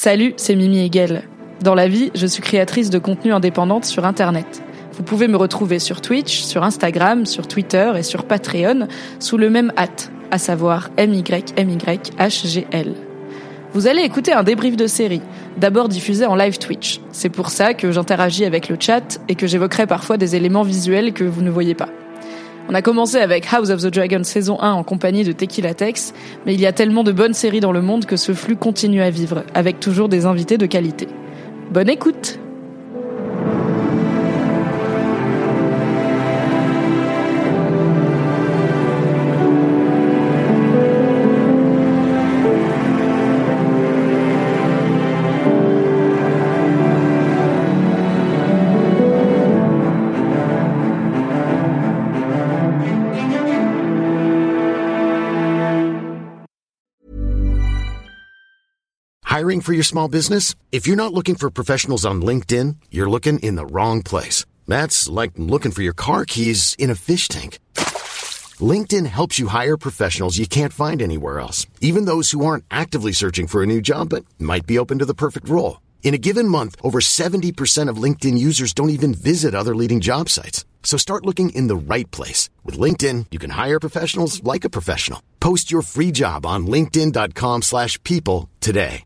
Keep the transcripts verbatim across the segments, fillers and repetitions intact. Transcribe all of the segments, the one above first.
Salut, c'est Mimi Hegel. Dans la vie, je suis créatrice de contenu indépendante sur Internet. Vous pouvez me retrouver sur Twitch, sur Instagram, sur Twitter et sur Patreon sous le même hâte, à savoir M Y M Y H G L. Vous allez écouter un débrief de série, d'abord diffusé en live Twitch. C'est pour ça que j'interagis avec le chat et que j'évoquerai parfois des éléments visuels que vous ne voyez pas. On a commencé avec House of the Dragon saison un en compagnie de Tequila Tex, mais il y a tellement de bonnes séries dans le monde que ce flux continue à vivre, avec toujours des invités de qualité. Bonne écoute! Hiring for your small business? If you're not looking for professionals on LinkedIn, you're looking in the wrong place. That's like looking for your car keys in a fish tank. LinkedIn helps you hire professionals you can't find anywhere else, even those who aren't actively searching for a new job but might be open to the perfect role. In a given month, over seventy percent of LinkedIn users don't even visit other leading job sites. So start looking in the right place. With LinkedIn, you can hire professionals like a professional. Post your free job on linkedin.com slash people today.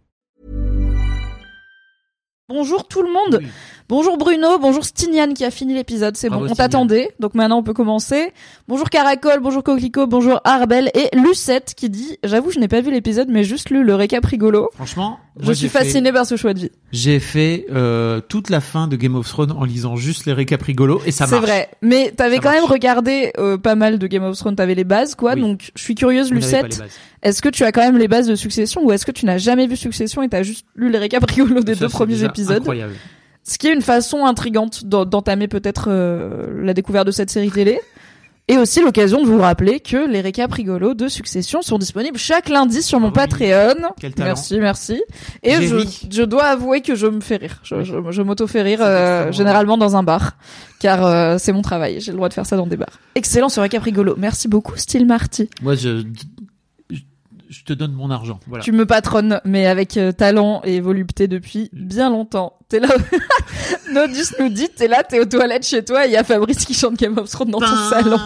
Bonjour tout le monde. Oui. Bonjour Bruno, bonjour Stiniane qui a fini l'épisode, c'est bon, on t'attendait, donc maintenant on peut commencer. Bonjour Caracol, bonjour Coquelicot, bonjour Arbel et Lucette qui dit, j'avoue je n'ai pas vu l'épisode mais juste lu le récap rigolo. Franchement, je suis fasciné par ce choix de vie. J'ai fait euh, toute la fin de Game of Thrones en lisant juste les récaps rigolos et ça marche. C'est vrai, mais t'avais ça quand marche. même regardé euh, pas mal de Game of Thrones, t'avais les bases quoi, oui. Donc je suis curieuse Vous Lucette, est-ce que tu as quand même les bases de Succession ou est-ce que tu n'as jamais vu Succession et t'as juste lu les récaps rigolos des ça, deux premiers épisodes? Incroyable. Ce qui est une façon intrigante d'entamer peut-être euh, la découverte de cette série télé. Et aussi l'occasion de vous rappeler que les récaps rigolos de Succession sont disponibles chaque lundi sur mon oh oui. Patreon. Quel talent. Merci, merci. Et je, je dois avouer que je me fais rire. Je, je, je m'auto-fais rire euh, généralement dans un bar. Car euh, c'est mon travail. J'ai le droit de faire ça dans des bars. Excellent ce récap rigolo. Merci beaucoup, Style Marty. Moi, je... Je te donne mon argent. Voilà. Tu me patronnes, mais avec euh, talent et volupté depuis bien longtemps. T'es là. Nodus nous dit, t'es là, t'es aux toilettes chez toi et il y a Fabrice qui chante Game of Thrones dans ton salon.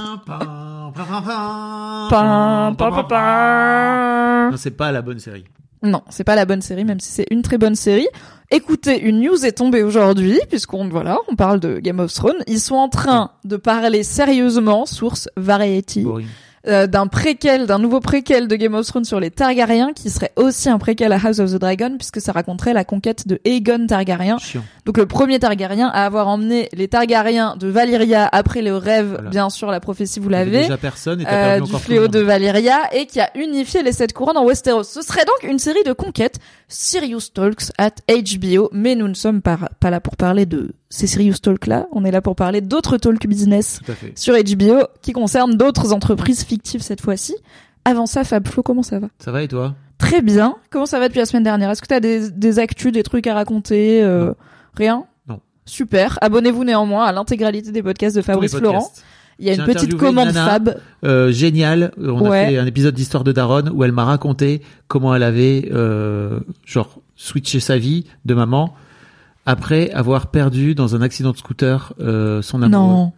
Non, c'est pas la bonne série. Non, c'est pas la bonne série, même si c'est une très bonne série. Écoutez, une news est tombée aujourd'hui, puisqu'on, voilà, on parle de Game of Thrones. Ils sont en train de parler sérieusement, source Variety. Boring. Euh, d'un préquel, d'un nouveau préquel de Game of Thrones sur les Targaryens, qui serait aussi un préquel à House of the Dragon, puisque ça raconterait la conquête de Aegon Targaryen. Chiant. Donc le premier Targaryen à avoir emmené les Targaryens de Valyria après le rêve, voilà. Bien sûr, la prophétie, vous l'avez. Déjà personne et t'as perdu euh, encore du fléau de Valyria, et qui a unifié les sept couronnes en Westeros. Ce serait donc une série de conquêtes. Serious Talks at H B O, mais nous ne sommes pas, pas là pour parler de ces Serious Talks là, on est là pour parler d'autres talk business sur H B O qui concernent d'autres entreprises fictives cette fois-ci. Avant ça, Fab Flo, comment ça va? Ça va et toi? Très bien. Comment ça va depuis la semaine dernière? Est-ce que t'as des, des actus, des trucs à raconter? euh, Rien? Non. Super. Abonnez-vous néanmoins à l'intégralité des podcasts de Fabrice Florent. Il y a J'ai une petite commande Nana, Fab. Euh, génial. On ouais. a fait un épisode d'Histoire de Daronne où elle m'a raconté comment elle avait, euh, genre, switché sa vie de maman après avoir perdu dans un accident de scooter euh, son amoureux. Non.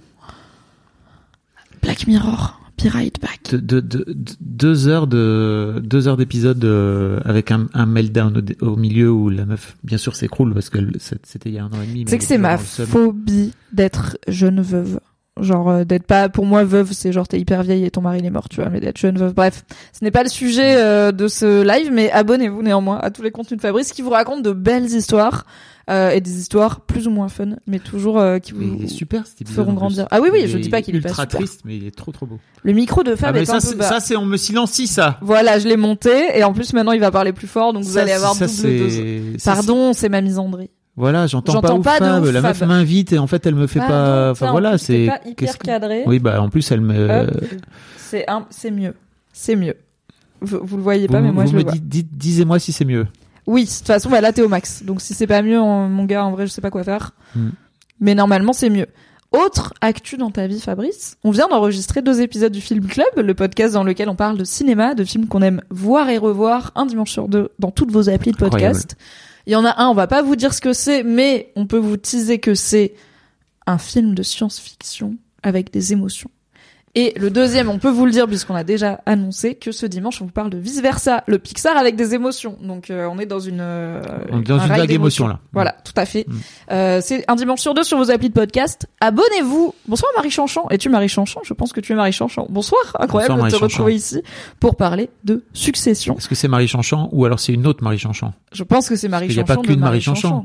Black Mirror, be right back. De, de, de, de, deux heures de deux heures d'épisode euh, avec un, un meltdown au, au milieu où la meuf, bien sûr, s'écroule parce que c'était il y a un an et demi. C'est que c'est ma phobie d'être jeune veuve. Genre euh, d'être pas, pour moi veuve c'est genre t'es hyper vieille et ton mari il est mort, tu vois, mais d'être jeune veuve, bref, ce n'est pas le sujet euh, de ce live, mais abonnez-vous néanmoins à tous les contenus de Fabrice qui vous racontent de belles histoires euh, et des histoires plus ou moins fun, mais toujours euh, qui vous il est super, feront grandir. Ah oui oui, je dis pas qu'il est pas super. Ultra triste, mais il est trop trop beau. Le micro de Fab ah, est ça, un peu bas. Ça c'est on me silencie ça. Voilà, je l'ai monté et en plus maintenant il va parler plus fort, donc vous ça, allez avoir ça, double dose. Pardon, c'est ma misandrie. Voilà, j'entends, j'entends pas, pas ouf, de Fab. ouf, La meuf Fab. m'invite et en fait elle me fait Pardon, pas. Enfin voilà, c'est. C'est pas hyper cadré. Oui, bah en plus elle me. Hop. C'est un, c'est mieux, c'est mieux. Vous, vous le voyez pas, vous, mais moi vous je me le vois. Dites, disez-moi si c'est mieux. Oui, de toute façon, bah là t'es au max. Donc si c'est pas mieux, en, mon gars, en vrai, je sais pas quoi faire. Hmm. Mais normalement, c'est mieux. Autre actu dans ta vie, Fabrice, on vient d'enregistrer deux épisodes du Film Club, le podcast dans lequel on parle de cinéma, de films qu'on aime voir et revoir un dimanche sur deux dans toutes vos applis de podcast. Il y en a un, on va pas vous dire ce que c'est, mais on peut vous teaser que c'est un film de science-fiction avec des émotions. Et le deuxième, on peut vous le dire puisqu'on a déjà annoncé que ce dimanche on vous parle de Vice Versa, le Pixar avec des émotions. Donc euh, on est dans une euh, on est dans une vague d'émotions là. Voilà, tout à fait. Mm. Euh, c'est un dimanche sur deux sur vos applis de podcast. Abonnez-vous. Bonsoir Marie Chanchon. Es-tu Marie Chanchon? Je pense que tu es Marie Chanchon. Bonsoir, incroyable Bonsoir, de te Marie retrouver Chanchon. ici pour parler de Succession. Est-ce que c'est Marie Chanchon ou alors c'est une autre Marie Chanchon? Je pense que c'est Marie Parce qu'il y a Chanchon pas de qu'une Marie Marie Chanchon. Chanchon.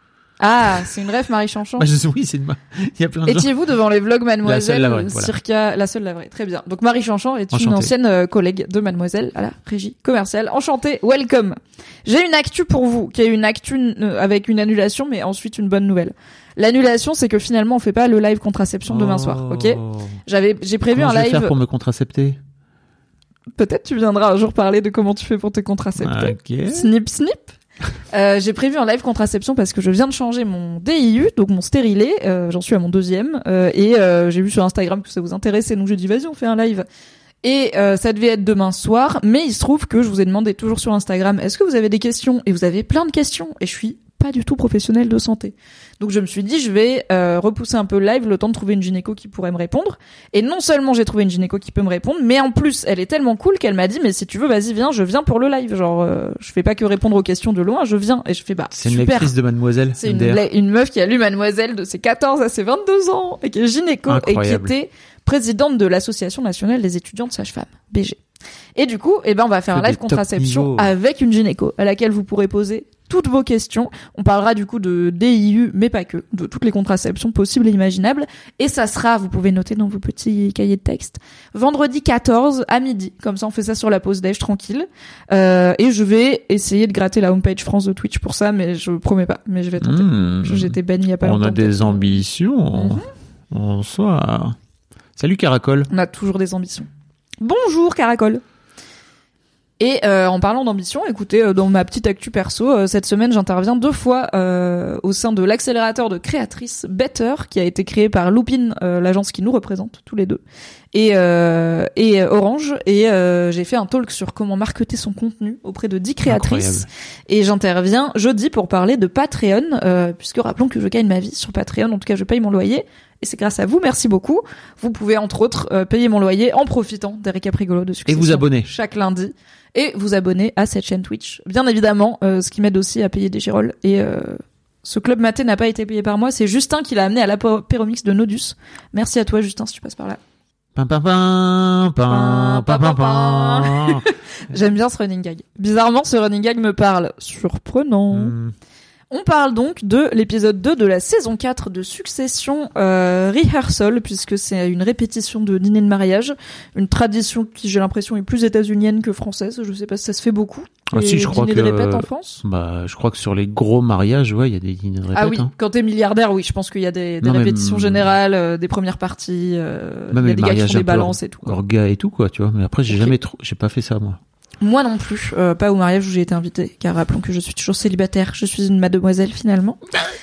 Ah, c'est une rêve Marie Chanchon. Bah, je... Oui, c'est une... il y a plein de gens. Étiez-vous devant les vlogs Mademoiselle? La seule, la vraie, voilà. Circa, la seule, la vraie. Très bien. Donc Marie Chanchon est Enchantée. une ancienne euh, collègue de Mademoiselle à la régie commerciale. Enchantée, welcome. J'ai une actu pour vous, qui est une actu euh, avec une annulation, mais ensuite une bonne nouvelle. L'annulation, c'est que finalement on fait pas le live contraception demain soir, ok? J'avais, j'ai prévu Comment un je vais live. faire pour me contracepter? Peut-être tu viendras un jour parler de comment tu fais pour te contracepter. Ok. Snip, snip. Euh, j'ai prévu un live contraception parce que je viens de changer mon D I U, donc mon stérilet. Euh, j'en suis à mon deuxième euh, et euh, j'ai vu sur Instagram que ça vous intéressait, donc j'ai dit vas-y on fait un live. Et euh, ça devait être demain soir, mais il se trouve que je vous ai demandé toujours sur Instagram est-ce que vous avez des questions, et vous avez plein de questions, et je suis pas du tout professionnelle de santé. Donc je me suis dit je vais euh, repousser un peu le live le temps de trouver une gynéco qui pourrait me répondre. Et non seulement j'ai trouvé une gynéco qui peut me répondre, mais en plus elle est tellement cool qu'elle m'a dit mais si tu veux vas-y viens, je viens pour le live. Genre euh, je fais pas que répondre aux questions de loin, je viens. Et je fais bah C'est une super. lectrice de Mademoiselle. C'est une, M D R. une meuf qui a lu Mademoiselle de ses quatorze à ses vingt-deux ans et qui est gynéco Incroyable. et qui était présidente de l'Association nationale des étudiantes sages-femmes, B G. Et du coup, eh ben, on va faire Que un live des top contraception niveaux. avec une gynéco à laquelle vous pourrez poser toutes vos questions. On parlera du coup de D I U, mais pas que, de toutes les contraceptions possibles et imaginables. Et ça sera, vous pouvez noter dans vos petits cahiers de texte, vendredi quatorze à midi. Comme ça, on fait ça sur la pause déj tranquille. Euh, et je vais essayer de gratter la homepage France de Twitch pour ça, mais je promets pas. Mais je vais tenter. Mmh. J'étais bannie il y a pas On longtemps. a des ambitions. Mhm. Bonsoir. Salut Caracol. On a toujours des ambitions. Bonjour Caracol. Et euh, en parlant d'ambition, écoutez, euh, dans ma petite actu perso, euh, cette semaine j'interviens deux fois euh, au sein de l'accélérateur de créatrices Better, qui a été créé par Lupin, euh, l'agence qui nous représente tous les deux, et, euh, et Orange. Et euh, j'ai fait un talk sur comment marketer son contenu auprès de dix créatrices. Incroyable. Et j'interviens jeudi pour parler de Patreon, euh, puisque rappelons que je gagne ma vie sur Patreon, en tout cas je paye mon loyer. Et c'est grâce à vous, merci beaucoup. Vous pouvez entre autres euh, payer mon loyer en profitant des récaps rigolos de Succession. Et vous abonner. Chaque lundi. Et vous abonner à cette chaîne Twitch. Bien évidemment, euh, ce qui m'aide aussi à payer des girolles. Et euh, ce club maté n'a pas été payé par moi. C'est Justin qui l'a amené à l'apéromix de Nodus. Merci à toi Justin si tu passes par là. Pam, pam, pam, pam, pam, pam, pam. J'aime bien ce running gag. Bizarrement, ce running gag me parle. Surprenant. Hmm. On parle donc de l'épisode deux de la saison quatre de Succession euh, Rehearsal, puisque c'est une répétition de dîner de mariage, une tradition qui, j'ai l'impression, est plus états-unienne que française. Je sais pas si ça se fait beaucoup. Ah, si, je crois dîners que- de répète en France. Bah, je crois que sur les gros mariages, ouais, il y a des dîners de répète. Ah oui, hein. quand t'es milliardaire, oui, je pense qu'il y a des, des Non, mais, répétitions hum, générales, euh, des premières parties, euh, il Même y a les des gars qui mariages font un des peu balances et tout. quoi. Orga et tout, quoi, tu vois. Mais après, j'ai Ok. jamais trop, j'ai pas fait ça, moi. Moi non plus, euh, pas au mariage où j'ai été invitée, car rappelons que je suis toujours célibataire, je suis une mademoiselle finalement.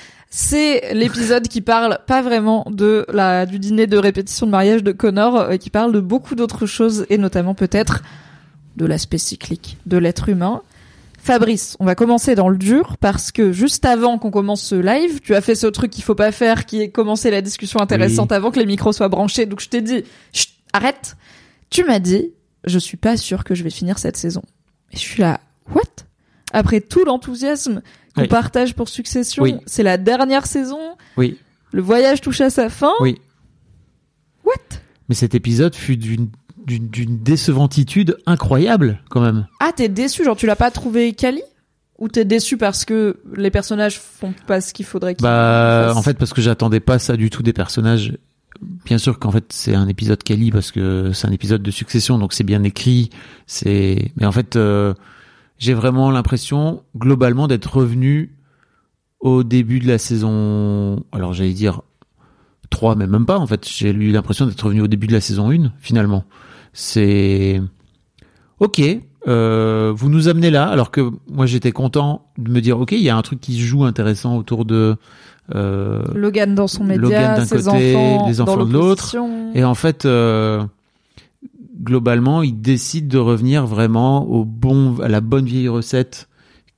C'est l'épisode qui parle pas vraiment de la du dîner de répétition de mariage de Connor, euh, qui parle de beaucoup d'autres choses, et notamment peut-être de l'aspect cyclique de l'être humain. Fabrice, on va commencer dans le dur, parce que juste avant qu'on commence ce live, tu as fait ce truc qu'il faut pas faire, qui est commencer la discussion intéressante Oui. avant que les micros soient branchés, donc je t'ai dit, chut, arrête. Tu m'as dit, je suis pas sûre que je vais finir cette saison. Et je suis là, what? Après tout l'enthousiasme qu'on Oui. partage pour Succession, Oui. c'est la dernière saison, Oui, le voyage touche à sa fin. oui. What? Mais cet épisode fut d'une, d'une, d'une décevantitude incroyable, quand même. Ah, t'es déçu, genre tu l'as pas trouvé quali? Ou t'es déçu parce que les personnages font pas ce qu'il faudrait qu'ils Bah, fassent? en fait, parce que j'attendais pas ça du tout des personnages. Bien sûr qu'en fait, c'est un épisode quali parce que c'est un épisode de Succession, donc c'est bien écrit, c'est, mais en fait, euh, j'ai vraiment l'impression, globalement, d'être revenu au début de la saison, alors j'allais dire trois, mais même pas, en fait. J'ai eu l'impression d'être revenu au début de la saison un, finalement. C'est, ok, euh, vous nous amenez là, alors que moi j'étais content de me dire, ok, il y a un truc qui se joue intéressant autour de, euh, Logan dans son média, Logan d'un ses côté, enfants, les enfants dans de l'autre. l'opposition. et en fait, euh, globalement, il décide de revenir vraiment au bon, à la bonne vieille recette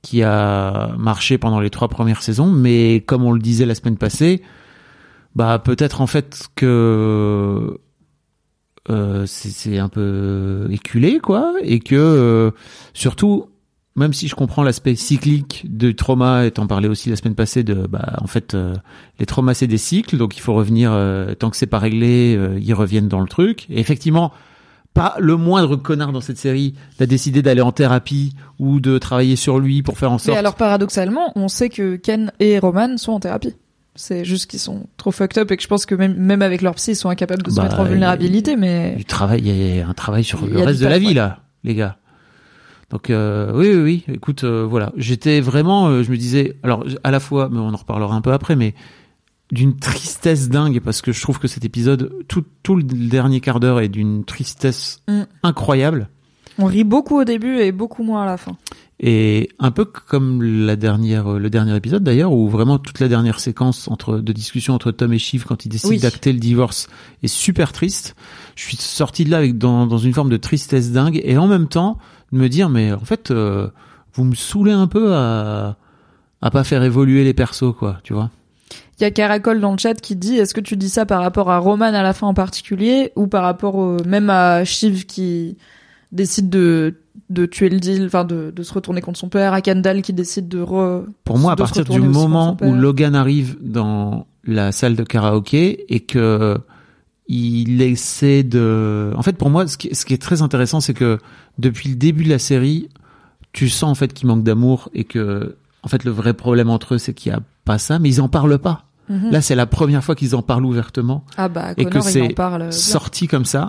qui a marché pendant les trois premières saisons, mais comme on le disait la semaine passée, bah peut-être en fait que euh, c'est, c'est un peu éculé, quoi, et que euh, surtout, même si je comprends l'aspect cyclique du trauma, et t'en parlais aussi la semaine passée, de bah en fait euh, les traumas c'est des cycles, donc il faut revenir euh, tant que c'est pas réglé, euh, ils reviennent dans le truc. Et effectivement, pas le moindre connard dans cette série n'a décidé d'aller en thérapie ou de travailler sur lui pour faire en sorte. Mais alors paradoxalement, on sait que Ken et Roman sont en thérapie. C'est juste qu'ils sont trop fucked up et que je pense que même, même avec leur psy, ils sont incapables de se bah, mettre en vulnérabilité, mais... Du travail, il y a un travail sur Il le y a reste du de la taf, vie, ouais. là, les gars. Donc, euh, oui, oui, oui, écoute, euh, voilà. J'étais vraiment, euh, je me disais, alors, à la fois, mais on en reparlera un peu après, mais d'une tristesse dingue, parce que je trouve que cet épisode, tout, tout le dernier quart d'heure est d'une tristesse Mm. incroyable. On rit beaucoup au début et beaucoup moins à la fin. Et un peu comme la dernière, le dernier épisode d'ailleurs, où vraiment toute la dernière séquence entre, de discussion entre Tom et Shiv quand ils décident Oui. d'acter le divorce est super triste. Je suis sorti de là avec, dans, dans une forme de tristesse dingue, et en même temps, de me dire, mais en fait, euh, vous me saoulez un peu à, à pas faire évoluer les persos, quoi, tu vois. Il y a Caracol dans le chat qui dit, est-ce que tu dis ça par rapport à Roman à la fin en particulier, ou par rapport au, même à Shiv qui décide de, de tuer le deal, enfin de, de se retourner contre son père, à Kendall qui décide de re... Pour moi, à de se partir du retourner aussi moment contre son où père. Logan arrive dans la salle de karaoké et que il essaie de... En fait, pour moi, ce qui, ce qui est très intéressant, c'est que depuis le début de la série, tu sens en fait qu'il manque d'amour et que, en fait, le vrai problème entre eux, c'est qu'il y a pas ça, mais ils en parlent pas. Mhm. Là, c'est la première fois qu'ils en parlent ouvertement Ah bah, et que Connor, il c'est en parle bien. sorti comme ça.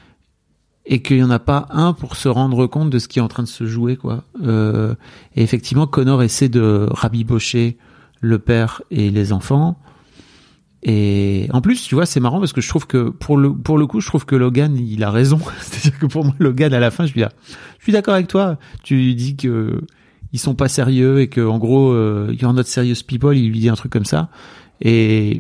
Et qu'il y en a pas un pour se rendre compte de ce qui est en train de se jouer, quoi. Euh, et effectivement, Connor essaie de rabibocher le père et les enfants. Et en plus, tu vois, c'est marrant parce que je trouve que pour le pour le coup, je trouve que Logan, il a raison. C'est-à-dire que pour moi, Logan, à la fin, je suis là, je suis d'accord avec toi. Tu lui dis que ils sont pas sérieux et que en gros, euh, you're not serious people. Il lui dit un truc comme ça. Et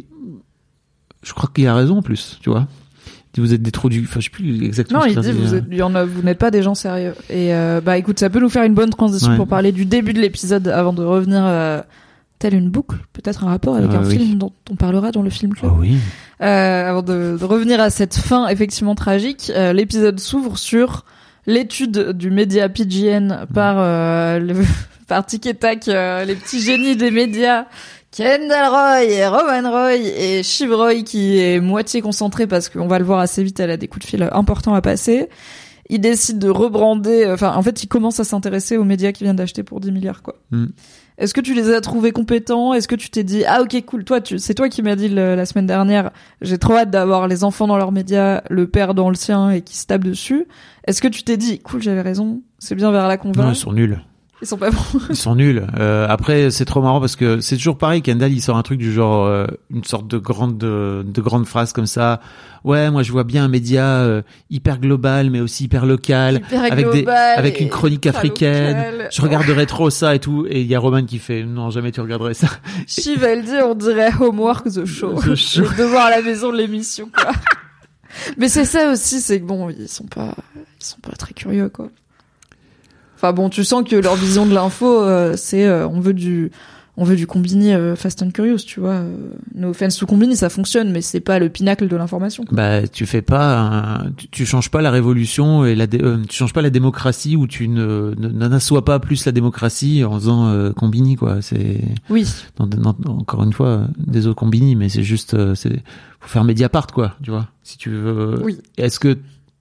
je crois qu'il a raison en plus, tu vois. Vous êtes des trous du... Enfin, je sais plus exactement Non, ce il qu'il dit, a vous, êtes, il y en a, vous n'êtes pas des gens sérieux. Et euh, bah écoute, ça peut nous faire une bonne transition Ouais. pour parler du début de l'épisode avant de revenir euh, telle une boucle, peut-être un rapport avec Ah, un oui. film dont on parlera dans le film club. Oh oui. Euh, avant de, de revenir à cette fin effectivement tragique, euh, l'épisode s'ouvre sur l'étude du média P G N par euh, le, par Tic et Tac, euh, les petits génies des médias, Kendall Roy et Roman Roy et Shiv Roy qui est moitié concentré parce qu'on va le voir assez vite, elle a des coups de fil importants à passer. Il décide de rebrander, enfin en fait il commence à s'intéresser aux médias qu'il vient d'acheter pour dix milliards quoi. Mm. Est-ce que tu les as trouvés compétents? Est-ce que tu t'es dit ah ok cool, toi tu, c'est toi qui m'as dit le, la semaine dernière, j'ai trop hâte d'avoir les enfants dans leurs médias, le père dans le sien et qui se tape dessus. Est-ce que tu t'es dit cool, j'avais raison, c'est bien vers là qu'on va? Non, ils sont nuls. Ils sont pas bons. Ils sont nuls. Euh, après, c'est trop marrant parce que c'est toujours pareil. Kendall, il sort un truc du genre, euh, une sorte de grande, de, de grande phrase comme ça. Ouais, moi, je vois bien un média euh, hyper global, mais aussi hyper local, Hyper avec des, global avec et une chronique ultra africaine. local. Je regarderais trop ça et tout. Et il y a Roman qui fait, non, jamais tu regarderais ça. Shiv, elle dit, on dirait Homework the Show. The show. Les devoirs à la maison de l'émission, quoi. Mais c'est ça aussi, c'est que bon, ils sont pas, ils sont pas très curieux, quoi. Enfin bon, tu sens que leur vision de l'info, euh, c'est, euh, on veut du, on veut du Combini euh, Fast and Curious, tu vois. Euh, no offense to Combini, ça fonctionne, mais c'est pas le pinacle de l'information, quoi. Bah, tu fais pas, un, tu, tu changes pas la révolution et la, dé, euh, tu changes pas la démocratie ou tu ne, ne n'assois pas plus la démocratie en faisant euh, Combini, quoi. C'est, Oui. non, non, encore une fois, euh, des autres Combini, mais c'est juste, euh, c'est, faut faire Mediapart, quoi, tu vois. Si tu veux. Oui. Est-ce que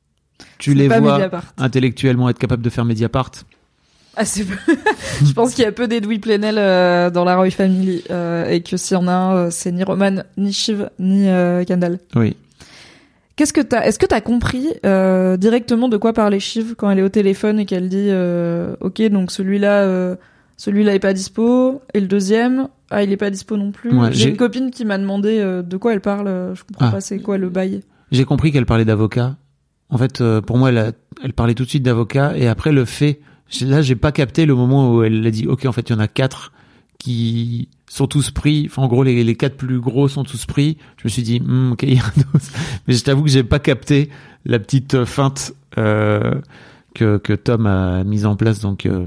tu C'est les pas vois Mediapart. intellectuellement être capable de faire Mediapart? Ah, c'est peu. Je pense qu'il y a peu d'Edoui Plenel euh, dans la Roy Family euh, et que s'il y en a un, euh, c'est ni Roman, ni Shiv, ni euh, Kendall. Oui. Qu'est-ce que t'as, est-ce que t'as compris euh, directement de quoi parlait Shiv quand elle est au téléphone et qu'elle dit euh, ok donc celui-là, euh, celui-là est pas dispo et le deuxième ah il est pas dispo non plus. Ouais, j'ai, j'ai une copine qui m'a demandé euh, de quoi elle parle. euh, Je comprends Ah. pas c'est quoi le bail. J'ai compris qu'elle parlait d'avocat. En fait, euh, pour moi, elle, a, elle parlait tout de suite d'avocat et après le fait. Là, j'ai pas capté le moment où elle a dit, ok, en fait, il y en a quatre qui sont tous pris. Enfin, en gros, les, les quatre plus gros sont tous pris. Je me suis dit, hm, ok, il y a un autre. Mais je t'avoue que j'ai pas capté la petite feinte euh, que, que Tom a mise en place. Donc, euh,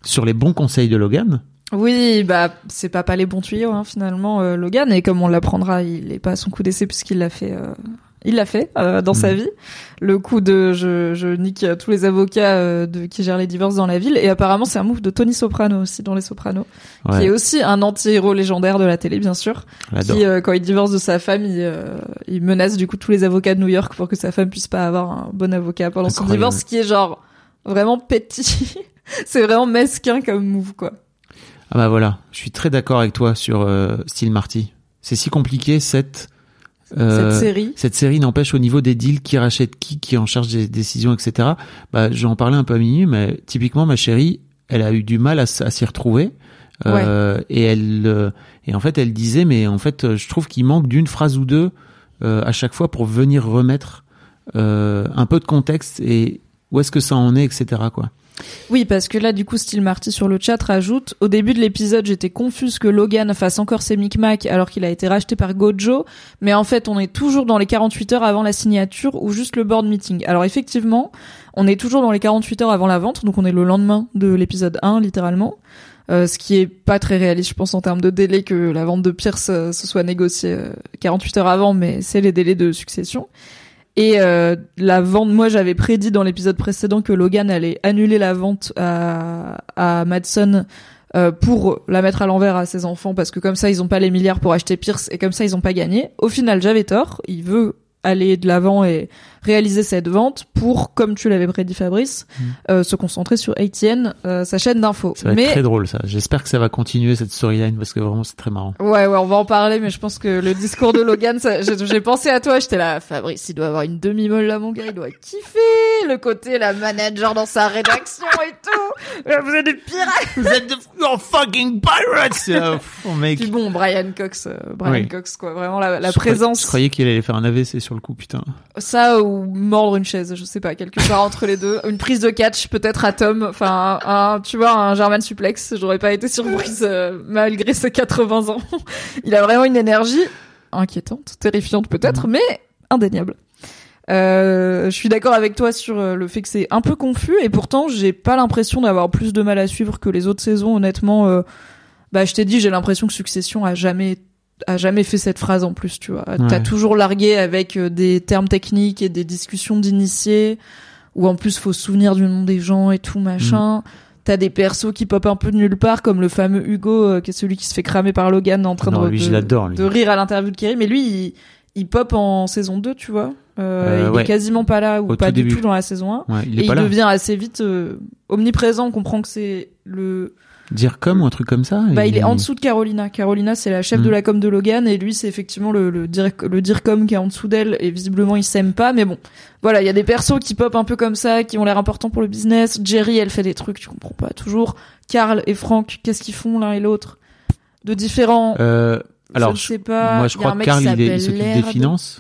sur les bons conseils de Logan. Oui, bah c'est pas pas les bons tuyaux hein, finalement euh, Logan, et comme on l'apprendra, il est pas à son coup d'essai puisqu'il l'a fait euh, il l'a fait euh, dans mmh. sa vie. Le coup de je je nique tous les avocats euh, de qui gèrent les divorces dans la ville, et apparemment c'est un move de Tony Soprano aussi dans Les Sopranos, ouais. qui est aussi un anti-héros légendaire de la télé bien sûr, qui euh, quand il divorce de sa femme, il, euh, il menace du coup tous les avocats de New York pour que sa femme puisse pas avoir un bon avocat pendant Incroyable. son divorce, ce qui est genre vraiment petit. C'est vraiment mesquin comme move quoi. Ah bah voilà, je suis très d'accord avec toi sur euh, Steel Marty. C'est si compliqué cette euh, cette série. Cette série n'empêche au niveau des deals, qui rachète qui, qui est en charge des décisions, et cetera. Bah j'en parlais un peu à minuit, mais typiquement ma chérie, elle a eu du mal à, à s'y retrouver. Euh, ouais. Et elle euh, et en fait elle disait mais en fait je trouve qu'il manque d'une phrase ou deux euh, à chaque fois pour venir remettre euh, un peu de contexte et où est-ce que ça en est, et cetera quoi. Oui, parce que là, du coup, Steel Marty sur le chat rajoute: au début de l'épisode, j'étais confuse que Logan fasse encore ses micmacs alors qu'il a été racheté par Gojo, mais en fait, on est toujours dans les quarante-huit heures avant la signature ou juste le board meeting. Alors effectivement, on est toujours dans les quarante-huit heures avant la vente, donc on est le lendemain de l'épisode un, littéralement. Euh, ce qui est pas très réaliste, je pense, en termes de délai, que la vente de Pierce euh, se soit négociée euh, quarante-huit heures avant, mais c'est les délais de succession. Et euh, la vente, moi j'avais prédit dans l'épisode précédent que Logan allait annuler la vente à, à Madsen euh, pour la mettre à l'envers à ses enfants, parce que comme ça ils ont pas les milliards pour acheter Pierce et comme ça ils ont pas gagné. Au final j'avais tort, il veut aller de l'avant et réaliser cette vente pour, comme tu l'avais prédit Fabrice, mmh. euh, se concentrer sur A T N, euh, sa chaîne d'infos. Ça va mais... être très drôle ça. J'espère que ça va continuer cette storyline parce que vraiment c'est très marrant. Ouais ouais, on va en parler, mais je pense que le discours de Logan, ça, j'ai, j'ai pensé à toi, j'étais là, Fabrice, il doit avoir une demi-molle là mon gars, il doit kiffer le côté la manager dans sa rédaction et tout. Vous êtes des pirates. Vous êtes de you're fucking pirates. euh, oh, mec. Puis bon, Brian Cox, euh, Brian oui. Cox quoi, vraiment la, la je présence. Croyais, je croyais qu'il allait faire un A V C sur le coup, putain. Ça ou mordre une chaise, je sais pas, quelque part entre les deux. Une prise de catch peut-être à Tom, enfin un, un, tu vois, un German suplex, j'aurais pas été surprise euh, malgré ses quatre-vingts ans. Il a vraiment une énergie inquiétante, terrifiante peut-être, mmh. mais indéniable. Euh, je suis d'accord avec toi sur le fait que c'est un peu confus, et pourtant j'ai pas l'impression d'avoir plus de mal à suivre que les autres saisons, honnêtement. Euh, bah je t'ai dit, j'ai l'impression que Succession a jamais a jamais fait cette phrase en plus, tu vois. Ouais. T'as toujours largué avec des termes techniques et des discussions d'initiés, où en plus faut se souvenir du nom des gens et tout machin. Mmh. T'as des persos qui popent un peu de nulle part, comme le fameux Hugo, euh, qui est celui qui se fait cramer par Logan en train non, de, lui, de, je l'adore, lui. de rire à l'interview de Kerry. Mais lui, il, il pop en saison deux, tu vois. Euh, euh, il ouais. est quasiment pas là, ou Au pas du début. tout dans la saison un. Ouais, il est et pas il là. devient assez vite euh, omniprésent. On comprend que c'est le... Dire comme ou un truc comme ça. Bah, et... il est en dessous de Carolina. Carolina, c'est la chef mmh. de la com de Logan, et lui, c'est effectivement le, le dire, le dire comme qui est en dessous d'elle, et visiblement, ils s'aiment pas, mais bon. Voilà, il y a des persos qui popent un peu comme ça, qui ont l'air importants pour le business. Jerry, elle fait des trucs, tu comprends pas toujours. Carl et Frank, qu'est-ce qu'ils font l'un et l'autre? De différents. Euh, alors, je ne sais pas. Moi, je crois que Carl, il, est, il s'occupe Laird. des finances.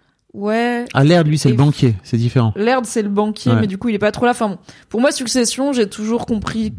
Ouais. Ah, Laird, lui, c'est et le banquier. C'est différent. Laird, c'est le banquier, ouais. mais du coup, il est pas trop là. Enfin bon. Pour moi, Succession, j'ai toujours compris,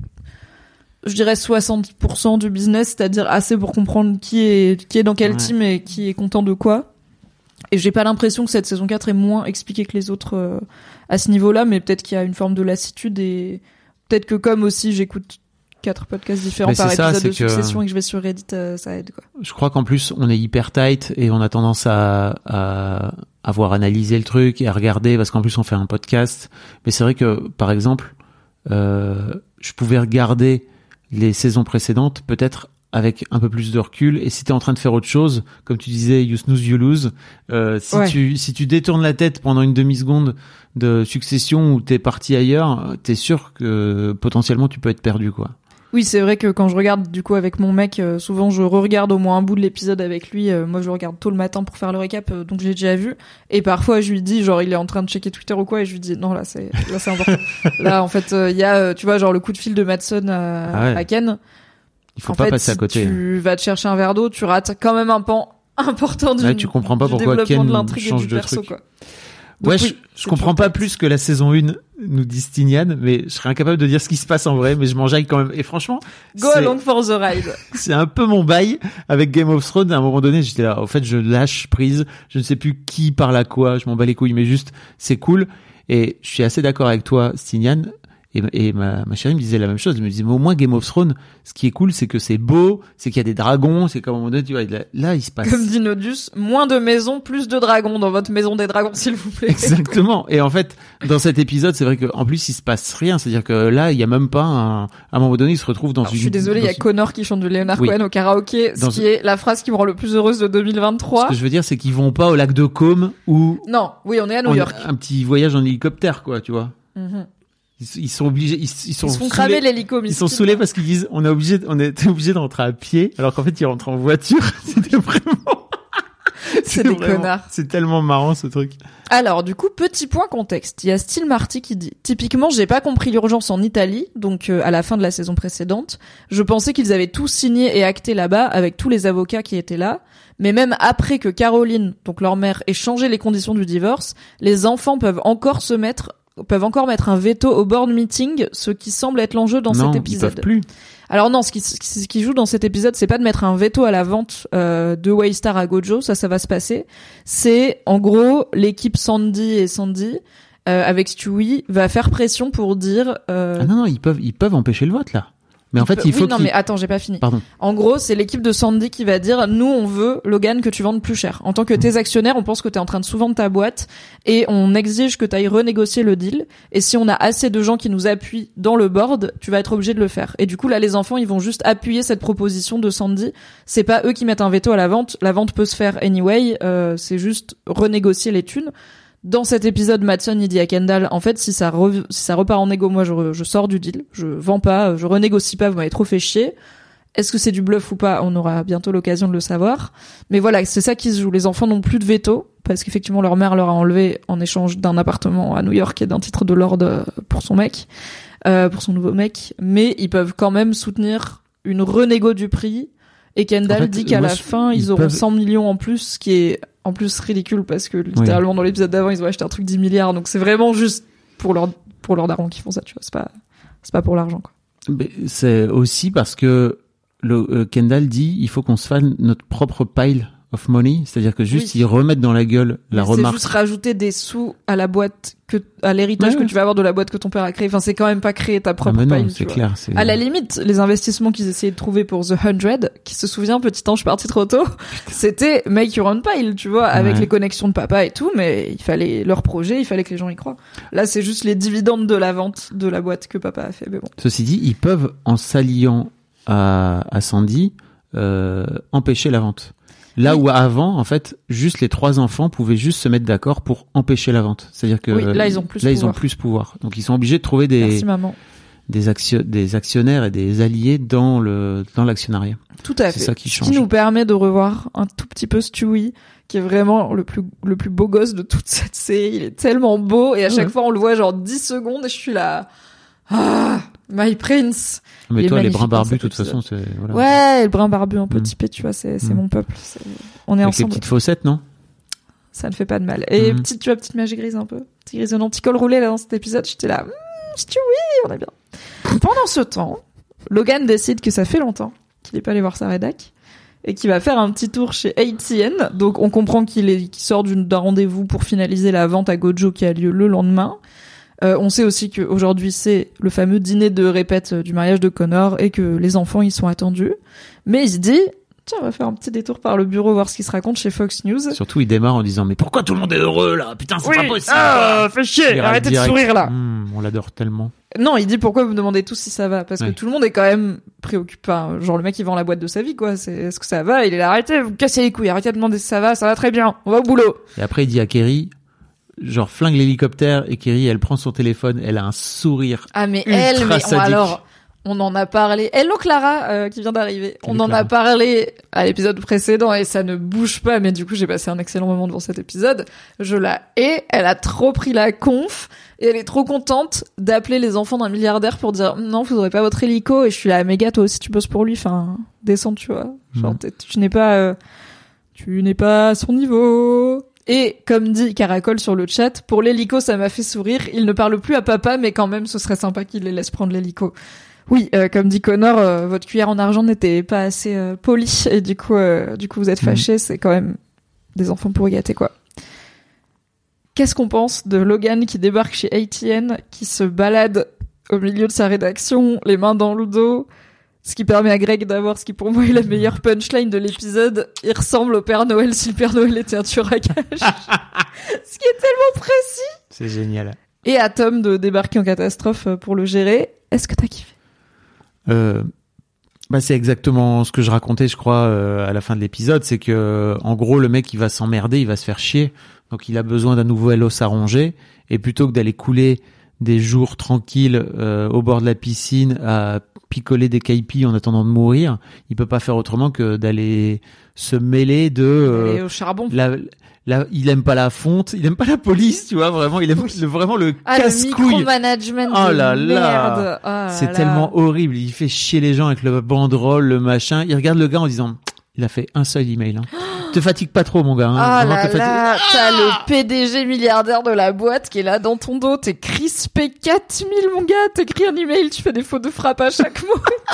je dirais soixante pour cent du business, c'est-à-dire assez pour comprendre qui est, qui est dans quel ouais. team et qui est content de quoi. Et j'ai pas l'impression que cette saison quatre est moins expliquée que les autres euh, à ce niveau-là, mais peut-être qu'il y a une forme de lassitude, et peut-être que comme aussi j'écoute quatre podcasts différents mais par épisode ça, de Succession et que je vais sur Reddit, euh, ça aide quoi. Je crois qu'en plus on est hyper tight et on a tendance à, à avoir analysé le truc et à regarder, parce qu'en plus on fait un podcast. Mais c'est vrai que par exemple, euh, je pouvais regarder les saisons précédentes peut-être avec un peu plus de recul, et si t'es en train de faire autre chose, comme tu disais, you snooze, you lose, euh, si ouais. tu, si tu détournes la tête pendant une demi-seconde de Succession ou t'es parti ailleurs, t'es sûr que potentiellement tu peux être perdu, quoi. Oui, c'est vrai que quand je regarde du coup avec mon mec, euh, souvent je re-regarde au moins un bout de l'épisode avec lui. Euh, moi, je le regarde tôt le matin pour faire le récap, euh, donc j'ai déjà vu. Et parfois, je lui dis, genre, il est en train de checker Twitter ou quoi, et je lui dis, non, là, c'est, là, c'est important. Là, en fait, il euh, y a, euh, tu vois, genre le coup de fil de Madsen à, ah ouais. à Ken. Il faut en pas fait, passer à côté. Si tu vas te chercher un verre d'eau, tu rates quand même un pan important du, ouais, tu comprends pas du pourquoi développement Ken de l'intrigue change et du de perso, truc. Quoi. Donc, ouais, oui, je, je comprends pas plus que la saison un, nous dit Stinian, mais je serais incapable de dire ce qui se passe en vrai, mais je m'enjaille quand même. Et franchement, go along for the ride. C'est un peu mon bail avec Game of Thrones. À un moment donné, j'étais là, en fait, je lâche prise. Je ne sais plus qui parle à quoi. Je m'en bats les couilles, mais juste, c'est cool. Et je suis assez d'accord avec toi, Stinian. Et, et ma, ma chérie me disait la même chose. Elle me disait, mais au moins Game of Thrones, ce qui est cool, c'est que c'est beau, c'est qu'il y a des dragons, c'est comme on dit, tu vois, là, là, il se passe. Comme dit Nodus, moins de maisons, plus de dragons dans votre maison des dragons, s'il vous plaît. Exactement. Et en fait, dans cet épisode, c'est vrai que en plus, il se passe rien. C'est-à-dire que là, il y a même pas un, à un moment donné, il se retrouve dans Alors, une. Je suis désolée, il y a une... Connor qui chante du Leonard oui. Cohen au karaoké, Dans ce qui est la phrase qui me rend le plus heureuse de deux mille vingt-trois. Ce que je veux dire, c'est qu'ils vont pas au lac de Côme où. Non, oui, on est à New on York. a un petit voyage en hélicoptère, quoi, tu vois. Mm-hmm. Ils, ils sont obligés, ils, ils sont. Ils se font saoulés, cramer l'hélico. Ils sont saoulés parce qu'ils disent, on est obligé, on est obligé de rentrer à pied, alors qu'en fait, ils rentrent en voiture. C'était vraiment. C'est des vraiment, connards. C'est tellement marrant, ce truc. Alors, du coup, petit point contexte. Il y a Steel Marty qui dit, typiquement, j'ai pas compris l'urgence en Italie, donc euh, à la fin de la saison précédente. Je pensais qu'ils avaient tout signé et acté là-bas avec tous les avocats qui étaient là. Mais même après que Caroline, donc leur mère, ait changé les conditions du divorce, les enfants peuvent encore se mettre peuvent encore mettre un veto au board meeting, ce qui semble être l'enjeu dans non, cet épisode. Ils peuvent plus. Alors non, ce qui, ce qui joue dans cet épisode, c'est pas de mettre un veto à la vente euh, de Waystar à Gojo, ça, ça va se passer. C'est, en gros, l'équipe Sandy et Sandy, euh, avec Stewie, va faire pression pour dire... Euh, ah non, non, ils peuvent, ils peuvent empêcher le vote, là. Mais en fait, il faut oui, non, qu'ils... mais attends, j'ai pas fini. Pardon. En gros, c'est l'équipe de Sandy qui va dire, nous, on veut, Logan, que tu vendes plus cher. En tant que tes actionnaires, on pense que t'es en train de sous-vendre ta boîte et on exige que t'ailles renégocier le deal. Et si on a assez de gens qui nous appuient dans le board, tu vas être obligé de le faire. Et du coup, là, les enfants, ils vont juste appuyer cette proposition de Sandy. C'est pas eux qui mettent un veto à la vente. La vente peut se faire anyway. Euh, c'est juste renégocier les thunes. Dans cet épisode, Mattson, il dit à Kendall, en fait, si ça, re- si ça repart en égo, moi, je, re- je sors du deal. Je vends pas, je renégocie pas, vous m'avez trop fait chier. Est-ce que c'est du bluff ou pas? On aura bientôt l'occasion de le savoir. Mais voilà, c'est ça qui se joue. Les enfants n'ont plus de veto, parce qu'effectivement, leur mère leur a enlevé en échange d'un appartement à New York et d'un titre de lord pour son mec, euh, pour son nouveau mec. Mais ils peuvent quand même soutenir une renégo du prix. Et Kendall en fait, dit qu'à la je, fin, ils, ils auront peuvent... cent millions en plus, ce qui est en plus ridicule parce que littéralement oui. Dans l'épisode d'avant, ils ont acheté un truc dix milliards. Donc c'est vraiment juste pour leur, pour leur daron qui font ça, tu vois. C'est pas, c'est pas pour l'argent, quoi. Mais c'est aussi parce que le, euh, Kendall dit, il faut qu'on se fasse notre propre pile of money. C'est-à-dire que juste, oui. Ils remettent dans la gueule la mais remarque. C'est juste rajouter des sous à la boîte que, à l'héritage ouais, que ouais. tu vas avoir de la boîte que ton père a créée. Enfin, c'est quand même pas créer ta propre ah, non, pile. C'est clair. C'est... À la limite, les investissements qu'ils essayaient de trouver pour The Hundred, qui se souvient, petit ange parti trop tôt, c'était make your own pile, tu vois, avec ouais. les connexions de papa et tout, mais il fallait leur projet, il fallait que les gens y croient. Là, c'est juste les dividendes de la vente de la boîte que papa a fait, mais bon. Ceci dit, ils peuvent, en s'alliant à, à Sandy, euh, empêcher la vente. Là oui. Où avant, en fait, juste les trois enfants pouvaient juste se mettre d'accord pour empêcher la vente. C'est-à-dire que oui, là ils ont plus là pouvoir. ils ont plus pouvoir. Donc ils sont obligés de trouver des Merci, maman. des action des actionnaires et des alliés dans le dans l'actionnariat. Tout à c'est fait. Ça qui change. Ce qui nous permet de revoir un tout petit peu Stewie, qui est vraiment le plus le plus beau gosse de toute cette série. Il est tellement beau et à chaque ouais. fois on le voit genre dix secondes et je suis là. Ah, my prince. Mais toi, les brins barbus, de toute façon, c'est voilà. Ouais, le brun barbu un peu mmh. typé, tu vois, c'est c'est mmh. mon peuple. C'est... On est avec ensemble. Les petites fossettes, non? Ça ne fait pas de mal. Et mmh. petite, tu vois, petite magie grise un peu, petit grisonnant, petit col roulé là dans cet épisode. J'étais là, mmh, oui, on est bien. Pendant ce temps, Logan décide que ça fait longtemps qu'il est pas allé voir sa rédac et qu'il va faire un petit tour chez A T N. Donc on comprend qu'il est qu'il sort d'une, d'un rendez-vous pour finaliser la vente à Gojo qui a lieu le lendemain. Euh, on sait aussi qu'aujourd'hui c'est le fameux dîner de répète du mariage de Connor et que les enfants y sont attendus. Mais il se dit, tiens, on va faire un petit détour par le bureau voir ce qui se raconte chez Fox News. Surtout il démarre en disant, mais pourquoi tout le monde est heureux là? Putain, c'est oui, pas possible. Ah, fais chier, arrêtez direct. de sourire là. Mmh, on l'adore tellement. Non, il dit pourquoi vous me demandez tous si ça va, parce oui. que tout le monde est quand même préoccupé. Enfin, genre le mec il vend la boîte de sa vie quoi. C'est est-ce que ça va? Il est là, arrêtez, vous cassez les couilles, arrêtez de demander si ça va, ça va très bien, on va au boulot. Et après il dit à Kerry, genre flingue l'hélicoptère, et Kerry elle prend son téléphone, elle a un sourire. Ah mais elle, mais on, alors on en a parlé. Hello Clara euh, qui vient d'arriver. Hello on en Clara. a parlé à l'épisode précédent et ça ne bouge pas. Mais du coup j'ai passé un excellent moment devant cet épisode. Je la hais. Elle a trop pris la conf et elle est trop contente d'appeler les enfants d'un milliardaire pour dire non vous aurez pas votre hélico. Et je suis là, méga toi aussi tu bosses pour lui. Enfin descends tu vois. Genre mmh. tu n'es pas euh, tu n'es pas à son niveau. Et comme dit Caracol sur le chat, pour l'hélico, ça m'a fait sourire. Il ne parle plus à papa, mais quand même, ce serait sympa qu'il les laisse prendre l'hélico. Oui, euh, comme dit Connor, euh, votre cuillère en argent n'était pas assez euh, polie, et du coup, euh, du coup, vous êtes fâchés. Mmh. C'est quand même des enfants pourri gâtés, quoi. Qu'est-ce qu'on pense de Logan qui débarque chez A T N, qui se balade au milieu de sa rédaction, les mains dans le dos, ce qui permet à Greg d'avoir ce qui pour moi est la meilleure punchline de l'épisode. Il ressemble au Père Noël si le Père Noël était un tueur à gages. Ce qui est tellement précis. C'est génial. Et à Tom de débarquer en catastrophe pour le gérer. Est-ce que t'as kiffé? Euh, bah c'est exactement ce que je racontais, je crois, euh, à la fin de l'épisode. C'est que, en gros, le mec, il va s'emmerder, il va se faire chier. Donc, il a besoin d'un nouvel os à ronger. Et plutôt que d'aller couler des jours tranquilles euh, au bord de la piscine à picoler des caipis en attendant de mourir, il peut pas faire autrement que d'aller se mêler de euh, aller au charbon. La, la, il aime pas la fonte, il aime pas la police, tu vois, vraiment, il aime oui. le, vraiment le ah, casse-couille. Le micromanagement oh de là merde. là. Oh c'est là tellement là. horrible. Il fait chier les gens avec le banderole, le machin. Il regarde le gars en disant, il a fait un seul email. Hein. te fatigue pas trop, mon gars. Hein. Ah Vraiment, là te là, t'as le P D G milliardaire de la boîte qui est là dans ton dos. T'es crispé quatre mille, mon gars. T'écris un email, tu fais des fautes de frappe à chaque mot et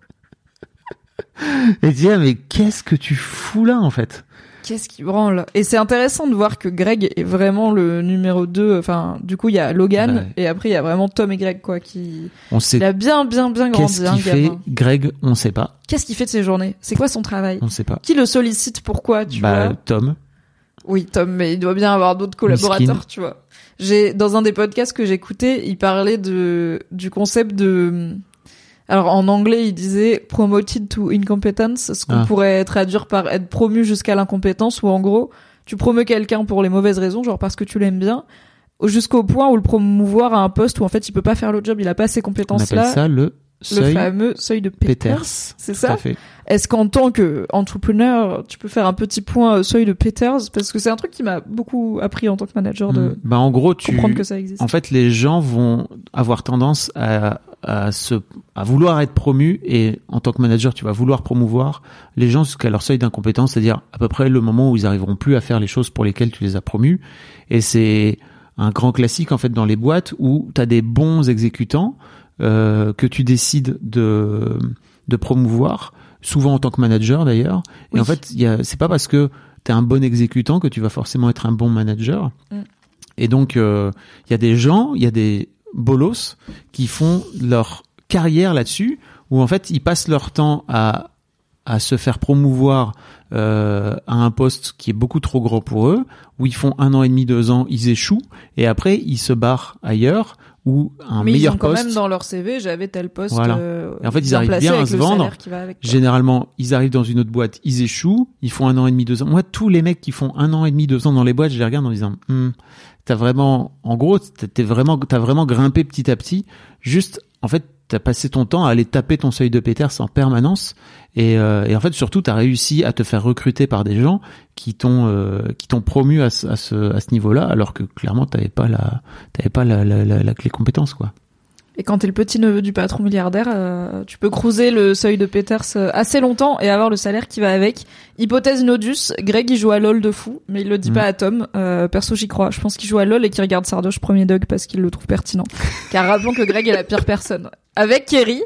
tout. Et tu dis, ah, mais qu'est-ce que tu fous là, en fait? Qu'est-ce qui branle? Et c'est intéressant de voir que Greg est vraiment le numéro deux. Enfin, du coup, il y a Logan ouais. et après il y a vraiment Tom et Greg, quoi, qui. On sait. Il a bien, bien, bien grandi. Qu'est-ce qu'il hein, fait, gamin. Greg? On sait pas. Qu'est-ce qu'il fait de ses journées? C'est quoi son travail? On sait pas. Qui le sollicite? Pourquoi? Tu bah, vois? Tom. Oui, Tom, mais il doit bien avoir d'autres collaborateurs, Miskin. Tu vois. J'ai dans un des podcasts que j'écoutais, il parlait de du concept de. Alors en anglais, il disait promoted to incompetence, ce qu'on ah. pourrait traduire par être promu jusqu'à l'incompétence, où en gros, tu promeux quelqu'un pour les mauvaises raisons, genre parce que tu l'aimes bien, jusqu'au point où le promouvoir à un poste où en fait il peut pas faire le job, il a pas ces compétences-là. On appelle ça le seuil. Le fameux seuil de Peters. Peters. C'est ça. Tout à fait. Est-ce qu'en tant que entrepreneur, tu peux faire un petit point euh, seuil de Peters? Parce que c'est un truc qui m'a beaucoup appris en tant que manager de mmh. bah, en gros, tu... comprendre que ça existe. En fait, les gens vont avoir tendance à, à se, à vouloir être promus, et en tant que manager, tu vas vouloir promouvoir les gens jusqu'à leur seuil d'incompétence, c'est-à-dire à peu près le moment où ils arriveront plus à faire les choses pour lesquelles tu les as promus. Et c'est un grand classique, en fait, dans les boîtes où tu as des bons exécutants, euh, que tu décides de, de promouvoir, souvent en tant que manager d'ailleurs. Oui. Et en fait, y a, c'est pas parce que t'es un bon exécutant que tu vas forcément être un bon manager. Mm. Et donc, il euh, y a des gens, il y a des bolos qui font leur carrière là-dessus, où en fait, ils passent leur temps à, à se faire promouvoir euh, à un poste qui est beaucoup trop grand pour eux, où ils font un an et demi, deux ans, ils échouent, et après, ils se barrent ailleurs, ou un mais meilleur poste. Mais ils ont quand poste. même dans leur C V, j'avais tel poste. Voilà. Euh, et en fait, ils arrivent bien à se vendre. Généralement, ils arrivent dans une autre boîte, ils échouent, ils font un an et demi, deux ans. Moi, tous les mecs qui font un an et demi, deux ans dans les boîtes, je les regarde en disant, hm, t'as vraiment, en gros, t'es vraiment, t'as vraiment grimpé petit à petit. Juste, en fait, t'as passé ton temps à aller taper ton seuil de Peters en permanence, et, euh, et en fait, surtout, t'as réussi à te faire recruter par des gens qui t'ont, euh, qui t'ont promu à ce, à ce, à ce niveau-là, alors que clairement, t'avais pas la, t'avais pas la, la, la, la clé compétence, quoi. Et quand t'es le petit neveu du patron milliardaire, euh, tu peux cruiser le seuil de Peters assez longtemps et avoir le salaire qui va avec. Hypothèse Nodus, Greg il joue à LOL de fou, mais il le dit mmh. pas à Tom. Euh, perso j'y crois. Je pense qu'il joue à LOL et qu'il regarde Sardoche premier Doug parce qu'il le trouve pertinent. Car rappelons que Greg est la pire personne. Avec Kerry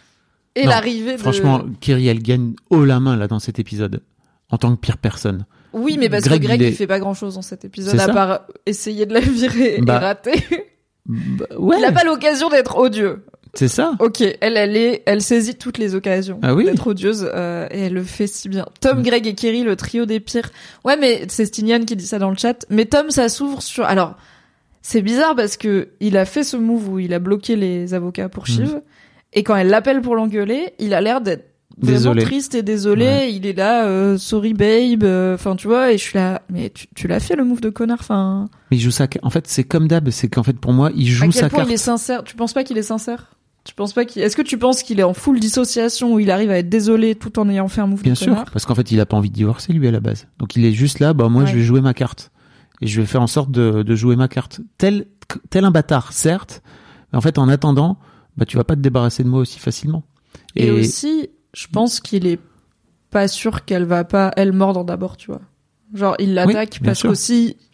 et non, l'arrivée de... Franchement, Kerry elle gagne haut la main là dans cet épisode, en tant que pire personne. Oui, mais parce Greg, que Greg il, est... il fait pas grand chose dans cet épisode, à part essayer de la virer bah... et rater. Bah, ouais. Il a pas l'occasion d'être odieux. C'est ça. Ok, elle, elle est, elle saisit toutes les occasions ah oui d'être odieuse euh, et elle le fait si bien. Tom, mmh. Greg et Kerry, le trio des pires. Ouais, mais c'est Stinian qui dit ça dans le chat. Mais Tom, ça s'ouvre sur. Alors, c'est bizarre parce que il a fait ce move où il a bloqué les avocats pour Shiv, mmh. et quand elle l'appelle pour l'engueuler, il a l'air d'être vraiment désolé. triste et désolé. Ouais. Il est là, euh, sorry babe. Enfin, euh, tu vois, et je suis là. Mais tu, tu l'as fait le move de connard. Enfin. Mais il joue sa. En fait, c'est comme d'hab. C'est qu'en fait, pour moi, il joue sa carte. À quel point il est sincère. Tu penses pas qu'il est sincère? Tu penses pas qu'il. Est-ce que tu penses qu'il est en full dissociation où il arrive à être désolé tout en ayant fait un move Bien de sûr, connard? parce qu'en fait, il a pas envie de divorcer lui à la base. Donc il est juste là. Bah moi, ouais. je vais jouer ma carte et je vais faire en sorte de, de jouer ma carte. Tel tel un bâtard, certes. Mais en fait, en attendant, bah tu vas pas te débarrasser de moi aussi facilement. Et, et aussi. Je pense qu'il est pas sûr qu'elle va pas, elle mordre d'abord, tu vois. Genre, il l'attaque oui, parce qu'aussi,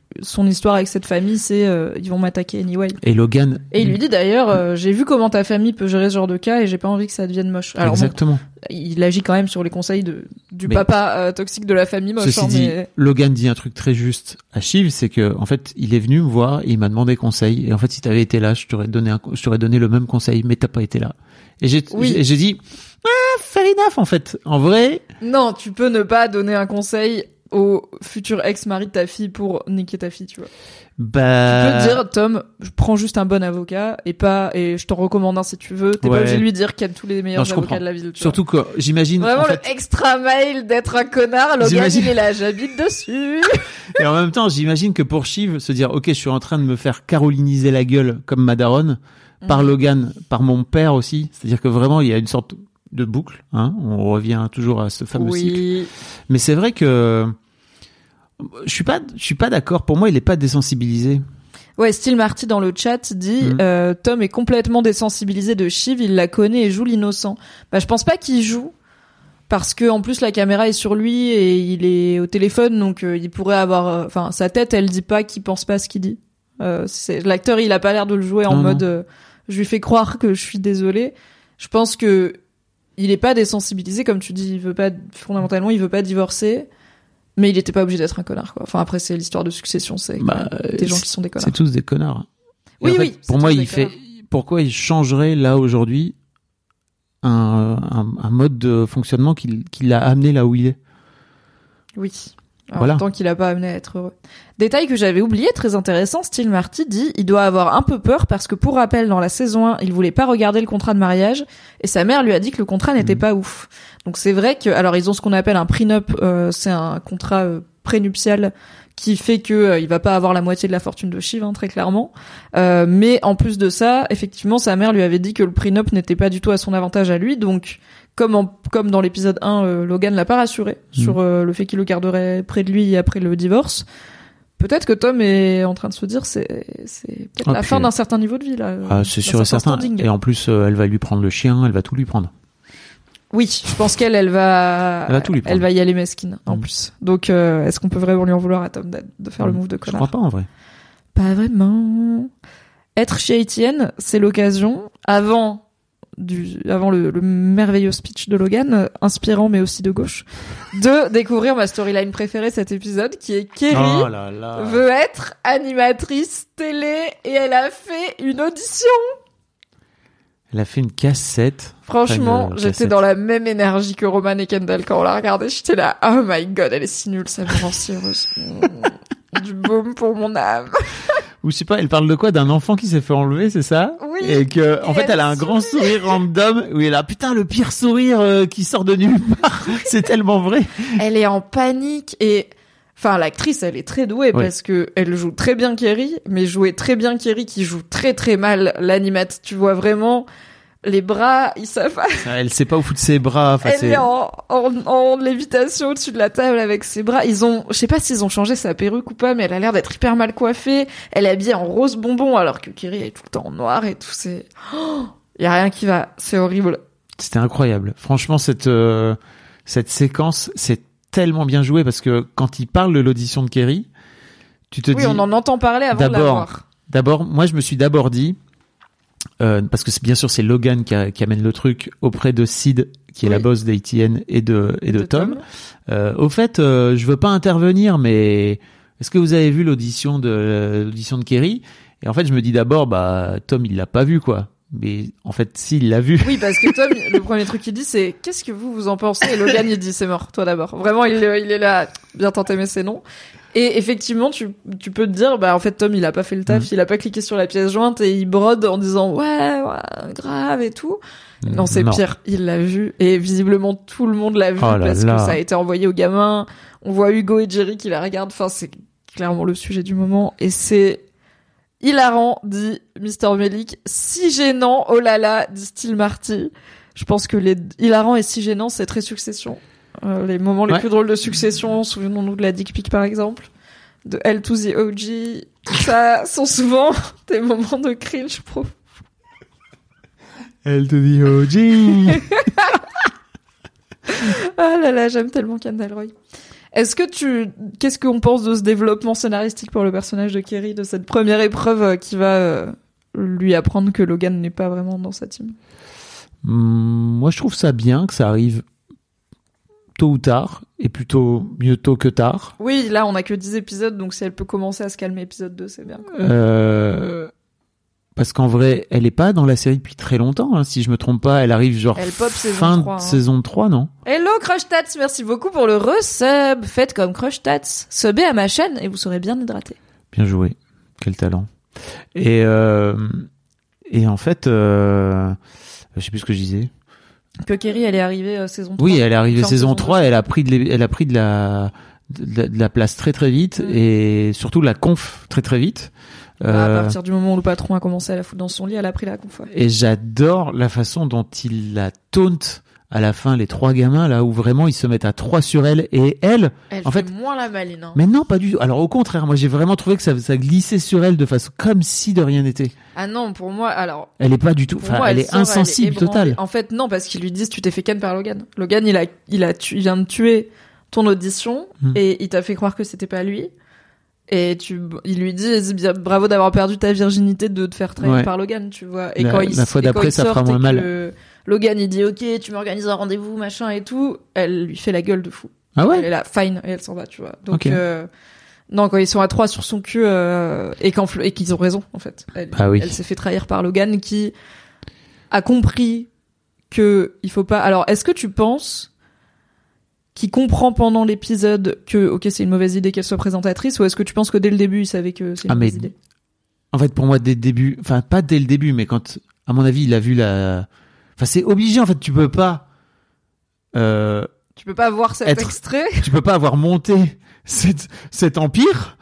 son histoire avec cette famille, c'est euh, ils vont m'attaquer anyway. Et Logan. Et il lui dit d'ailleurs, euh, j'ai vu comment ta famille peut gérer ce genre de cas et j'ai pas envie que ça devienne moche. Alors, exactement. Bon, il agit quand même sur les conseils de du mais, papa euh, toxique de la famille moche. Ceci hein, dit, mais... Logan dit un truc très juste à Shiv, c'est que en fait, il est venu me voir et il m'a demandé conseil. Et en fait, si t'avais été là, je t'aurais donné un, je t'aurais donné le même conseil, mais t'as pas été là. Et j'ai, oui. j'ai, j'ai dit, ah, fair enough en fait. En vrai. Non, tu peux ne pas donner un conseil au futur ex-mari de ta fille pour niquer ta fille, tu vois. Bah. Tu peux dire, Tom, je prends juste un bon avocat et pas, et je t'en recommande un si tu veux. T'es ouais. pas obligé de lui dire qu'il y a tous les meilleurs non, avocats comprends. de la ville. Tu Surtout vois. que j'imagine. Vraiment en fait, le extra mail d'être un connard. Logan, j'imagine... il est là, j'habite dessus. Et en même temps, j'imagine que pour Shiv, se dire, ok, je suis en train de me faire caroliniser la gueule comme ma daronne, mmh. par Logan, par mon père aussi. C'est-à-dire que vraiment, il y a une sorte de boucle, hein. On revient toujours à ce fameux oui. cycle. Mais c'est vrai que, je suis pas, je suis pas d'accord. Pour moi, il est pas désensibilisé. Ouais, Steel Marty dans le chat dit mmh. euh, Tom est complètement désensibilisé de Shiv, il la connaît et joue l'innocent. Bah, je pense pas qu'il joue parce que en plus la caméra est sur lui et il est au téléphone, donc euh, il pourrait avoir, enfin euh, sa tête, elle dit pas qu'il pense pas ce qu'il dit. Euh, c'est l'acteur, il a pas l'air de le jouer en non, mode non. Euh, je lui fais croire que je suis désolé. Je pense que il est pas désensibilisé, comme tu dis, il veut pas fondamentalement, il veut pas divorcer. Mais il était pas obligé d'être un connard, quoi. Enfin, après, c'est l'histoire de succession, c'est bah, des gens qui sont des connards. C'est tous des connards. Et oui, en fait, oui. Pour moi, il fait, connards. Pourquoi il changerait, là, aujourd'hui, un, un, un mode de fonctionnement qui, qui l'a amené là où il est? Oui. Alors, voilà. Tant qu'il a pas amené à être heureux. Détail que j'avais oublié, très intéressant, Steel Marty dit, il doit avoir un peu peur parce que pour rappel, dans la saison un, il voulait pas regarder le contrat de mariage et sa mère lui a dit que le contrat n'était mmh. pas ouf. Donc c'est vrai que, alors ils ont ce qu'on appelle un prenup, euh, c'est un contrat euh, prénuptial qui fait que euh, il va pas avoir la moitié de la fortune de Shiv, hein, très clairement. Euh, mais en plus de ça, effectivement, sa mère lui avait dit que le prenup n'était pas du tout à son avantage à lui, donc comme en, comme dans l'épisode un, euh, Logan l'a pas rassuré mmh. sur euh, le fait qu'il le garderait près de lui après le divorce. Peut-être que Tom est en train de se dire c'est c'est peut-être ah, la fin d'un certain niveau de vie là. Ah, c'est sûr et certain. Standing. Et en plus, euh, elle va lui prendre le chien, elle va tout lui prendre. Oui, je pense qu'elle, elle va, elle va, tout lui elle va y aller mesquine en mmh. plus. Donc, euh, est-ce qu'on peut vraiment lui en vouloir à Tom de, de faire mmh. le move de connard? Je crois pas en vrai. Pas vraiment. Être chez Etienne, c'est l'occasion avant. Du, avant le, le merveilleux speech de Logan, euh, inspirant mais aussi de gauche, de découvrir ma storyline préférée cet épisode, qui est Kerry oh là là. veut être animatrice télé et elle a fait une audition. Elle a fait une cassette. Franchement, enfin, j'étais cassette. dans la même énergie que Roman et Kendall quand on l'a regardé. J'étais là, oh my god, elle est si nulle, ça me rend si heureuse. Du baume pour mon âme. Ou je sais pas, elle parle de quoi? D'un enfant qui s'est fait enlever, c'est ça? Oui. Et que, en et fait, elle, elle a un grand sourire random où elle a, putain, le pire sourire euh, qui sort de nulle part. C'est tellement vrai. Elle est en panique et, enfin, l'actrice, elle est très douée oui. parce que elle joue très bien Kerry, mais jouer très bien Kerry qui joue très très mal l'animate. Tu vois vraiment les bras, ils savent. Elle sait pas où foutre ses bras. Enfin, elle c'est... est en, en, en lévitation au-dessus de la table avec ses bras. Ils ont, je sais pas s'ils ont changé sa perruque ou pas, mais elle a l'air d'être hyper mal coiffée. Elle est habillée en rose bonbon alors que Kerry est tout le temps en noir et tout. C'est, oh, y a rien qui va. C'est horrible. C'était incroyable. Franchement, cette euh, cette séquence, c'est tellement bien joué parce que quand il parle de l'audition de Kerry, tu te oui, dis. Oui, on en entend parler avant d'abord, de la voir. D'abord, moi, je me suis d'abord dit. Euh, parce que c'est bien sûr c'est Logan qui, a, qui amène le truc auprès de Sid qui est oui. la boss d'A T N et de et de, de Tom. Tom. Euh, au fait, euh, je veux pas intervenir, mais est-ce que vous avez vu l'audition de l'audition de Kerry? Et en fait, je me dis d'abord, bah Tom il l'a pas vu quoi. Mais en fait, si il l'a vu. Oui, parce que Tom, le premier truc qu'il dit, c'est qu'est-ce que vous vous en pensez? Et Logan il dit c'est mort, toi d'abord. Vraiment, il il est là, bien tenté mais c'est non. Et effectivement, tu, tu peux te dire, bah, en fait, Tom, il a pas fait le taf, mmh. il a pas cliqué sur la pièce jointe et il brode en disant, ouais, ouais, grave et tout. Mmh, non, c'est non. pire. Il l'a vu. Et visiblement, tout le monde l'a vu oh parce là. que ça a été envoyé aux gamins. On voit Hugo et Jerry qui la regardent. Enfin, c'est clairement le sujet du moment. Et c'est hilarant, dit mister Melik. Si gênant, oh là là, dit Steel Marty. Je pense que les hilarant et si gênant, c'est très Succession. Euh, les moments les ouais. plus drôles de Succession, souvenons-nous de la dick pic par exemple, de L to the O G, tout ça sont souvent des moments de cringe pro. L to the O G. Ah là là, j'aime tellement Cannes Delroy. Est-ce que tu, qu'est-ce qu'on pense de ce développement scénaristique pour le personnage de Kerry, de cette première épreuve qui va euh, lui apprendre que Logan n'est pas vraiment dans sa team? Hum, moi, je trouve ça bien que ça arrive tôt ou tard, et plutôt mieux tôt que tard. Oui, là, on a que dix épisodes, donc si elle peut commencer à se calmer épisode deux, c'est bien. Euh, parce qu'en vrai, elle est pas dans la série depuis très longtemps, hein, si je me trompe pas. Elle arrive genre elle pop fin saison trois, de hein. saison trois, non? Hello Crush Tats, merci beaucoup pour le resub. Faites comme Crush Tats, subez à ma chaîne et vous serez bien hydraté. Bien joué, quel talent. Et euh, et en fait, euh, je sais plus ce que je disais. Que Kerry, elle est arrivée euh, saison trois. Oui, elle est arrivée Enfin, saison saison trois, deux. elle a pris de, l'é- elle a pris de la, de la, de la place très très vite, Mm. et surtout la conf très très vite. Bah, Euh, à partir du moment où le patron a commencé à la foutre dans son lit, elle a pris la conf. Ouais. et j'adore la façon dont il la taunt à la fin, les trois gamins, là où vraiment ils se mettent à trois sur elle, et elle, Elle en fait, fait, moins la maline. Hein. mais non, pas du tout. Alors au contraire, moi j'ai vraiment trouvé que ça, ça glissait sur elle de façon comme si de rien n'était. Ah non, pour moi, alors. Elle est pas du tout, Pour enfin, moi, elle, elle est sort, insensible elle est ébranlée. totale. En fait, non, parce qu'ils lui disent tu t'es fait ken par Logan. Logan, il a, il a, tu, il vient de tuer ton audition Hmm. et il t'a fait croire que c'était pas lui. Et tu, il lui dit c'est bien, bravo d'avoir perdu ta virginité de te faire trahir Ouais. par Logan, tu vois. Et La- quand il, la fois et quand d'après, ils ça fera sortent et moins mal. que Logan, il dit ok, tu m'organises un rendez-vous, machin et tout. Elle lui fait la gueule de fou. Ah Elle ouais? est là, fine, et elle s'en va, tu vois. Donc, Ok. euh, non, quand ils sont à trois sur son cul, euh, et qu'en, et qu'ils ont raison, en fait. Elle, Ah oui. elle s'est fait trahir par Logan qui a compris que il faut pas. Alors, est-ce que tu penses qu'il comprend pendant l'épisode que, ok, c'est une mauvaise idée qu'elle soit présentatrice, ou est-ce que tu penses que dès le début, il savait que c'est une Ah, mais mauvaise idée? En fait, pour moi, dès le début, enfin, pas dès le début, mais quand, à mon avis, il a vu la, enfin, c'est obligé, en fait, tu peux pas, euh, Tu peux pas voir cet Être- extrait? tu peux pas avoir monté cet, cet empire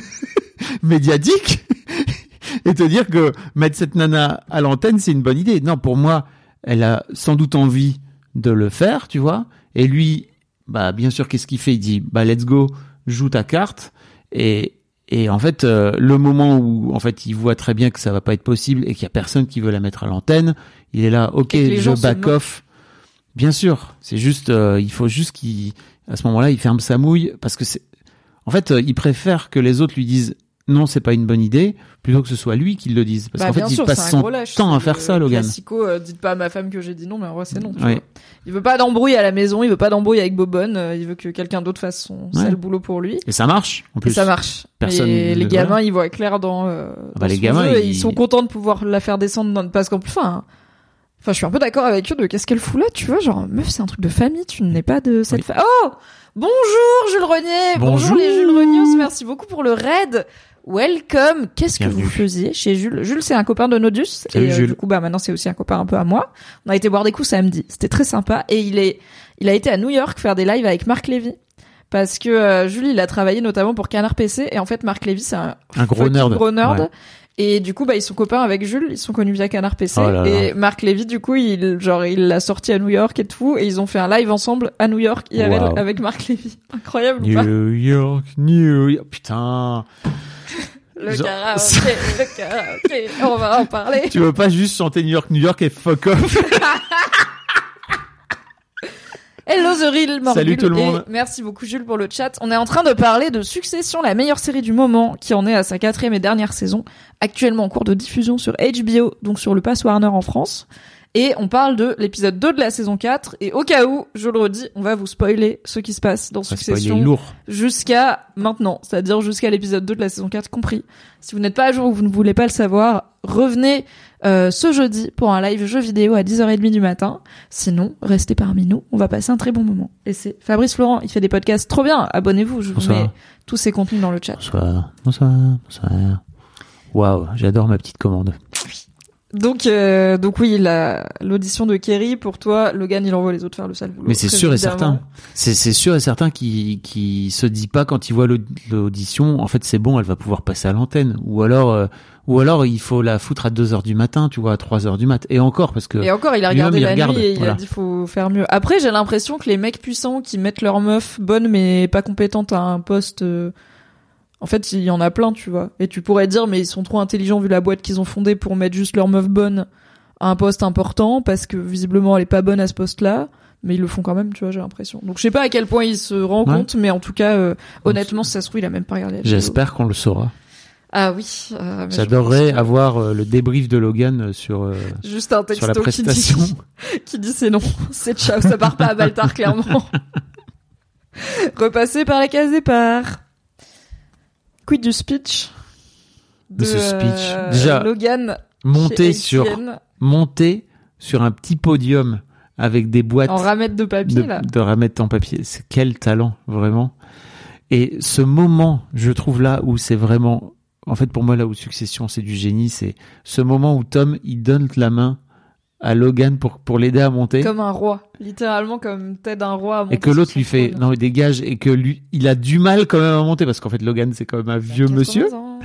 médiatique et te dire que mettre cette nana à l'antenne, c'est une bonne idée. Non, pour moi, elle a sans doute envie de le faire, tu vois. Et lui, bah, bien sûr, qu'est-ce qu'il fait? Il dit, bah, let's go, joue ta carte. Et, et en fait, euh, le moment où, en fait, il voit très bien que ça va pas être possible et qu'il y a personne qui veut la mettre à l'antenne, il est là, ok, Et que les je gens se back moquent. off. Bien sûr, c'est juste, euh, il faut juste qu'il, à ce moment-là, il ferme sa mouille parce que c'est, en fait, euh, il préfère que les autres lui disent non, c'est pas une bonne idée, plutôt que ce soit lui qui le dise. Parce Bah, qu'en fait, bien il sûr, passe c'est un son gros lâche, temps c'est à faire le ça, Logan. Classico, euh, dites pas à ma femme que j'ai dit non, mais en vrai, c'est non, tu Ouais. vois. Il veut pas d'embrouille à la maison, il veut pas d'embrouille avec Bobonne, euh, il veut que quelqu'un d'autre fasse son Ouais. sale boulot pour lui. Et ça marche, en Et plus. ça marche. Personne Et ne- les gamins, voilà. ils voient clair dans, euh, Ah dans bah, les son gamins, jeu et ils- ils sont contents de pouvoir la faire descendre dans, parce qu'en plus, enfin, enfin, je suis un peu d'accord avec eux de qu'est-ce qu'elle fout là, tu vois, genre, meuf, c'est un truc de famille, tu n'es pas de cette Oui. famille. Oh! Bonjour, Jules Renier! Bonjour, Bonjour. les Jules Reniers, merci beaucoup pour le raid! Welcome! Qu'est-ce que Bienvenue. vous faisiez chez Jules? Jules, c'est un copain de Nodus. Salut, et euh, Jules. du coup, bah, maintenant, c'est aussi un copain un peu à moi. On a été boire des coups samedi. C'était très sympa. Et il est, il a été à New York faire des lives avec Marc Lévy. Parce que euh, Jules, il a travaillé notamment pour Canard P C. Et en fait, Marc Lévy, c'est un, Un gros fucking nerd. gros nerd. Ouais. Et du coup, bah, ils sont copains avec Jules. Ils sont connus via Canard P C. Oh là là. Et Marc Lévy, du coup, il, genre, il l'a sorti à New York et tout. Et ils ont fait un live ensemble à New York, I R L, Wow. avec Marc Lévy. Incroyable ou pas? New York, New York. Putain. Le Genre- karaoké, le karaoké. On va en parler. Tu veux pas juste chanter New York, New York et fuck off? Hello The Real Morgul. Salut tout le monde. Et merci beaucoup Jules pour le chat. On est en train de parler de Succession, la meilleure série du moment, qui en est à sa quatrième et dernière saison, actuellement en cours de diffusion sur H B O, donc sur le Pass Warner en France. Et on parle de l'épisode deux de la saison quatre. Et au cas où, je le redis, on va vous spoiler ce qui se passe dans Ça, c'est pas, il est Succession lourd. jusqu'à maintenant, c'est-à-dire jusqu'à l'épisode deux de la saison quatre compris. Si vous n'êtes pas à jour ou vous ne voulez pas le savoir, revenez euh, ce jeudi pour un live jeu vidéo à dix heures trente du matin. Sinon, restez parmi nous, on va passer un très bon moment. Et c'est Fabrice Florent, il fait des podcasts trop bien, abonnez-vous, je vous Bonsoir. mets tous ces contenus dans le chat. Bonsoir. Bonsoir. Bonsoir. Waouh, j'adore ma petite commande. Donc, euh, donc oui, la, l'audition de Kerry, pour toi, Logan, il envoie les autres faire le sale boulot. Mais c'est très sûr et évidemment. certain. C'est, c'est sûr et certain qui, qui se dit pas quand il voit l'aud- l'audition, en fait, c'est bon, elle va pouvoir passer à l'antenne. Ou alors, euh, ou alors, il faut la foutre à deux heures du matin, tu vois, à trois heures du mat. Et encore, parce que, Et encore, il a lui-même, regardé il la regarde, nuit et il voilà. a dit faut faire mieux. Après, j'ai l'impression que les mecs puissants qui mettent leur meuf bonne mais pas compétente à un poste, euh, en fait, il y en a plein, tu vois. Et tu pourrais dire, mais ils sont trop intelligents vu la boîte qu'ils ont fondée pour mettre juste leur meuf bonne à un poste important parce que visiblement elle est pas bonne à ce poste-là. Mais ils le font quand même, tu vois, j'ai l'impression. Donc je sais pas à quel point il se rend ouais. compte, mais en tout cas, euh, honnêtement, si ça se trouve, il a même pas regardé la vidéo. J'espère qu'on le saura. Ah oui. Euh, J'adorerais que... avoir euh, le débrief de Logan sur euh, juste un texto sur la prestation. Qui dit, qui dit c'est non, c'est ciao, ça part pas à Baltar clairement. Repasser par la case départ. Quid du speech de ce speech. Euh, Déjà Logan monter sur monter sur un petit podium avec des boîtes en ramettes de papier de, là. de ramettes en papier. C'est quel talent vraiment. Et ce moment, je trouve là où c'est vraiment, en fait pour moi là où Succession c'est du génie, c'est ce moment où Tom il donne la main à Logan pour pour l'aider à monter. Comme un roi, littéralement comme t'aides un roi à monter. Et que l'autre lui fait non mais dégage et que lui il a du mal quand même à monter parce qu'en fait Logan c'est quand même un vieux monsieur. Ans.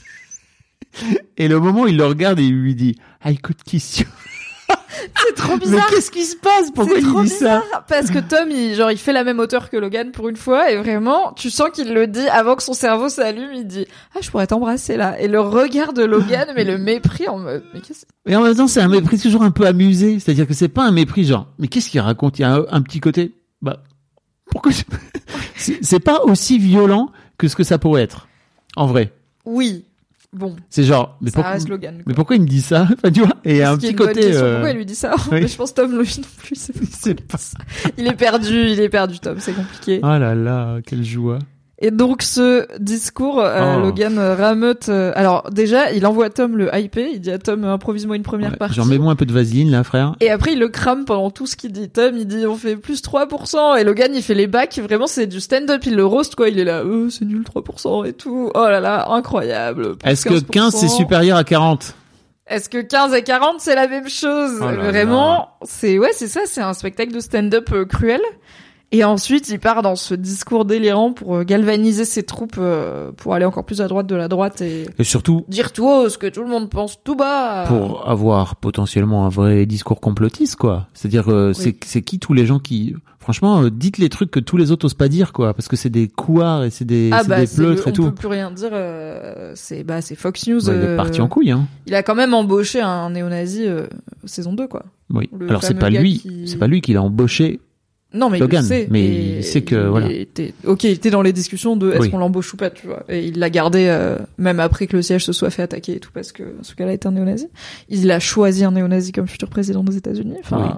Et le moment où il le regarde et il lui dit I could kiss you. C'est trop bizarre. Mais qu'est-ce qui se passe? Pourquoi il dit ça? Parce que Tom, il, genre, il fait la même hauteur que Logan pour une fois, et vraiment, tu sens qu'il le dit avant que son cerveau s'allume, il dit, ah, je pourrais t'embrasser, là. Et le regard de Logan, mais le mépris en mode, mais qu'est-ce que... Et en même temps, c'est un mépris toujours un peu amusé. C'est-à-dire que c'est pas un mépris genre, mais qu'est-ce qu'il raconte? Il y a un, un petit côté, bah, pourquoi c'est, c'est pas aussi violent que ce que ça pourrait être. En vrai. Oui. Bon. C'est genre, mais, ça pourquoi, reste Logan, quoi. mais pourquoi il me dit ça? Enfin, tu vois, et il y a un petit côté, euh... pourquoi il lui dit ça? Oui. Mais je pense Tom lui non plus, c'est, c'est pas ça. Il est perdu, il est perdu, Tom, c'est compliqué. Oh là là, quelle joie. Et donc ce discours, euh, oh. Logan rameute. Euh, alors déjà, il envoie Tom le hyper. Il dit à Tom, improvise-moi une première ouais, partie. Genre mets-moi un peu de vaseline là, frère. Et après il le crame pendant tout ce qu'il dit. Tom, il dit on fait plus trois pour cent. Et Logan, il fait les bacs. Vraiment, c'est du stand-up. Il le roast quoi. Il est là, euh, c'est nul trois pour cent et tout. Oh là là, incroyable. Est-ce que quinze c'est supérieur à quarante? Est-ce que quinze et quarante c'est la même chose? Oh là Vraiment, là. c'est ouais, c'est ça. C'est un spectacle de stand-up euh, cruel. Et ensuite, il part dans ce discours délirant pour galvaniser ses troupes, euh, pour aller encore plus à droite de la droite et, et surtout dire tout haut ce que tout le monde pense tout bas. Pour avoir potentiellement un vrai discours complotiste, quoi. C'est-à-dire, euh, oui. c'est, c'est qui tous les gens qui, franchement, euh, dites les trucs que tous les autres osent pas dire, quoi, parce que c'est des couards et c'est des, ah c'est bah, des c'est pleutres le, et tout. On peut plus rien dire. Euh, c'est bah c'est Fox News. Ouais, il est parti en couille, hein. Il a quand même embauché un néo-nazi euh, saison deux, quoi. Oui. Le Alors c'est pas lui, qui... c'est pas lui qui l'a embauché. Non, mais Logan, il le sait. Mais il sait que, il voilà. Était, ok, il était dans les discussions de est-ce oui. qu'on l'embauche ou pas, tu vois. Et il l'a gardé, euh, même après que le siège se soit fait attaquer et tout, parce que ce gars-là est un néo-nazi. Il a choisi un néo-nazi comme futur président des États-Unis. Enfin, oui.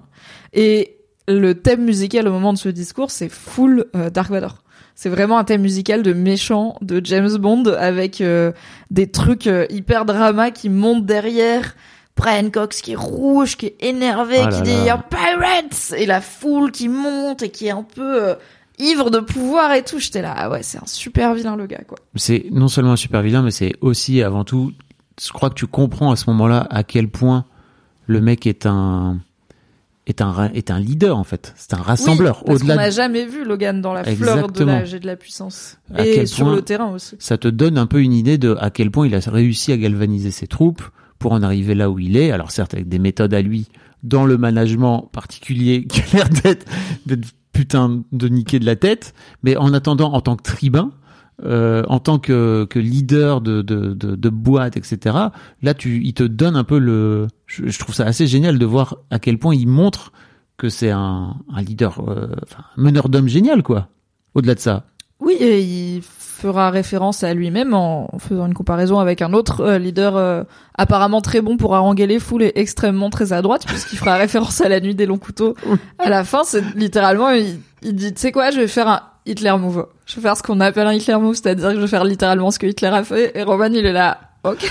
Et le thème musical au moment de ce discours, c'est full euh, Dark Vador. C'est vraiment un thème musical de méchant de James Bond avec euh, des trucs euh, hyper drama qui montent derrière. Brian Cox qui est rouge, qui est énervé, oh qui dit « Pirates !» et la foule qui monte et qui est un peu euh, ivre de pouvoir et tout. J'étais là, ah ouais, c'est un super vilain le gars, quoi. C'est non seulement un super vilain, mais c'est aussi, avant tout, je crois que tu comprends à ce moment-là à quel point le mec est un est un est un leader, en fait. C'est un rassembleur. Oui, parce Au-delà qu'on n'a de... jamais vu Logan dans la fleur Exactement. de l'âge et de la puissance. À et sur le terrain aussi. Ça te donne un peu une idée de à quel point il a réussi à galvaniser ses troupes pour en arriver là où il est, alors certes avec des méthodes à lui, dans le management particulier qui a l'air d'être, d'être putain de niquer de la tête, mais en attendant, en tant que tribun, euh, en tant que, que leader de, de, de, de boîte, et cetera, là, tu, il te donne un peu le... Je, je trouve ça assez génial de voir à quel point il montre que c'est un, un leader, euh, enfin, un meneur d'hommes génial, quoi, au-delà de ça. Oui, et il fera référence à lui-même en faisant une comparaison avec un autre euh, leader euh, apparemment très bon pour haranguer les foules et extrêmement très à droite, puisqu'il fera référence à la nuit des longs couteaux. À la fin, c'est littéralement, il, il dit, tu sais quoi, je vais faire un Hitler move. Je vais faire ce qu'on appelle un Hitler move, c'est-à-dire que je vais faire littéralement ce que Hitler a fait. Et Roman, il est là, ok.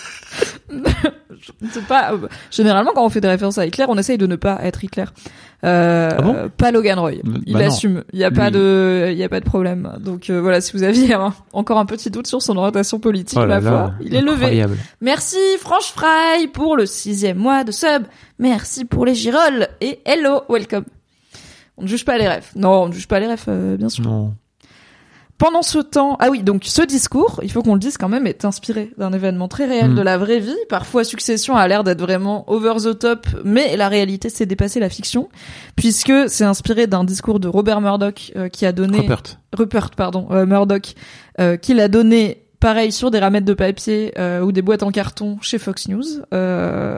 C'est pas généralement quand on fait des références à Hitler, on essaye de ne pas être Hitler. Euh, ah bon pas Logan Roy. Il bah assume. Il y a Lui... pas de, il y a pas de problème. Donc euh, voilà, si vous aviez hein, encore un petit doute sur son orientation politique, oh ma foi, il est incroyable. levé. Merci Franche Fry pour le sixième mois de sub. Merci pour les girolles et hello, welcome. On ne juge pas les refs. Non, on ne juge pas les refs, euh, bien sûr. Non. Pendant ce temps, ah oui, donc ce discours, il faut qu'on le dise quand même, est inspiré d'un événement très réel mmh. de la vraie vie. Parfois, Succession a l'air d'être vraiment over the top, mais la réalité, c'est dépasser la fiction, puisque c'est inspiré d'un discours de Robert Murdoch euh, qui a donné... Rupert. Rupert, pardon, euh, Murdoch, euh, qui l'a donné, pareil, sur des ramettes de papier euh, ou des boîtes en carton chez Fox News, euh,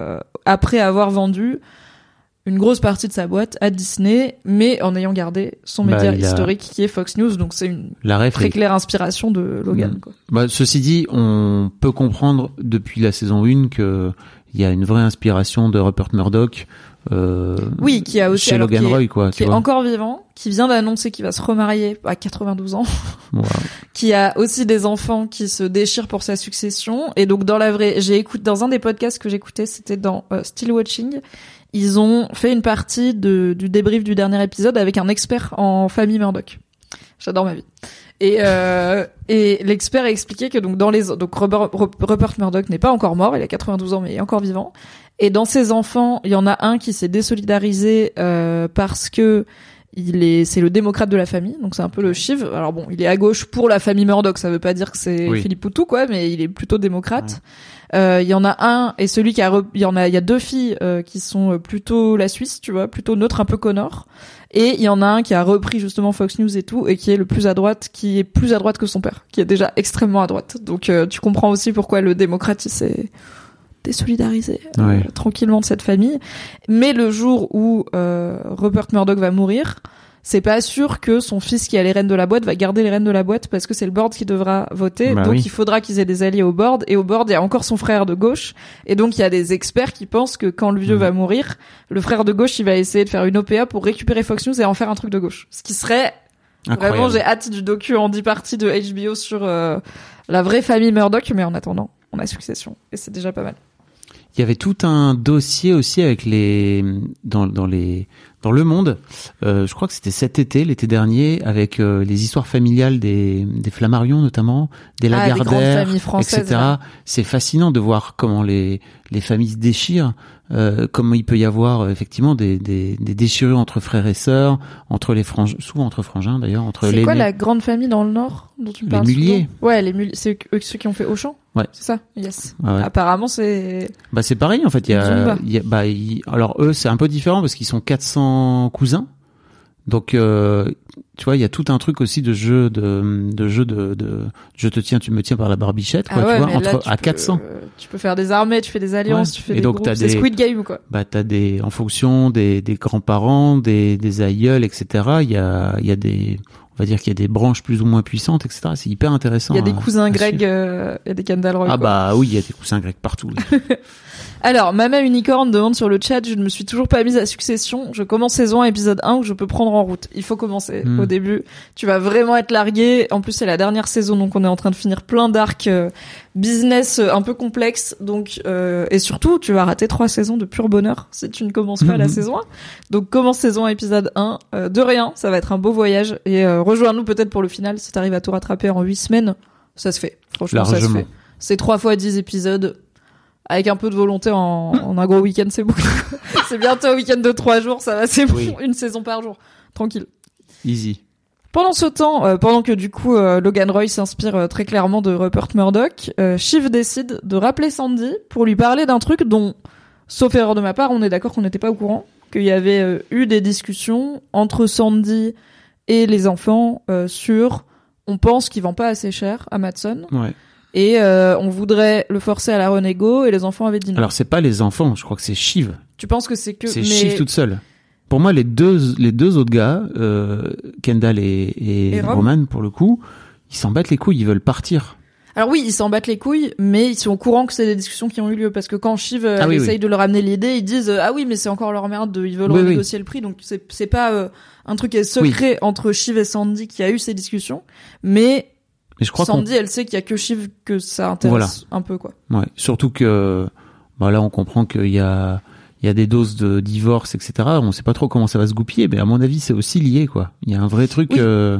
après avoir vendu une grosse partie de sa boîte à Disney, mais en ayant gardé son média bah, historique a... qui est Fox News. Donc c'est une très est... claire inspiration de Logan. Mmh. Quoi. Bah, ceci dit, on peut comprendre depuis la saison un que il y a une vraie inspiration de Rupert Murdoch. Euh, oui, qui a aussi chez Logan qui est, Roy, quoi. Qui est vois. encore vivant, qui vient d'annoncer qu'il va se remarier à quatre-vingt-douze ans, wow. qui a aussi des enfants qui se déchirent pour sa succession. Et donc dans la vraie, j'ai écouté dans un des podcasts que j'écoutais, c'était dans euh, Still Watching. Ils ont fait une partie de, du débrief du dernier épisode avec un expert en famille Murdoch. J'adore ma vie. Et, euh, et l'expert a expliqué que donc dans les donc Robert, Rupert Murdoch n'est pas encore mort, il a quatre-vingt-douze ans mais il est encore vivant. Et dans ses enfants, il y en a un qui s'est désolidarisé euh, parce que il est c'est le démocrate de la famille, donc c'est un peu le chiv. Alors bon, il est à gauche pour la famille Murdoch, ça veut pas dire que c'est oui. Philippe Poutou quoi, mais il est plutôt démocrate. Ouais. Euh, il y en a un et celui qui a re... il y en a il y a deux filles euh, qui sont plutôt la Suisse, tu vois, plutôt neutre, un peu Connor. Et il y en a un qui a repris justement Fox News et tout, et qui est le plus à droite, qui est plus à droite que son père, qui est déjà extrêmement à droite. Donc euh, tu comprends aussi pourquoi le démocrate il s'est désolidarisé euh, ouais. tranquillement de cette famille. Mais le jour où euh, Rupert Murdoch va mourir, c'est pas sûr que son fils qui a les rênes de la boîte va garder les rênes de la boîte parce que c'est le board qui devra voter. Bah donc oui. il faudra qu'ils aient des alliés au board, et au board il y a encore son frère de gauche, et donc il y a des experts qui pensent que quand le vieux mmh. va mourir, le frère de gauche il va essayer de faire une O P A pour récupérer Fox News et en faire un truc de gauche. Ce qui serait incroyable. Vraiment, j'ai hâte du docu en dix parties de H B O sur euh, la vraie famille Murdoch, mais en attendant on a Succession et c'est déjà pas mal. Il y avait tout un dossier aussi avec les dans dans les dans Le Monde. Euh, je crois que c'était cet été, l'été dernier, avec euh, les histoires familiales des des Flammarion notamment, des Lagardère, ah, et cetera. Ouais. C'est fascinant de voir comment les les familles se déchirent. Euh, comment il peut y avoir euh, effectivement des, des des déchirures entre frères et sœurs, entre les frangins, souvent entre frangins d'ailleurs, entre c'est les. C'est quoi la grande famille dans le Nord dont tu me parles? Les Mulliers. Ouais, les Mulliers, c'est eux, ceux qui ont fait Auchan. Ouais. C'est ça. Yes. Ah ouais. Apparemment, c'est. Bah c'est pareil en fait. Il y a, il y a bah il, alors eux c'est un peu différent parce qu'ils sont quatre cents cousins. Donc euh, tu vois, il y a tout un truc aussi de jeu de de jeu de de je te tiens, tu me tiens par la barbichette quoi, ah ouais, tu vois, entre là, tu à peux, quatre cents. Euh, tu peux faire des armées, tu fais des alliances, ouais. tu fais et des donc, groupes, t'as c'est des, Squid Game quoi. Bah t'as des en fonction des des grands-parents, des des aïeuls, et cetera. Il y a il y a des on va dire qu'il y a des branches plus ou moins puissantes, et cetera. C'est hyper intéressant. Il y a des cousins Greg, euh, il y a des Kendall Roy. Ah quoi. bah oui, il y a des cousins Greg partout. Oui. Alors, Mama Unicorn demande sur le chat, je ne me suis toujours pas mise à Succession. Je commence saison un, épisode un, où je peux prendre en route. Il faut commencer mmh. au début. Tu vas vraiment être largué. En plus, c'est la dernière saison, donc on est en train de finir plein d'arcs euh, business euh, un peu complexes. Donc, euh, et surtout, tu vas rater trois saisons de pur bonheur si tu ne commences pas mmh. la saison un. Donc, commence saison un, épisode un. Euh, de rien, ça va être un beau voyage. Et euh, rejoins-nous peut-être pour le final. Si t'arrives à tout rattraper en huit semaines, ça se fait. Franchement, largement. Ça se fait. C'est trois fois dix épisodes. Avec un peu de volonté en, en un gros week-end, c'est bon. C'est bientôt un week-end de trois jours, ça va, c'est bon. Oui. Une saison par jour. Tranquille. Easy. Pendant ce temps, euh, pendant que du coup, euh, Logan Roy s'inspire euh, très clairement de Rupert Murdoch, euh, Shiv décide de rappeler Sandy pour lui parler d'un truc dont, sauf erreur de ma part, on est d'accord qu'on n'était pas au courant, qu'il y avait euh, eu des discussions entre Sandy et les enfants euh, sur on pense qu'il vend pas assez cher à Mattson. Ouais. Et euh, on voudrait le forcer à la renégo, et les enfants avaient dit non. Alors c'est pas les enfants, je crois que c'est Shiv. Tu penses que c'est que c'est mais... Shiv toute seule. Pour moi, les deux les deux autres gars, euh, Kendall et, et, et Roman pour le coup, ils s'en battent les couilles, ils veulent partir. Alors oui, ils s'en battent les couilles, mais ils sont au courant que c'est des discussions qui ont eu lieu, parce que quand Shiv euh, ah, oui, essaye oui. de leur amener l'idée, ils disent euh, ah oui mais c'est encore leur merde, de, ils veulent oui, renégocier oui. le prix, donc c'est c'est pas euh, un truc secret oui. entre Shiv et Sandy qui a eu ces discussions, mais Mais je crois Sandy, qu'on... elle sait qu'il y a que Shiv que ça intéresse voilà. un peu, quoi. Ouais. Surtout que, bah là, on comprend qu'il y a, il y a des doses de divorce, et cetera. On sait pas trop comment ça va se goupiller, mais à mon avis, c'est aussi lié, quoi. Il y a un vrai truc, oui. euh,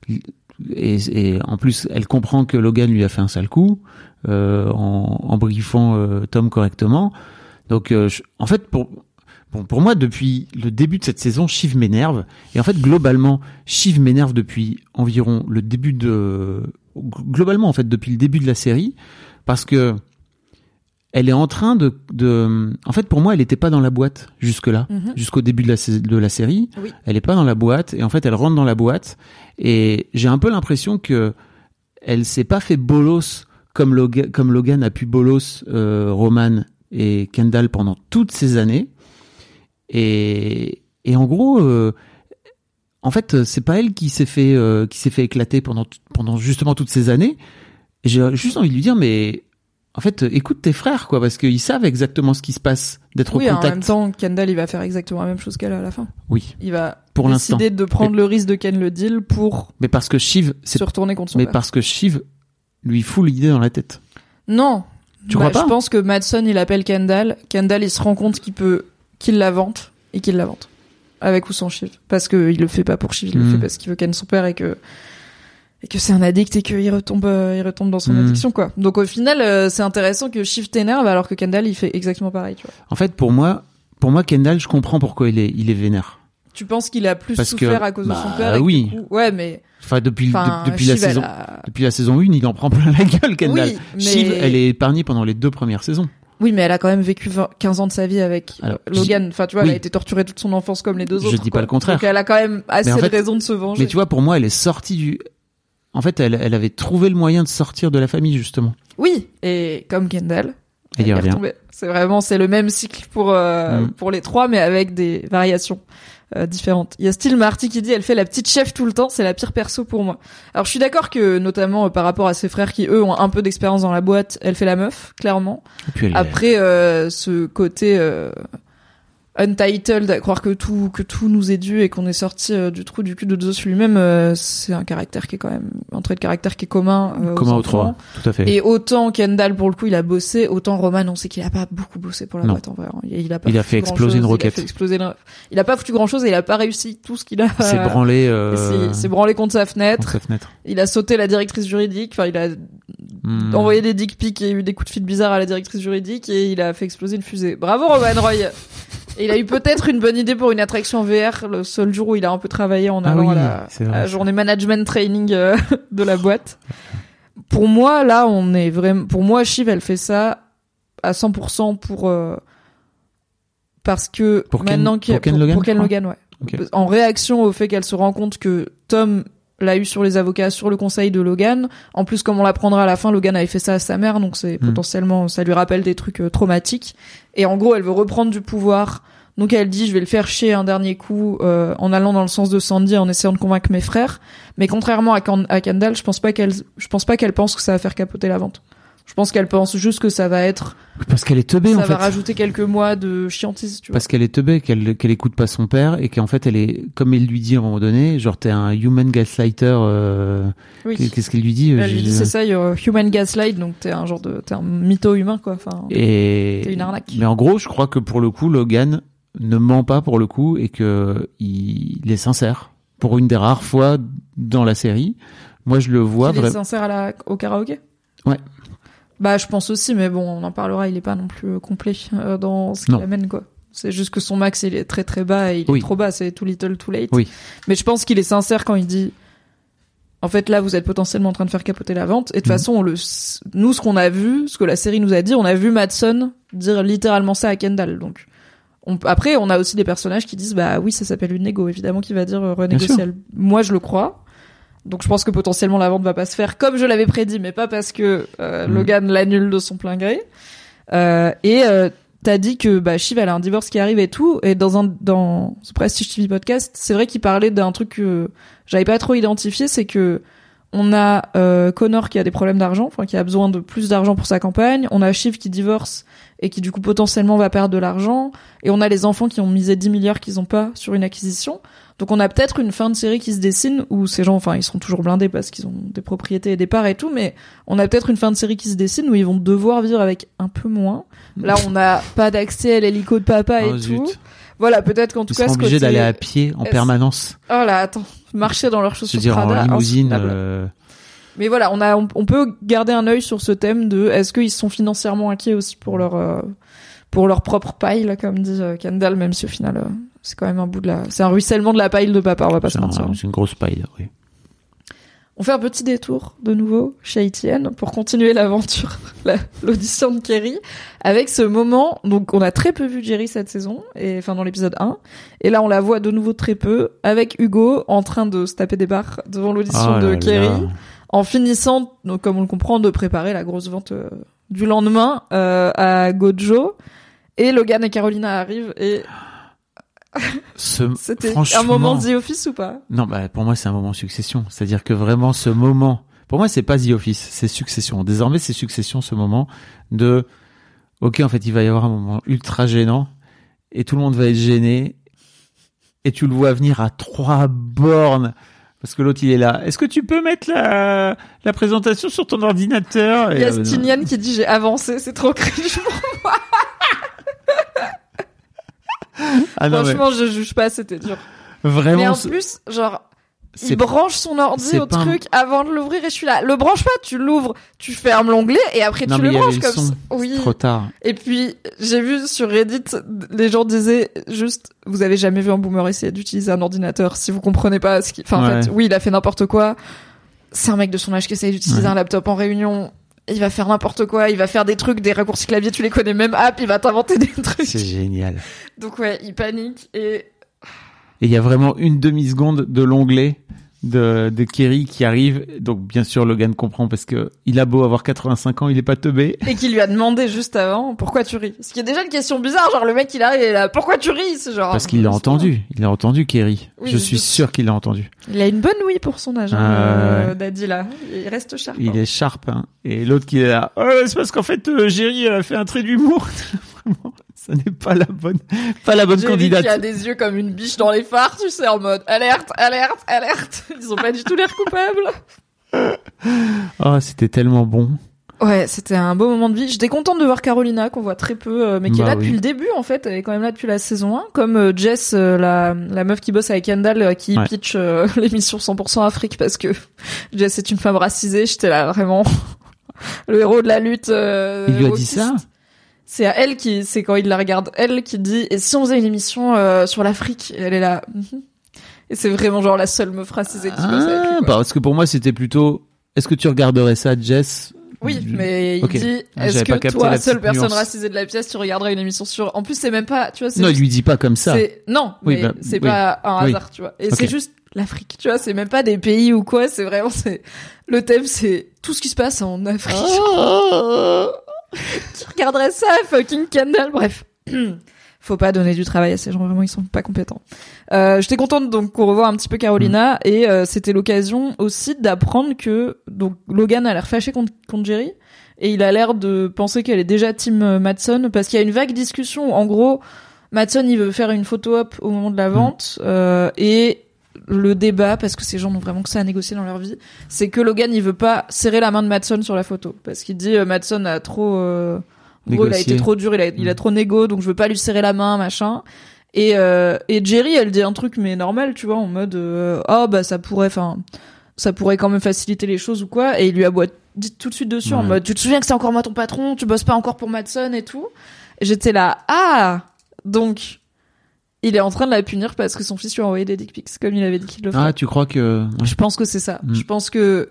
et, et en plus, elle comprend que Logan lui a fait un sale coup, euh, en, en briefant euh, Tom correctement. Donc, euh, je, en fait, pour, Bon, pour moi, depuis le début de cette saison, Shiv m'énerve. Et en fait, globalement, Shiv m'énerve depuis environ le début de... Globalement, en fait, depuis le début de la série. Parce que elle est en train de... de... En fait, pour moi, elle n'était pas dans la boîte jusque-là. Mm-hmm. Jusqu'au début de la, de la série. Oui. Elle n'est pas dans la boîte. Et en fait, elle rentre dans la boîte. Et j'ai un peu l'impression que elle s'est pas fait bolos comme Logan, comme Logan a pu bolos euh, Roman et Kendall pendant toutes ces années. Et, et en gros, euh, en fait, c'est pas elle qui s'est fait, euh, qui s'est fait éclater pendant, pendant justement toutes ces années. Et j'ai juste envie de lui dire, mais en fait, écoute tes frères, quoi, parce qu'ils savent exactement ce qui se passe, d'être oui, au contact. En même temps, Kendall, il va faire exactement la même chose qu'elle à la fin. Oui. Il va pour décider l'instant. de prendre mais, le risque de Ken le deal pour. Mais parce que Shiv, c'est, se retourner contre son mais père. parce que Shiv lui fout l'idée dans la tête. Non. Tu bah, crois pas? Je pense que Madsen, il appelle Kendall. Kendall, il se rend compte qu'il peut, qu'il la vante et qu'il la vante. Avec ou sans Shiv. Parce que il le fait pas pour Shiv, il mmh. le fait parce qu'il veut ken son père et que, et que c'est un addict et qu'il retombe, euh, il retombe dans son mmh. addiction, quoi. Donc, au final, euh, c'est intéressant que Shiv t'énerve alors que Kendall, il fait exactement pareil, tu vois. En fait, pour moi, pour moi, Kendall, je comprends pourquoi il est, il est vénère. Tu penses qu'il a plus parce souffert que, à cause bah, de son père? Et oui. coup, ouais, mais. Enfin, depuis, enfin, de, depuis Shiv, la saison, a... depuis la saison un, il en prend plein la gueule, Kendall. Oui, mais... Shiv, elle est épargnée pendant les deux premières saisons. Oui, mais elle a quand même vécu vingt, quinze ans de sa vie avec Alors, Logan. Enfin, tu vois, oui. elle a été torturée toute son enfance comme les deux autres. Je dis pas quoi. le contraire. Donc elle a quand même assez en fait, de raisons de se venger. Mais tu vois, pour moi, elle est sortie du... En fait, elle, elle avait trouvé le moyen de sortir de la famille, justement. Oui, et comme Kendall. Et il y a rien. C'est vraiment, c'est le même cycle pour, euh, mm. pour les trois, mais avec des variations. Euh, différentes. Il y a Steel Marty qui dit elle fait la petite chef tout le temps, c'est la pire perso pour moi. Alors je suis d'accord que notamment euh, par rapport à ses frères qui eux ont un peu d'expérience dans la boîte, elle fait la meuf clairement. Et puis elle Après euh, ce côté euh, untitled, à croire que tout que tout nous est dû et qu'on est sorti euh, du trou du cul de Zeus lui-même, euh, c'est un caractère qui est quand même un trait de caractère qui est commun euh, commun aux, aux trois, tout à fait. Et autant Kendall pour le coup il a bossé, autant Roman on sait qu'il a pas beaucoup bossé pour la non. boîte en vrai. Il a pas il a fait exploser chose, une roquette. Il a fait exploser la... il a pas foutu grand chose et il a pas réussi tout ce qu'il a. Il s'est branlé. Euh... Il s'est branlé contre sa fenêtre. Contre sa fenêtre. Il a sauté la directrice juridique. Enfin il a hmm. envoyé des dick pics et eu des coups de fil bizarres à la directrice juridique et il a fait exploser une fusée. Bravo Roman Roy. Et il a eu peut-être une bonne idée pour une attraction V R le seul jour où il a un peu travaillé en allant ah oui, à, la, à la journée management training euh, de la boîte. Pour moi, là, on est vraiment. Pour moi, Shiv, elle fait ça à cent pour cent pour euh, parce que pour maintenant Ken, pour Ken Logan, pour Ken Logan, ouais. Okay. En réaction au fait qu'elle se rend compte que Tom l'a eu sur les avocats, sur le conseil de Logan. En plus, comme on l'apprendra à la fin, Logan avait fait ça à sa mère, donc c'est mmh. potentiellement, ça lui rappelle des trucs euh, traumatiques. Et en gros, elle veut reprendre du pouvoir. Donc elle dit, je vais le faire chier un dernier coup euh, en allant dans le sens de Sandy, en essayant de convaincre mes frères. Mais contrairement à, Can- à Kendall, je pense pas qu'elle, je pense pas qu'elle pense que ça va faire capoter la vente. Je pense qu'elle pense juste que ça va être. Parce qu'elle est teubée en fait. Ça va rajouter quelques mois de chiantise, tu vois. Parce qu'elle est teubée, qu'elle qu'elle écoute pas son père et qu'en fait elle est, comme il lui dit à un moment donné, genre t'es un human gaslighter. Euh... Oui. Qu'est-ce qu'il lui dit? Elle lui dit c'est ça, you're human gaslight, donc t'es un genre de, t'es un mytho humain quoi. Enfin. Et. T'es une arnaque. Mais en gros, je crois que pour le coup, Logan ne ment pas pour le coup et que il, il est sincère. Pour une des rares fois dans la série, moi je le vois. Il vra... est sincère à la, au karaoké. Ouais. Bah, je pense aussi, mais bon, on en parlera, il est pas non plus euh, complet euh, dans ce qu'il non. amène, quoi. C'est juste que son max, il est très très bas et il oui. est trop bas, c'est too little, too late. Oui. Mais je pense qu'il est sincère quand il dit, en fait, là, vous êtes potentiellement en train de faire capoter la vente. Et de toute mmh. façon, on le, nous, ce qu'on a vu, ce que la série nous a dit, on a vu Madsen dire littéralement ça à Kendall. Donc, on, après, on a aussi des personnages qui disent, bah oui, ça s'appelle une négo, évidemment, qui va dire euh, renégocier. Moi, je le crois. Donc je pense que potentiellement la vente va pas se faire comme je l'avais prédit, mais pas parce que euh, mmh. Logan l'annule de son plein gré. Euh, et euh, t'as dit que bah Shiv elle a un divorce qui arrive et tout, et dans un dans ce Prestige T V podcast, c'est vrai qu'il parlait d'un truc que j'avais pas trop identifié, c'est que on a euh, Connor qui a des problèmes d'argent, enfin qui a besoin de plus d'argent pour sa campagne, on a Shiv qui divorce et qui du coup potentiellement va perdre de l'argent, et on a les enfants qui ont misé dix milliards qu'ils ont pas sur une acquisition. Donc on a peut-être une fin de série qui se dessine où ces gens, enfin ils seront toujours blindés parce qu'ils ont des propriétés et des parts et tout, mais on a peut-être une fin de série qui se dessine où ils vont devoir vivre avec un peu moins. Là on n'a pas d'accès à l'hélico de papa et oh, tout. Zut. Voilà, peut-être qu'en tout ils cas seront ce obligés côté... d'aller à pied en Est-ce... permanence. Oh là, attends, marcher dans leurs chaussures dire, Prada, en limousine. Euh... Mais voilà, on a, on, on peut garder un œil sur ce thème de est-ce qu'ils sont financièrement inquiets aussi pour leur, euh, pour leur propre paille, là, comme dit euh, Kendall, même si au final, euh, c'est quand même un bout de la, c'est un ruissellement de la paille de papa, on va pas c'est se mentir. Un, c'est une grosse paille, oui. On fait un petit détour de nouveau chez Etienne pour continuer l'aventure, la, l'audition de Kerry, avec ce moment. Donc, on a très peu vu Jerry cette saison, et enfin dans l'épisode un, et là on la voit de nouveau très peu avec Hugo en train de se taper des barres devant l'audition oh de là Kerry, là. en finissant, donc comme on le comprend, de préparer la grosse vente euh, du lendemain euh, à Gojo et Logan et Carolina arrivent et ce, c'était franchement... un moment The Office ou pas? Non, bah pour moi c'est un moment Succession. C'est-à-dire que vraiment ce moment, pour moi c'est pas The Office, c'est Succession. Désormais c'est Succession, ce moment de, ok en fait il va y avoir un moment ultra gênant et tout le monde va être gêné et tu le vois venir à trois bornes. Parce que l'autre, il est là. Est-ce que tu peux mettre la, la présentation sur ton ordinateur? Il y a Stinian qui dit j'ai avancé, c'est trop cringe pour moi. Ah non, Franchement, mais... je juge pas, c'était dur. Vraiment. Mais en plus, genre, il branche son ordi au truc un... avant de l'ouvrir et je suis là. Le branche pas, tu l'ouvres, tu fermes l'onglet et après non, tu le branches comme ça. Oui. Trop tard. Et puis, j'ai vu sur Reddit, les gens disaient juste, vous avez jamais vu un boomer essayer d'utiliser un ordinateur si vous comprenez pas ce qu'il, enfin, ouais. En fait, oui, il a fait n'importe quoi. C'est un mec de son âge qui essaye d'utiliser ouais. un laptop en réunion. Il va faire n'importe quoi, il va faire des trucs, des raccourcis clavier, tu les connais même app, il va t'inventer des trucs. C'est génial. Donc ouais, il panique et... Et il y a vraiment une demi-seconde de l'onglet de, de Kerry qui arrive. Donc, bien sûr, Logan comprend parce que il a beau avoir quatre-vingt-cinq ans, il est pas teubé. Et qui lui a demandé juste avant, pourquoi tu ris? Ce qui est déjà une question bizarre, genre, le mec, il arrive et là, pourquoi tu ris? C'est genre. Parce qu'il l'a entendu. Il a entendu Kerry. Oui, je suis sûr qu'il l'a entendu. Il a une bonne ouïe pour son âge, hein, euh... Daddy, là. Il reste sharp. Il hein. est sharp, hein. Et l'autre qui est là, oh, c'est parce qu'en fait, euh, Jerry, elle a fait un trait d'humour. Vraiment. Ça n'est pas la bonne, pas la bonne Jerry candidate. Qui a des yeux comme une biche dans les phares, tu sais, en mode alerte, alerte, alerte. Ils ont pas du tout l'air coupables. Oh, c'était tellement bon. Ouais, c'était un beau moment de vie. J'étais contente de voir Carolina, qu'on voit très peu, euh, mais qui bah est là oui. depuis le début, en fait. Elle est quand même là depuis la saison un. Comme euh, Jess, euh, la, la meuf qui bosse avec Kendall, euh, qui ouais. pitch euh, l'émission cent pour cent Afrique, parce que Jess est une femme racisée. J'étais là, vraiment, le héros de la lutte. Euh, Il lui a autiste. dit ça? C'est à elle qui, c'est quand il la regarde, elle qui dit, et si on faisait une émission euh, sur l'Afrique? Et elle est là. Mm-hmm. Et c'est vraiment genre la seule meuf racisée qui ah, bosse avec lui, quoi. Parce que pour moi, c'était plutôt, est-ce que tu regarderais ça, Jess? Oui, mais il okay. dit, est-ce J'avais que toi, seule personne nuance. racisée de la pièce, tu regarderais une émission sur... En plus, c'est même pas, tu vois, c'est Non, juste... il lui dit pas comme ça. C'est... Non, oui, mais bah, c'est oui. pas un hasard, oui. tu vois. Et okay. c'est juste l'Afrique, tu vois, c'est même pas des pays ou quoi, c'est vraiment, c'est... Le thème, c'est tout ce qui se passe en Afrique. Oh Qui regarderait ça, fucking Kendall? Bref. Faut pas donner du travail à ces gens, vraiment, ils sont pas compétents. Euh, j'étais contente donc qu'on revoie un petit peu Carolina, mmh. et euh, c'était l'occasion aussi d'apprendre que donc Logan a l'air fâché contre, contre Jerry, et il a l'air de penser qu'elle est déjà team Madsson, parce qu'il y a une vague discussion où, en gros, Madsson, il veut faire une photo-op au moment de la vente, mmh. euh, et le débat, parce que ces gens n'ont vraiment que ça à négocier dans leur vie, c'est que Logan, il veut pas serrer la main de Madsson sur la photo, parce qu'il dit euh, Madsson a trop... Euh, en gros, il a été trop dur, il a, il a trop négo, donc je veux pas lui serrer la main, machin. Et, euh, et Jerry, elle dit un truc, mais normal, tu vois, en mode, euh, oh, bah, ça pourrait, enfin, ça pourrait quand même faciliter les choses ou quoi. Et il lui a dit tout de suite dessus, ouais. en mode, tu te souviens que c'est encore moi ton patron, tu bosses pas encore pour Madsson et tout. Et j'étais là, ah! Donc, il est en train de la punir parce que son fils lui a envoyé des dick pics, comme il avait dit qu'il le ferait. Ah, tu crois que... Je pense que c'est ça. Mm. Je pense que,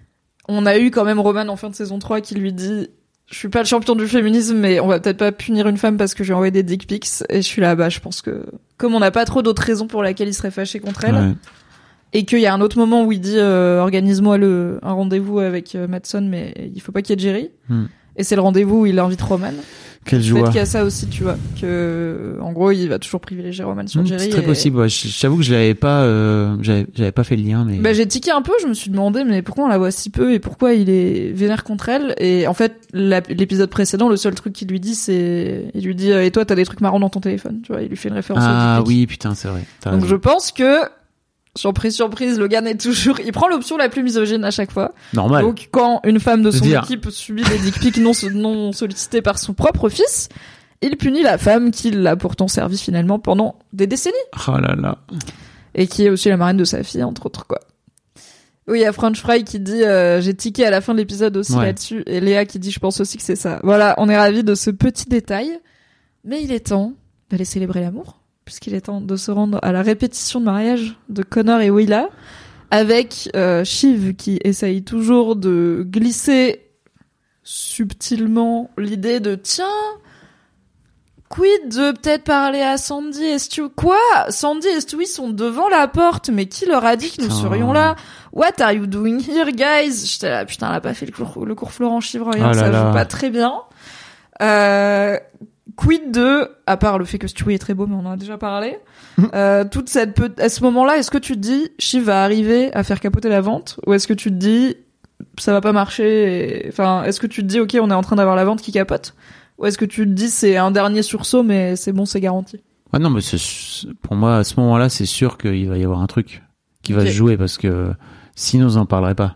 on a eu quand même Roman en fin de saison trois qui lui dit, je suis pas le champion du féminisme, mais on va peut-être pas punir une femme parce que j'ai envoyé des dick pics. Et je suis là, bah, je pense que, comme on n'a pas trop d'autres raisons pour lesquelles il serait fâché contre elle, ouais. et qu'il y a un autre moment où il dit, euh, organise-moi le, un rendez-vous avec euh, Madsson, mais il faut pas qu'il y ait Jerry. Hmm. Et c'est le rendez-vous où il invite Roman. Quelle joie. Peut-être qu'il y a ça aussi, tu vois, que, en gros, il va toujours privilégier Roman sur mmh, Jerry. C'est très et... possible, ouais. J'avoue que je l'avais pas, euh, j'avais, j'avais pas fait le lien, mais. Bah, j'ai tiqué un peu, je me suis demandé, mais pourquoi on la voit si peu et pourquoi il est vénère contre elle? Et en fait, la, l'épisode précédent, le seul truc qu'il lui dit, c'est, il lui dit, et toi, t'as des trucs marrants dans ton téléphone, tu vois, il lui fait une référence ah, au Ah oui, putain, c'est vrai. T'as Donc raison. je pense que, surprise, surprise, Logan est toujours, il prend l'option la plus misogyne à chaque fois. Normal. Donc, quand une femme de son dire. équipe subit des dick pics non, non sollicités par son propre fils, il punit la femme qui l'a pourtant servi finalement pendant des décennies. Oh là là. Et qui est aussi la marraine de sa fille, entre autres, quoi. Oui, il y a French Fry qui dit, euh, j'ai tiqué à la fin de l'épisode aussi ouais. là-dessus, et Léa qui dit, je pense aussi que c'est ça. Voilà, on est ravis de ce petit détail. Mais il est temps d'aller célébrer l'amour, puisqu'il est temps de se rendre à la répétition de mariage de Connor et Willa, avec euh, Shiv qui essaye toujours de glisser subtilement l'idée de tiens, quid de peut-être parler à Sandy et Stu. Quoi? Sandy et Stu sont devant la porte, mais qui leur a dit que nous serions là? What are you doing here, guys? J'étais là, putain, elle a pas fait le cours, le cours Florent Chivreuil, Oh là ça là. joue pas très bien. Euh, quid de, à part le fait que Stewie est très beau, mais on en a déjà parlé, euh, toute cette pe- à ce moment-là, est-ce que tu te dis, Shiv va arriver à faire capoter la vente, ou est-ce que tu te dis, ça va pas marcher, et... enfin, est-ce que tu te dis, ok, on est en train d'avoir la vente qui capote, ou est-ce que tu te dis, c'est un dernier sursaut, mais c'est bon, c'est garanti? Ah non, mais c'est, pour moi, à ce moment-là, c'est sûr qu'il va y avoir un truc qui va Ok. se jouer parce que sinon, on n'en parlerait pas.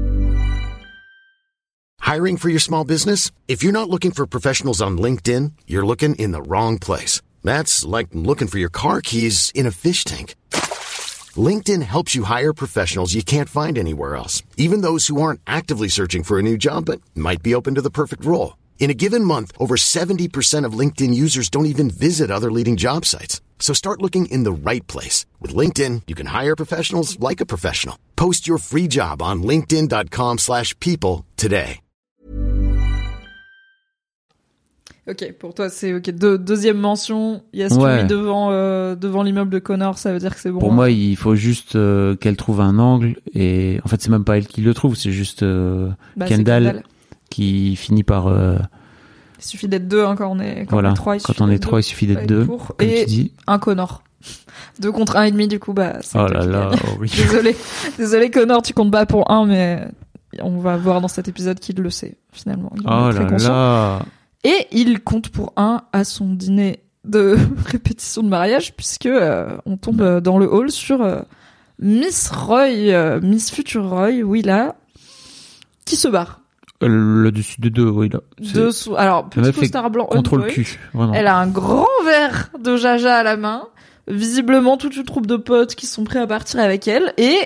Hiring for your small business? If you're not looking for professionals on LinkedIn, you're looking in the wrong place. That's like looking for your car keys in a fish tank. LinkedIn helps you hire professionals you can't find anywhere else, even those who aren't actively searching for a new job but might be open to the perfect role. In a given month, over seventy percent of LinkedIn users don't even visit other leading job sites. So start looking in the right place. With LinkedIn, you can hire professionals like a professional. Post your free job on linkedin.com slash people today. Ok, pour toi, c'est ok. Deux, deuxième mention, il y a Stewie Ouais. devant, euh, devant l'immeuble de Connor, ça veut dire que c'est bon. Pour moi, il faut juste euh, qu'elle trouve un angle et en fait, c'est même pas elle qui le trouve, c'est juste euh, Bah, c'est Kendall, Kendall. qui finit par euh, Il suffit d'être deux, hein, quand on est, quand voilà. on est trois. Il Quand suffit on est d'être trois, deux. il suffit d'être Ouais, deux, pour. comme Et tu dis. un Connor. Deux contre un et demi, du coup, bah, c'est Oh toi là qui là, gagne. horrible. Désolé, désolé Connor, tu comptes pas pour un, mais on va voir dans cet épisode qu'il le sait, finalement. Il en Oh est très là conscient. là. Et il compte pour un à son dîner de répétition de mariage, puisque euh, on tombe dans le hall sur euh, Miss Roy, euh, Miss Future Roy, Willa, qui se barre. Euh, Le dessus de deux, oui là. C'est- De sous... Alors, La petit meuf fait costard blanc on Contrôle point. cul, vraiment. Elle a un grand verre de jaja à la main. Visiblement, toute une troupe de potes qui sont prêts à partir avec elle. Et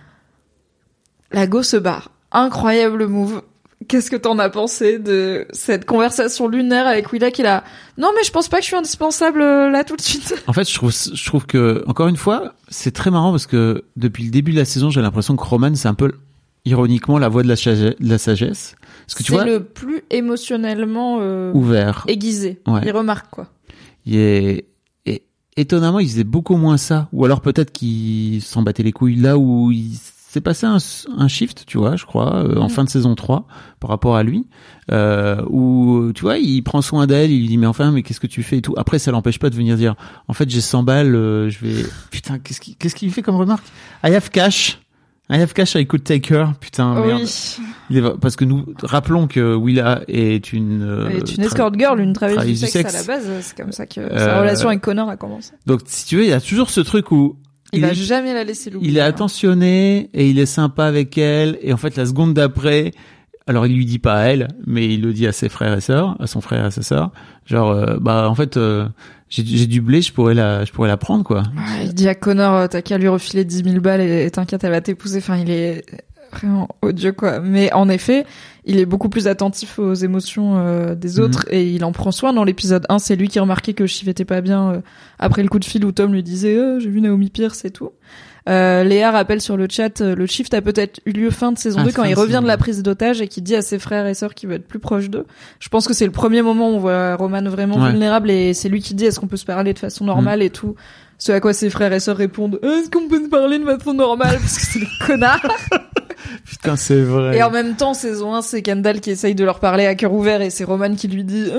la go se barre. Incroyable move. Qu'est-ce que t'en as pensé de cette conversation lunaire avec Willa qui l'a... Non, mais je pense pas que je suis indispensable euh, là tout de suite. En fait, je trouve, je trouve que, encore une fois, c'est très marrant parce que depuis le début de la saison, j'ai l'impression que Roman, c'est un peu, ironiquement, la voix de la, chage- de la sagesse. Parce que tu C'est vois, le plus émotionnellement euh, ouvert. aiguisé. Ouais. Il remarque, quoi. Il est, et, étonnamment, il faisait beaucoup moins ça. Ou alors peut-être qu'il s'en battait les couilles là où il s'est passé un, un shift, tu vois, je crois, euh, en Mm. fin de saison trois, par rapport à lui, euh, où, tu vois, il prend soin d'elle, il lui dit, mais enfin, mais qu'est-ce que tu fais et tout. Après, ça l'empêche pas de venir dire, en fait, j'ai cent balles, euh, je vais, putain, qu'est-ce qu'il, qu'est-ce qu'il fait comme remarque? I have cash. I have cash, I could take her. Putain, merde. Oui. Il est, parce que nous, rappelons que Willa est une, euh, Elle est une tra- escort girl, une travailleuse travailleuse du du sexe, sexe. à la base. C'est comme ça que Euh, sa relation avec Connor a commencé. Donc, si tu veux, il y a toujours ce truc où Il, il va est- jamais la laisser l'oublier. il est hein. attentionné et il est sympa avec elle et en fait la seconde d'après, alors il lui dit pas à elle mais il le dit à ses frères et sœurs, à son frère et à sa sœur, genre euh, bah en fait euh, j'ai j'ai du blé, je pourrais la je pourrais la prendre quoi. Ouais, il dit à Connor, euh, t'as qu'à lui refiler dix mille balles et, et t'inquiète, elle va t'épouser. Enfin, il est vraiment odieux, quoi. Mais en effet, il est beaucoup plus attentif aux émotions euh, des Mhm. autres et il en prend soin. Dans l'épisode un, c'est lui qui remarquait que Shiv était pas bien euh, après le coup de fil où Tom lui disait euh, j'ai vu Naomi Pierce et tout. Euh, Léa rappelle sur le chat, euh, le shift a peut-être eu lieu fin de saison Ah, deux quand fin il de revient saison de la deux. prise d'otage et qu'il dit à ses frères et sœurs qu'il veut être plus proche d'eux. Je pense que c'est le premier moment où on voit Roman vraiment Ouais. vulnérable et c'est lui qui dit est-ce qu'on peut se parler de façon normale et tout. Ce à quoi ses frères et sœurs répondent est-ce qu'on peut se parler de façon normale parce que c'est des connards. Putain, c'est vrai. Et en même temps, saison un, c'est Kendall qui essaye de leur parler à cœur ouvert et c'est Roman qui lui dit euh,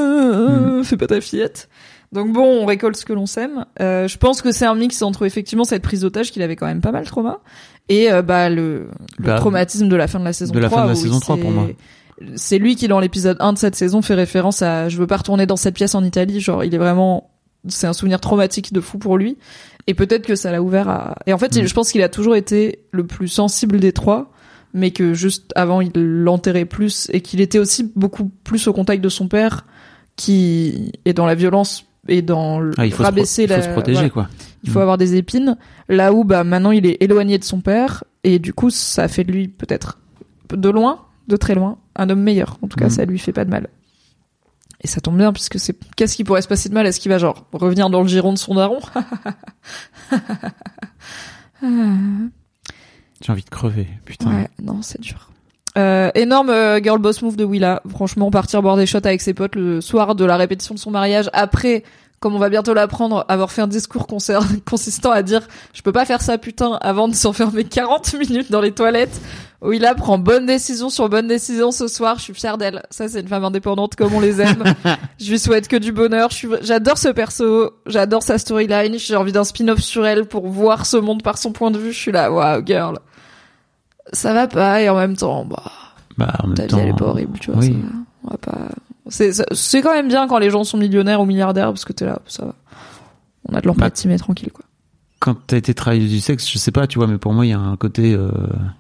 euh, fais pas ta fillette. Donc bon, on récolte ce que l'on sème. Euh, je pense que c'est un mix entre effectivement cette prise d'otage qu'il avait quand même pas mal trauma et euh, bah le, le Bah, traumatisme de la fin de la saison de la trois. fin de la où saison il trois, s'est- pour moi. C'est lui qui dans l'épisode un de cette saison fait référence à je veux pas retourner dans cette pièce en Italie, genre il est vraiment c'est un souvenir traumatique de fou pour lui et peut-être que ça l'a ouvert à et en fait, Mm. je pense qu'il a toujours été le plus sensible des trois mais que juste avant il l'enterrait plus et qu'il était aussi beaucoup plus au contact de son père qui est dans la violence et dans le Ah, il faut, rabaisser se, pro- il faut la se protéger voilà. quoi. Il faut Mm. avoir des épines là où bah maintenant il est éloigné de son père et du coup ça fait de lui peut-être de loin, de très loin, un homme meilleur. En tout cas, Mm. ça lui fait pas de mal. Et ça tombe bien puisque c'est qu'est-ce qui pourrait se passer de mal? Est-ce qu'il va genre revenir dans le giron de son daron? J'ai envie de crever, putain. Ouais, non, c'est dur. Euh, énorme euh, girl boss move de Willa. Franchement, partir boire des shots avec ses potes le soir de la répétition de son mariage après comme on va bientôt l'apprendre, avoir fait un discours concer- consistant à dire « Je peux pas faire ça, putain », avant de s'enfermer quarante minutes dans les toilettes. Willa prend bonne décision sur bonne décision ce soir. Je suis fière d'elle. Ça, c'est une femme indépendante comme on les aime. Je lui souhaite que du bonheur. Je suis... J'adore ce perso. J'adore sa storyline. J'ai envie d'un spin-off sur elle pour voir ce monde par son point de vue. Je suis là, waouh, girl. Ça va pas, et en même temps, bah, bah en même ta temps, vie, elle est pas horrible, tu vois. Oui. Ça va. On va pas... C'est, c'est quand même bien quand les gens sont millionnaires ou milliardaires, parce que t'es là, ça va. On a de l'empathie, bah, mais tranquille, quoi. Quand t'as été travailleuse du sexe, je sais pas, tu vois, mais pour moi, il y a un côté... Euh...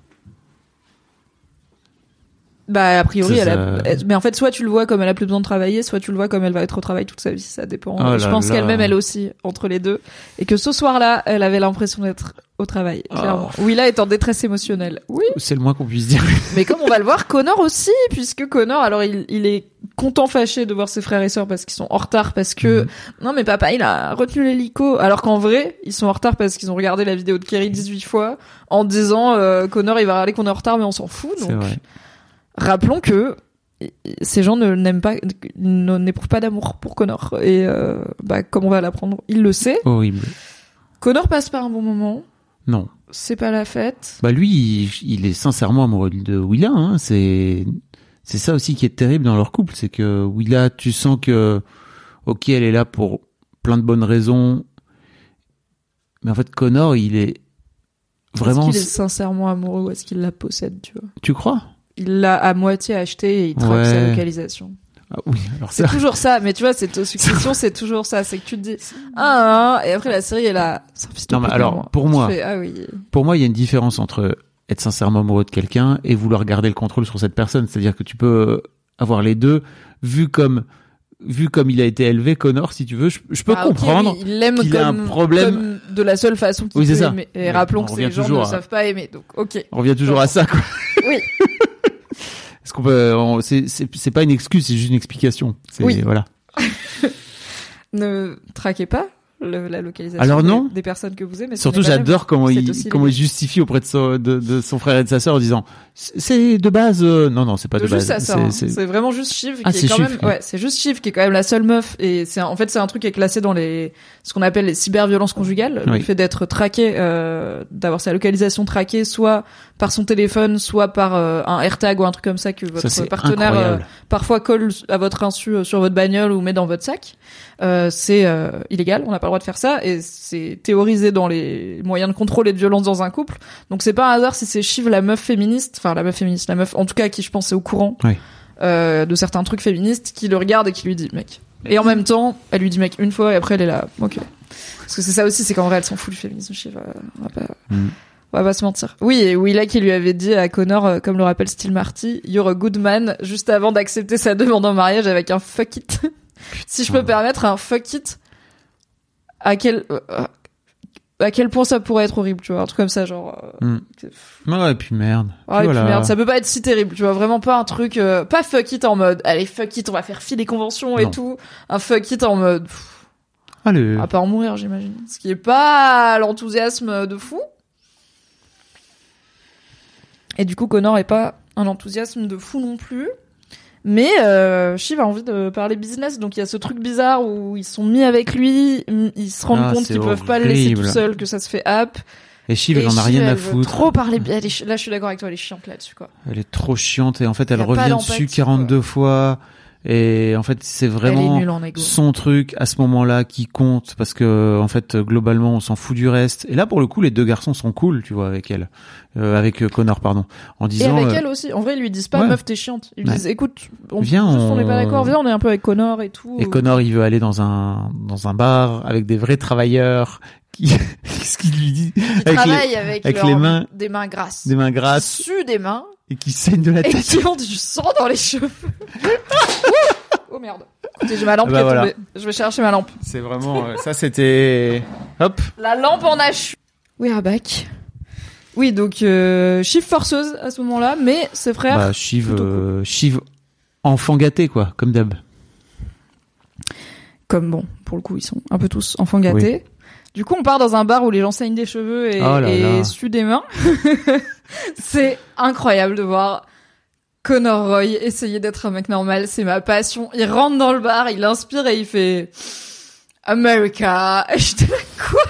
Bah, a priori, ça, elle a... ça... mais en fait, soit tu le vois comme elle a plus besoin de travailler, soit tu le vois comme elle va être au travail toute sa vie, ça dépend. Oh je là pense là. qu'elle-même, elle aussi, entre les deux. Et que ce soir-là, elle avait l'impression d'être au travail, clairement. Oh. Willa est en détresse émotionnelle. Oui. C'est le moins qu'on puisse dire. Mais comme on va le voir, Connor aussi, puisque Connor, alors il, il est content, fâché de voir ses frères et sœurs parce qu'ils sont en retard, parce que, mmh. non mais papa, il a retenu l'hélico, alors qu'en vrai, ils sont en retard parce qu'ils ont regardé la vidéo de Kerry dix-huit fois, en disant, euh, Connor, il va regarder qu'on est en retard, mais on s'en fout, donc. C'est vrai. Rappelons que ces gens ne n'aiment pas, ne, n'éprouvent pas d'amour pour Connor. Et euh, bah, comme on va l'apprendre, il le sait. Horrible. Connor passe pas un bon moment. Non. C'est pas la fête. Bah lui, il, il est sincèrement amoureux de Willa. Hein. C'est c'est ça aussi qui est terrible dans leur couple, c'est que Willa, tu sens que ok, elle est là pour plein de bonnes raisons, mais en fait Connor, il est vraiment. Est-ce qu'il est sincèrement amoureux ou est-ce qu'il la possède, tu vois ? Tu crois ? Il l'a à moitié acheté et il traque ouais. sa localisation. Ah oui, alors c'est ça... toujours ça, mais tu vois, cette succession, c'est toujours ça, c'est que tu te dis ah, ah et après la série est là. Non mais alors moi. pour moi, fais, ah oui. pour moi, il y a une différence entre être sincèrement amoureux de quelqu'un et vouloir garder le contrôle sur cette personne. C'est-à-dire que tu peux avoir les deux, vu comme vu comme il a été élevé, Connor, si tu veux, je, je peux ah, comprendre okay, oui, il l'aime qu'il comme, a un problème comme de la seule façon qu'il oui, peut ça. aimer. Et mais rappelons que ces gens ne à... savent pas aimer, donc ok. On revient toujours à ça, quoi. Oui. Est-ce qu'on peut, on, c'est, c'est, c'est pas une excuse, c'est juste une explication. C'est, oui. Voilà. Ne traquez pas le, la localisation Alors non. des, des personnes que vous aimez. Surtout, j'adore comment il, comment il justifie auprès de son, de, de son frère et de sa sœur en disant, c'est de base, euh... non, non, c'est pas de, de base. Juste sa sœur, c'est, c'est... c'est vraiment juste Shiv qui ah, est, c'est quand Shiv, même, qui... ouais, c'est juste Shiv qui est quand même la seule meuf et c'est, un... en fait, c'est un truc qui est classé dans les, ce qu'on appelle les cyberviolences conjugales. Oui. Le fait d'être traqué, euh, d'avoir sa localisation traquée, soit par son téléphone, soit par euh, un AirTag ou un truc comme ça que votre ça, partenaire euh, parfois colle à votre insu euh, sur votre bagnole ou met dans votre sac. Euh, c'est euh, illégal, on n'a pas le droit de faire ça et c'est théorisé dans les moyens de contrôle et de violence dans un couple. Donc c'est pas un hasard si c'est Shiv, la meuf féministe, enfin la meuf féministe, la meuf en tout cas qui je pense est au courant oui. euh, de certains trucs féministes, qui le regarde et qui lui dit mec. Et en même temps, elle lui dit mec une fois et après elle est là, ok. Parce que c'est ça aussi, c'est qu'en vrai elle s'en fout du féminisme, Shiv. Euh, on va pas. Mm. On va pas se mentir. Oui, et Willa qui lui avait dit à Connor, euh, comme le rappelle Steel Marty, you're a good man, juste avant d'accepter sa demande en mariage avec un fuck it. Si je peux permettre un fuck it, à quel, euh, à quel point ça pourrait être horrible, tu vois, un truc comme ça, genre. Euh, mm. Ouais, et puis merde. Ouais, et voilà. puis merde, ça peut pas être si terrible, tu vois, vraiment pas un truc, euh, pas fuck it en mode, allez fuck it, on va faire fi des conventions et non. tout, un fuck it en mode, pff, allez. à pas en mourir, j'imagine. Ce qui est pas l'enthousiasme de fou. Et du coup, Connor est pas un enthousiasme de fou non plus. Mais euh, Shiv a envie de parler business, donc il y a ce truc bizarre où ils sont mis avec lui, ils se rendent ah, compte qu'ils horrible. peuvent pas le laisser tout seul, que ça se fait app. Et Shiv, elle en a rien à foutre. Trop parler, elle est, là je suis d'accord avec toi, elle est chiante là-dessus quoi. Elle est trop chiante et en fait elle revient dessus quarante-deux quoi. fois. Et en fait, c'est vraiment son truc à ce moment-là qui compte parce que en fait, globalement, on s'en fout du reste. Et là, pour le coup, les deux garçons sont cool, tu vois, avec elle, euh, avec Connor, pardon, en disant. Et avec euh... elle aussi. En vrai, ils lui disent pas ouais. meuf, t'es chiante. Ils lui ouais. disent écoute, on, viens, juste, on... on n'est pas d'accord. Viens, on est un peu avec Connor et tout. Et Connor, il veut aller dans un dans un bar avec des vrais travailleurs. Qui... Qu'est-ce qu'il lui dit? Ils avec travaillent les... avec, avec leur... les mains, des mains grasses, des mains grasses, qui suent des mains et qui saignent de la tête, et qui ont du sang dans les cheveux. Oh merde. Écoutez, j'ai ma lampe bah qui est voilà. tombée. Je vais chercher ma lampe. C'est vraiment... Euh, ça, c'était... Hop. La lampe en a chu. We are back. Oui, donc euh, Shiv forceuse à ce moment-là, mais ses frères... Bah, Shiv, euh, Shiv enfant gâté, quoi, comme d'hab. Comme bon, pour le coup, ils sont un peu tous enfants gâtés. Oui. Du coup, on part dans un bar où les gens saignent des cheveux et, oh là et là. suent des mains. C'est incroyable de voir... Connor Roy, essayer d'être un mec normal, c'est ma passion. Il rentre dans le bar, il inspire et il fait America. Et j'étais là, quoi?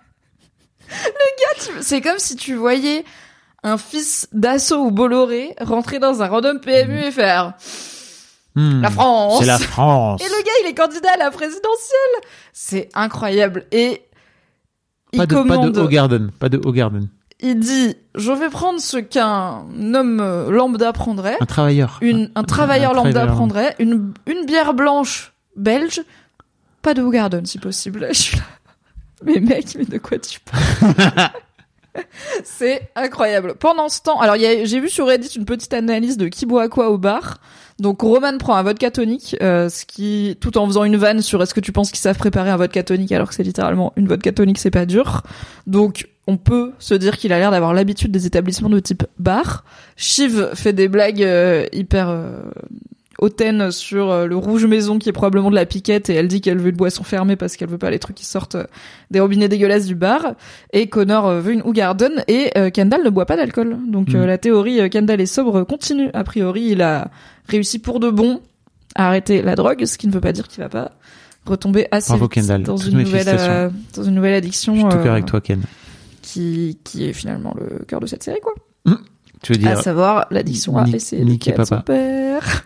Le gars, tu... c'est comme si tu voyais un fils d'Assaut ou Bolloré rentrer dans un random P M U et faire Mmh, la France. C'est la France. Et le gars, il est candidat à la présidentielle. C'est incroyable. Et il pas de, commande. Pas de Hogarden. Pas de Hogarden. Il dit, je vais prendre ce qu'un homme lambda prendrait. Un travailleur. Une, un, un travailleur un lambda travailleur. prendrait. Une, une bière blanche belge. Pas de Hogarden, si possible. Je suis là. Mais mec, mais de quoi tu parles? C'est incroyable. Pendant ce temps, alors y a, j'ai vu sur Reddit une petite analyse de qui boit quoi au bar. Donc Roman prend un vodka tonic, euh, ce qui, tout en faisant une vanne sur est-ce que tu penses qu'ils savent préparer un vodka tonic alors que c'est littéralement une vodka tonic, c'est pas dur. Donc on peut se dire qu'il a l'air d'avoir l'habitude des établissements de type bar. Shiv fait des blagues euh, hyper euh, hautaines sur euh, le rouge maison qui est probablement de la piquette et elle dit qu'elle veut une boisson fermée parce qu'elle veut pas les trucs qui sortent euh, des robinets dégueulasses du bar. Et Connor euh, veut une Hogarden et euh, Kendall ne boit pas d'alcool. Donc euh, mmh. la théorie euh, Kendall est sobre continue. A priori, il a réussi pour de bon à arrêter la drogue, ce qui ne veut pas dire qu'il va pas retomber assez Bravo, vite Kendall. dans Toutes une mes nouvelle euh, dans une nouvelle addiction. Je suis tout euh, cœur avec toi, Ken. qui qui est finalement le cœur de cette série, quoi. Mmh. Tu veux dire À savoir l'addiction à Nick, essayer Nick de et ken papa. son père.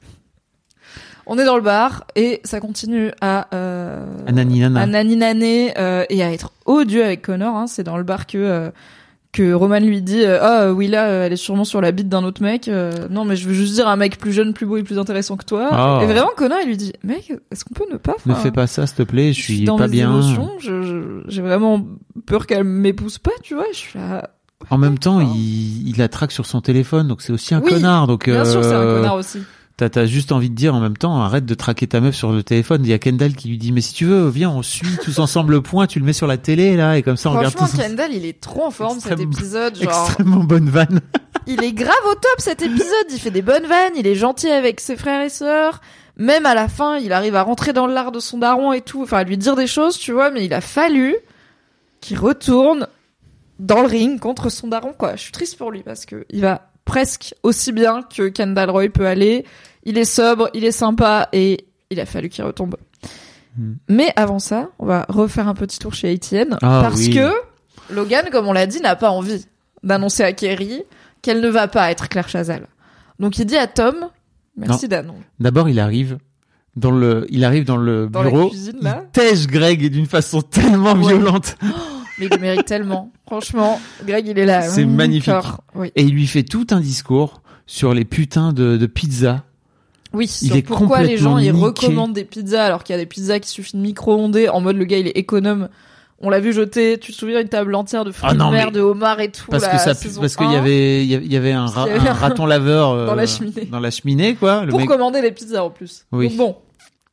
On est dans le bar et ça continue à euh, à naninana. à naninaner euh, et à être odieux avec Connor. Hein. C'est dans le bar que euh, que Roman lui dit euh, ah euh, Willa euh, elle est sûrement sur la bite d'un autre mec. Euh, non mais je veux juste dire un mec plus jeune, plus beau et plus intéressant que toi. Oh. Et vraiment Connor il lui dit mec est-ce qu'on peut ne pas Ne fais pas ça s'il te plaît, je je suis, suis dans pas mes bien. émotions, je, je, j'ai vraiment peur qu'elle m'épouse pas, tu vois. Je suis là. En même temps, D'accord. il, il la traque sur son téléphone, donc c'est aussi un Oui, connard. Donc Bien euh, sûr c'est un connard aussi. T'as, t'as juste envie de dire en même temps, arrête de traquer ta meuf sur le téléphone. Il y a Kendall qui lui dit, mais si tu veux, viens, on suit tous ensemble le point, tu le mets sur la télé, là, et comme ça, on regarde Franchement, tous. Kendall, il est trop en forme cet Extrêmement- épisode. Genre, Extrêmement bonne vanne. il est grave au top cet épisode. Il fait des bonnes vannes, il est gentil avec ses frères et sœurs. Même à la fin, il arrive à rentrer dans l'art de son daron et tout. Enfin, à lui dire des choses, tu vois, mais il a fallu qu'il retourne dans le ring contre son daron, quoi. Je suis triste pour lui parce que il va presque aussi bien que Kendall Roy peut aller. Il est sobre, il est sympa et il a fallu qu'il retombe. Hmm. Mais avant ça, on va refaire un petit tour chez Etienne Ah, parce oui. que Logan, comme on l'a dit, n'a pas envie d'annoncer à Kerry qu'elle ne va pas être Claire Chazal. Donc il dit à Tom, merci Dan. D'abord, il arrive dans le, il arrive dans le Dans la bureau. cuisine, là. Il tège Greg d'une façon tellement Ouais. violente. Mais il le mérite tellement. Franchement, Greg, il est là. C'est Mmh, magnifique. corps. Oui. Et il lui fait tout un discours sur les putains de, de pizza. Oui, Il sur est pourquoi les gens complètement ils niqué. recommandent des pizzas alors qu'il y a des pizzas qui suffit de micro-onder en mode le gars il est économe. On l'a vu jeter, tu te souviens, une table entière de fruits Ah non, de mer, mais- de homard et tout. Parce la que ça, saison parce qu'il un, y avait, il y avait- il y avait un, ra- Il y avait un un- raton laveur euh, dans la cheminée. dans la cheminée, quoi. Le pour mec. commander les pizzas en plus. Oui. Donc bon,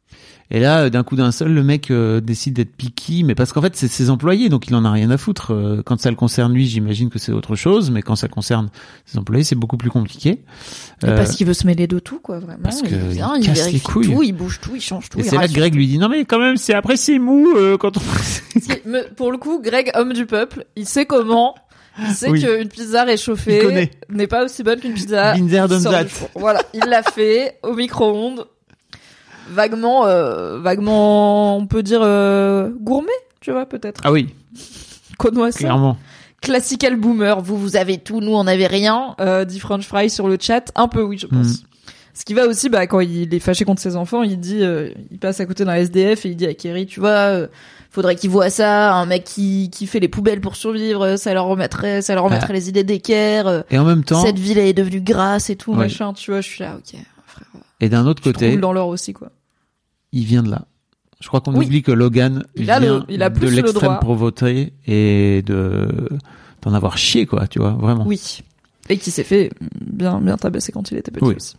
Et là, euh, d'un coup d'un seul, le mec euh, décide d'être picky, mais parce qu'en fait, c'est ses employés, donc il en a rien à foutre. Euh, Quand ça le concerne lui, j'imagine que c'est autre chose, mais quand ça concerne ses employés, c'est beaucoup plus compliqué. et Euh, parce qu'il veut se mêler de tout quoi, vraiment. parce que il vient, il il, casse les vérifie couilles. tout, il bouge tout, il change tout. et il c'est là que rassure Greg lui dit non mais quand même, c'est après c'est mou euh, quand on. tout. Mais pour le coup, Greg, homme du peuple, il sait comment. Il sait Oui. qu'une pizza Il réchauffée connaît. n'est pas aussi bonne qu'une pizza Been there, qui done sort that. du four. Voilà, il l'a fait au micro-ondes. Vaguement, euh, vaguement, on peut dire euh, gourmet, tu vois, peut-être. Ah oui, Connoisseur. clairement. Classical boomer. Vous, vous avez tout, nous, on n'avait rien. Euh, dit French Fry sur le chat. Un peu, oui, je pense. Mm. Ce qui va aussi, bah, quand il est fâché contre ses enfants, il dit, euh, il passe à côté d'un S D F et il dit à Kerry, tu vois, euh, faudrait qu'il voit ça, un mec qui, qui fait les poubelles pour survivre, ça leur remettrait, ça leur remettrait Ah. les idées d'équerre. euh, Et en même temps, Cette ville elle est devenue grasse et tout, Ouais. machin, tu vois, je suis là, ok, frère. et d'un autre Je te côté, roule dans l'or aussi, quoi. il vient de là. Je crois qu'on Oui. oublie que Logan Il vient a le- il a de plus le l'extrême droit. pauvreté et de d'en avoir chié, quoi, tu vois, vraiment. Oui. Et qui s'est fait bien, bien tabasser quand il était petit Oui. aussi.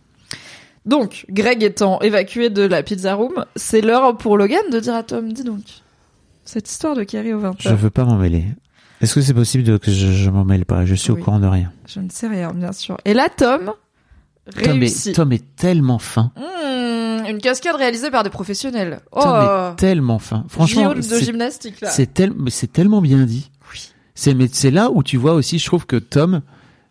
Donc, Greg étant évacué de la pizza room, c'est l'heure pour Logan de dire à Tom, dis donc, cette histoire de Kerry au vingt Je heures, veux pas m'en mêler. Est-ce que c'est possible de- que je, je m'en mêle pas? Je suis Oui. au courant de rien. je ne sais rien, bien sûr. Et là, Tom Tom réussit. est, Tom est tellement fin. Mmh, une cascade réalisée par des professionnels. Oh, Tom est tellement fin. Franchement, J O de c'est, gymnastique, là. c'est, tel- mais c'est tellement bien dit. Oui. C'est, mais c'est là où tu vois aussi, je trouve que Tom,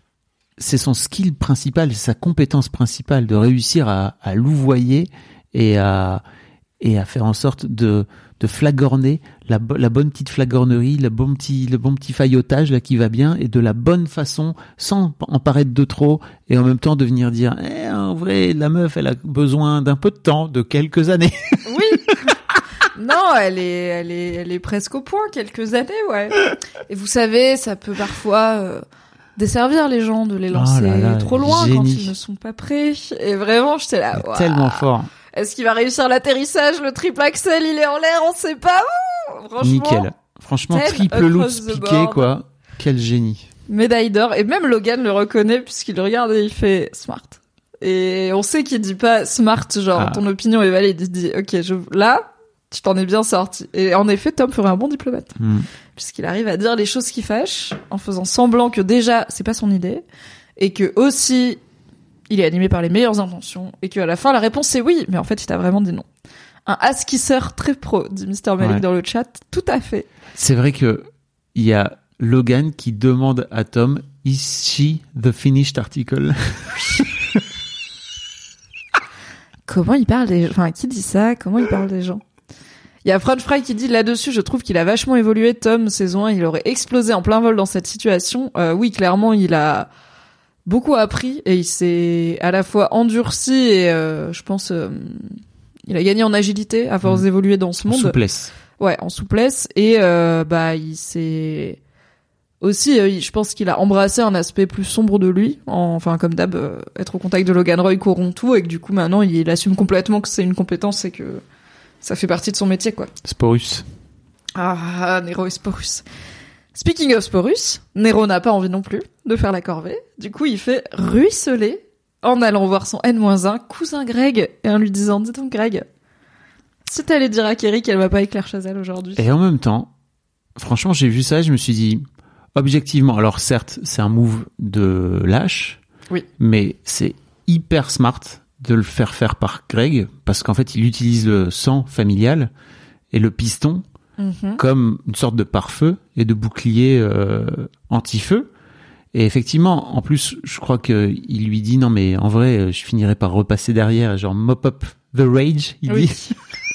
c'est son skill principal, c'est sa compétence principale de réussir à, à louvoyer et à, et à faire en sorte de, de flagorner, la, bo- la bonne petite flagornerie, le bon petit, le bon petit faillotage là qui va bien, et de la bonne façon, sans en paraître de trop, et en même temps de venir dire, eh, en vrai, la meuf, elle a besoin d'un peu de temps, de quelques années. Oui. Non, elle est, elle est, elle est presque au point, quelques années, ouais. Et vous savez, ça peut parfois euh, desservir les gens de les lancer Oh là là, trop loin génie. quand ils ne sont pas prêts. Et vraiment, j'étais là, waouh. Tellement fort. Est-ce qu'il va réussir l'atterrissage, le triple axel, il est en l'air, on sait pas où. Franchement. Nickel. Franchement, Ted triple loop across the piqué, board. quoi. Quel génie. Médaille d'or. Et même Logan le reconnaît puisqu'il le regarde et il fait smart. Et on sait qu'il dit pas smart, genre Ah. ton opinion est valide. Il dit, ok, je, là, tu t'en es bien sorti. Et en effet, Tom ferait un bon diplomate. Hmm. Puisqu'il arrive à dire les choses qui fâchent en faisant semblant que déjà, c'est pas son idée. Et que aussi, il est animé par les meilleures intentions. Et qu'à la fin, la réponse c'est oui. Mais en fait, il t'a vraiment dit non. Un askisseur très pro, dit mister Malik Ouais. dans le chat. Tout à fait. C'est vrai que il y a Logan qui demande à Tom, is she the finished article? Comment il parle des gens? Enfin, qui dit ça? Comment il parle des gens? Il y a Fred Fry qui dit là-dessus, je trouve qu'il a vachement évolué. Tom, saison un, il aurait explosé en plein vol dans cette situation. Euh, oui, clairement, il a beaucoup appris et il s'est à la fois endurci et euh, je pense euh, il a gagné en agilité à force Mmh. d'évoluer dans ce En monde. souplesse. Ouais, en souplesse et euh, bah il s'est aussi, euh, je pense qu'il a embrassé un aspect plus sombre de lui, en, enfin comme d'hab, euh, être au contact de Logan Roy corrompt tout et que du coup maintenant il, il assume complètement que c'est une compétence et que ça fait partie de son métier quoi. Sporus. Ah, Nero et Sporus. Speaking of Sporus, Nero n'a pas envie non plus de faire la corvée. Du coup, il fait ruisseler en allant voir son N moins un cousin Greg et en lui disant, dis donc Greg, si t'allais dire à Kerry qu'elle va pas avec Claire Chazal aujourd'hui. Et en même temps, franchement, j'ai vu ça et je me suis dit, objectivement, alors certes, c'est un move de lâche, Oui. mais c'est hyper smart de le faire faire par Greg, parce qu'en fait, il utilise le sang familial et le piston Mhm. comme une sorte de pare-feu et de bouclier euh, anti-feu. Et effectivement, en plus, je crois que il lui dit non mais en vrai, je finirai par repasser derrière, genre mop up the rage, il Oui. dit,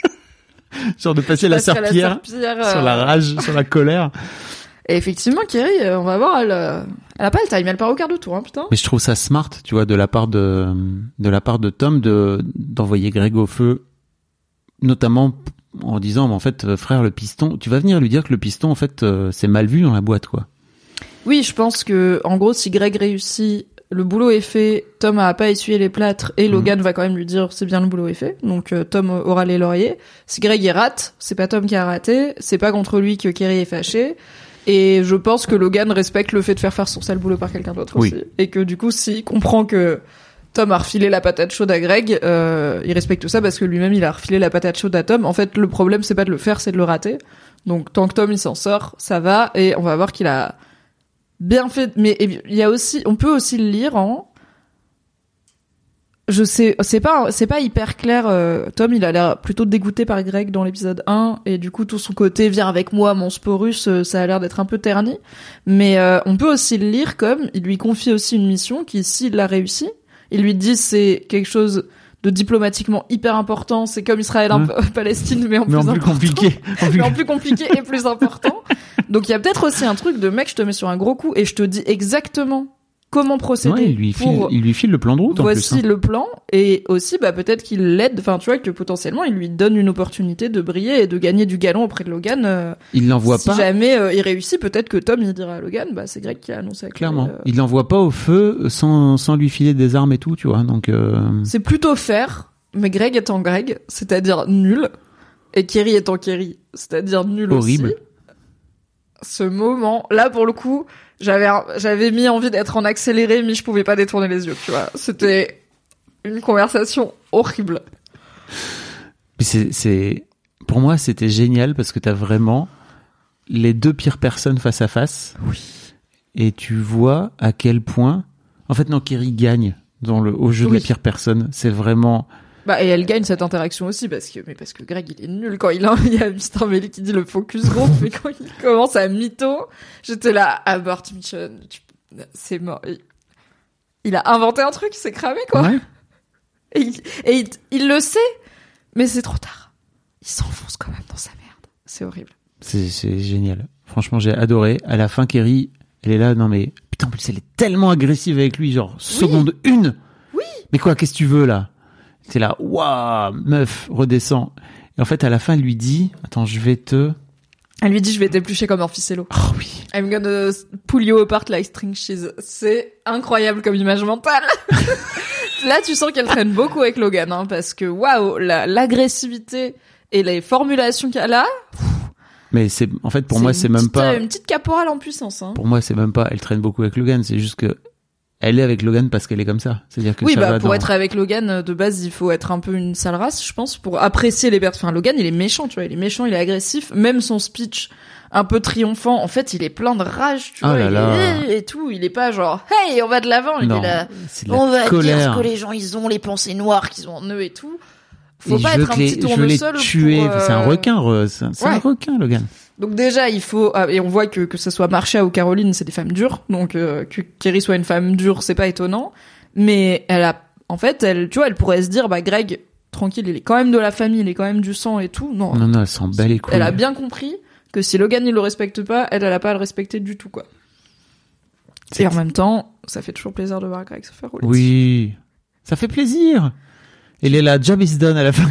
genre de passer la Parce qu'à serpillière serpillière, sur euh, la rage, sur la colère. Et effectivement, Kerry, euh, on va voir, elle, euh, elle a pas le time, elle part au quart de tour, hein, putain. Mais je trouve ça smart, tu vois, de la part de de la part de Tom de d'envoyer Greg au feu, notamment en disant, mais en fait, euh, frère, le piston, tu vas venir lui dire que le piston, en fait, euh, c'est mal vu dans la boîte, quoi. Oui, je pense que, en gros, si Greg réussit, le boulot est fait, Tom a pas essuyé les plâtres, et Logan va quand même lui dire, c'est bien, le boulot est fait. Donc, euh, Tom aura les lauriers. Si Greg y rate, c'est pas Tom qui a raté, c'est pas contre lui que Kerry est fâché. Et je pense que Logan respecte le fait de faire faire son sale boulot par quelqu'un d'autre Oui. aussi. Et que du coup, s'il comprend que Tom a refilé la patate chaude à Greg, euh, il respecte ça parce que lui-même il a refilé la patate chaude à Tom. En fait, le problème c'est pas de le faire, c'est de le rater. Donc tant que Tom il s'en sort, ça va et on va voir qu'il a bien fait. Mais il y a aussi, on peut aussi le lire en, je sais, c'est pas, c'est pas hyper clair. Euh, Tom il a l'air plutôt dégoûté par Greg dans l'épisode un et du coup tout son côté viens avec moi mon Sporus, euh, ça a l'air d'être un peu terni. Mais euh, on peut aussi le lire comme il lui confie aussi une mission qui s'il l'a réussi. Il lui dit c'est quelque chose de diplomatiquement hyper important, c'est comme Israël Ouais. Palestine mais en Mais plus en plus important. compliqué. En plus- Mais en plus compliqué et plus important. Donc il y a peut-être aussi un truc de mec je te mets sur un gros coup et je te dis exactement comment procéder Ouais, il lui file, pour il lui file le plan de route, en voici plus. hein. le plan et aussi bah peut-être qu'il l'aide, enfin tu vois que potentiellement il lui donne une opportunité de briller et de gagner du galon auprès de Logan. euh, Il l'envoie si pas, jamais euh, il réussit, peut-être que Tom il dira à Logan bah c'est Greg qui a annoncé à Kerry, clairement. euh, Il l'envoie pas au feu sans, sans lui filer des armes et tout, tu vois. Donc, euh, C'est plutôt faire, mais Greg étant Greg, c'est-à-dire nul, et Kerry étant Kerry, c'est-à-dire nul Horrible. aussi. Ce moment, là pour le coup, j'avais un- j'avais mis envie d'être en accéléré, mais je pouvais pas détourner les yeux, tu vois. C'était une conversation horrible. mais c'est, c'est, pour moi, c'était génial parce que t'as vraiment les deux pires personnes face à face. Oui. Et tu vois à quel point, en fait, non, Kerry gagne dans le, au jeu de Oui. la pire personne. C'est vraiment, Bah et elle gagne cette interaction aussi parce que mais parce que Greg il est nul quand il a il y a mister Melly qui dit le focus group mais quand il commence à mytho, j'étais là abort mission, tu- c'est mort. Il, il a inventé un truc, c'est cramé quoi. ouais. Et, il, et il, il le sait, mais c'est trop tard. Il s'enfonce quand même dans sa merde. C'est horrible. C'est, c'est génial. Franchement, j'ai adoré. À la fin, Kerry, elle est là, non mais, putain, en plus, elle est tellement agressive avec lui, genre, seconde oui. une. Oui. Mais quoi, qu'est-ce que tu veux, là? T'es là, waouh, meuf, redescends. Et en fait, à la fin, elle lui dit, attends, je vais te... Elle lui dit, je vais t'éplucher comme un ficello. Oh oui. I'm gonna pull you apart like string cheese. C'est incroyable comme image mentale. Là, tu sens qu'elle traîne beaucoup avec Logan, hein, parce que waouh, la, l'agressivité et les formulations qu'elle a. Mais c'est, en fait, pour moi, c'est même petite, pas. Une petite caporale en puissance, hein. Pour moi, c'est même pas, elle traîne beaucoup avec Logan, c'est juste que elle est avec Logan parce qu'elle est comme ça. C'est-à-dire que oui, ça bah, va pour dans... être avec Logan, de base, il faut être un peu une sale race, je pense, pour apprécier les personnes. Enfin, Logan, il est méchant, tu vois, il est méchant, il est agressif. Même son speech un peu triomphant, en fait, il est plein de rage, tu oh vois, là il là. est et tout. Il est pas genre, hey, on va de l'avant. Il non, est là, c'est de la on va colère. dire ce que les gens, ils ont, les pensées noires qu'ils ont en eux et tout. Faut et pas être un les, petit je veux les tournesol tuer. pour, euh... C'est un requin, re, c'est, c'est ouais. un requin, Logan. Donc déjà, il faut, et on voit que que ce soit Marcia ou Caroline, c'est des femmes dures. Donc euh, que Kerry soit une femme dure, c'est pas étonnant. Mais elle a, en fait, elle, tu vois, elle pourrait se dire, bah Greg, tranquille, il est quand même de la famille, il est quand même du sang et tout. Non, non, non, elle s'en bat les couilles. Elle a bien compris que si Logan il le respecte pas, elle, elle a pas à le respecter du tout, quoi. C'est... Et en même temps, ça fait toujours plaisir de voir Greg se faire rouler. Oui, ça fait plaisir. Et est là, job is done à la fin.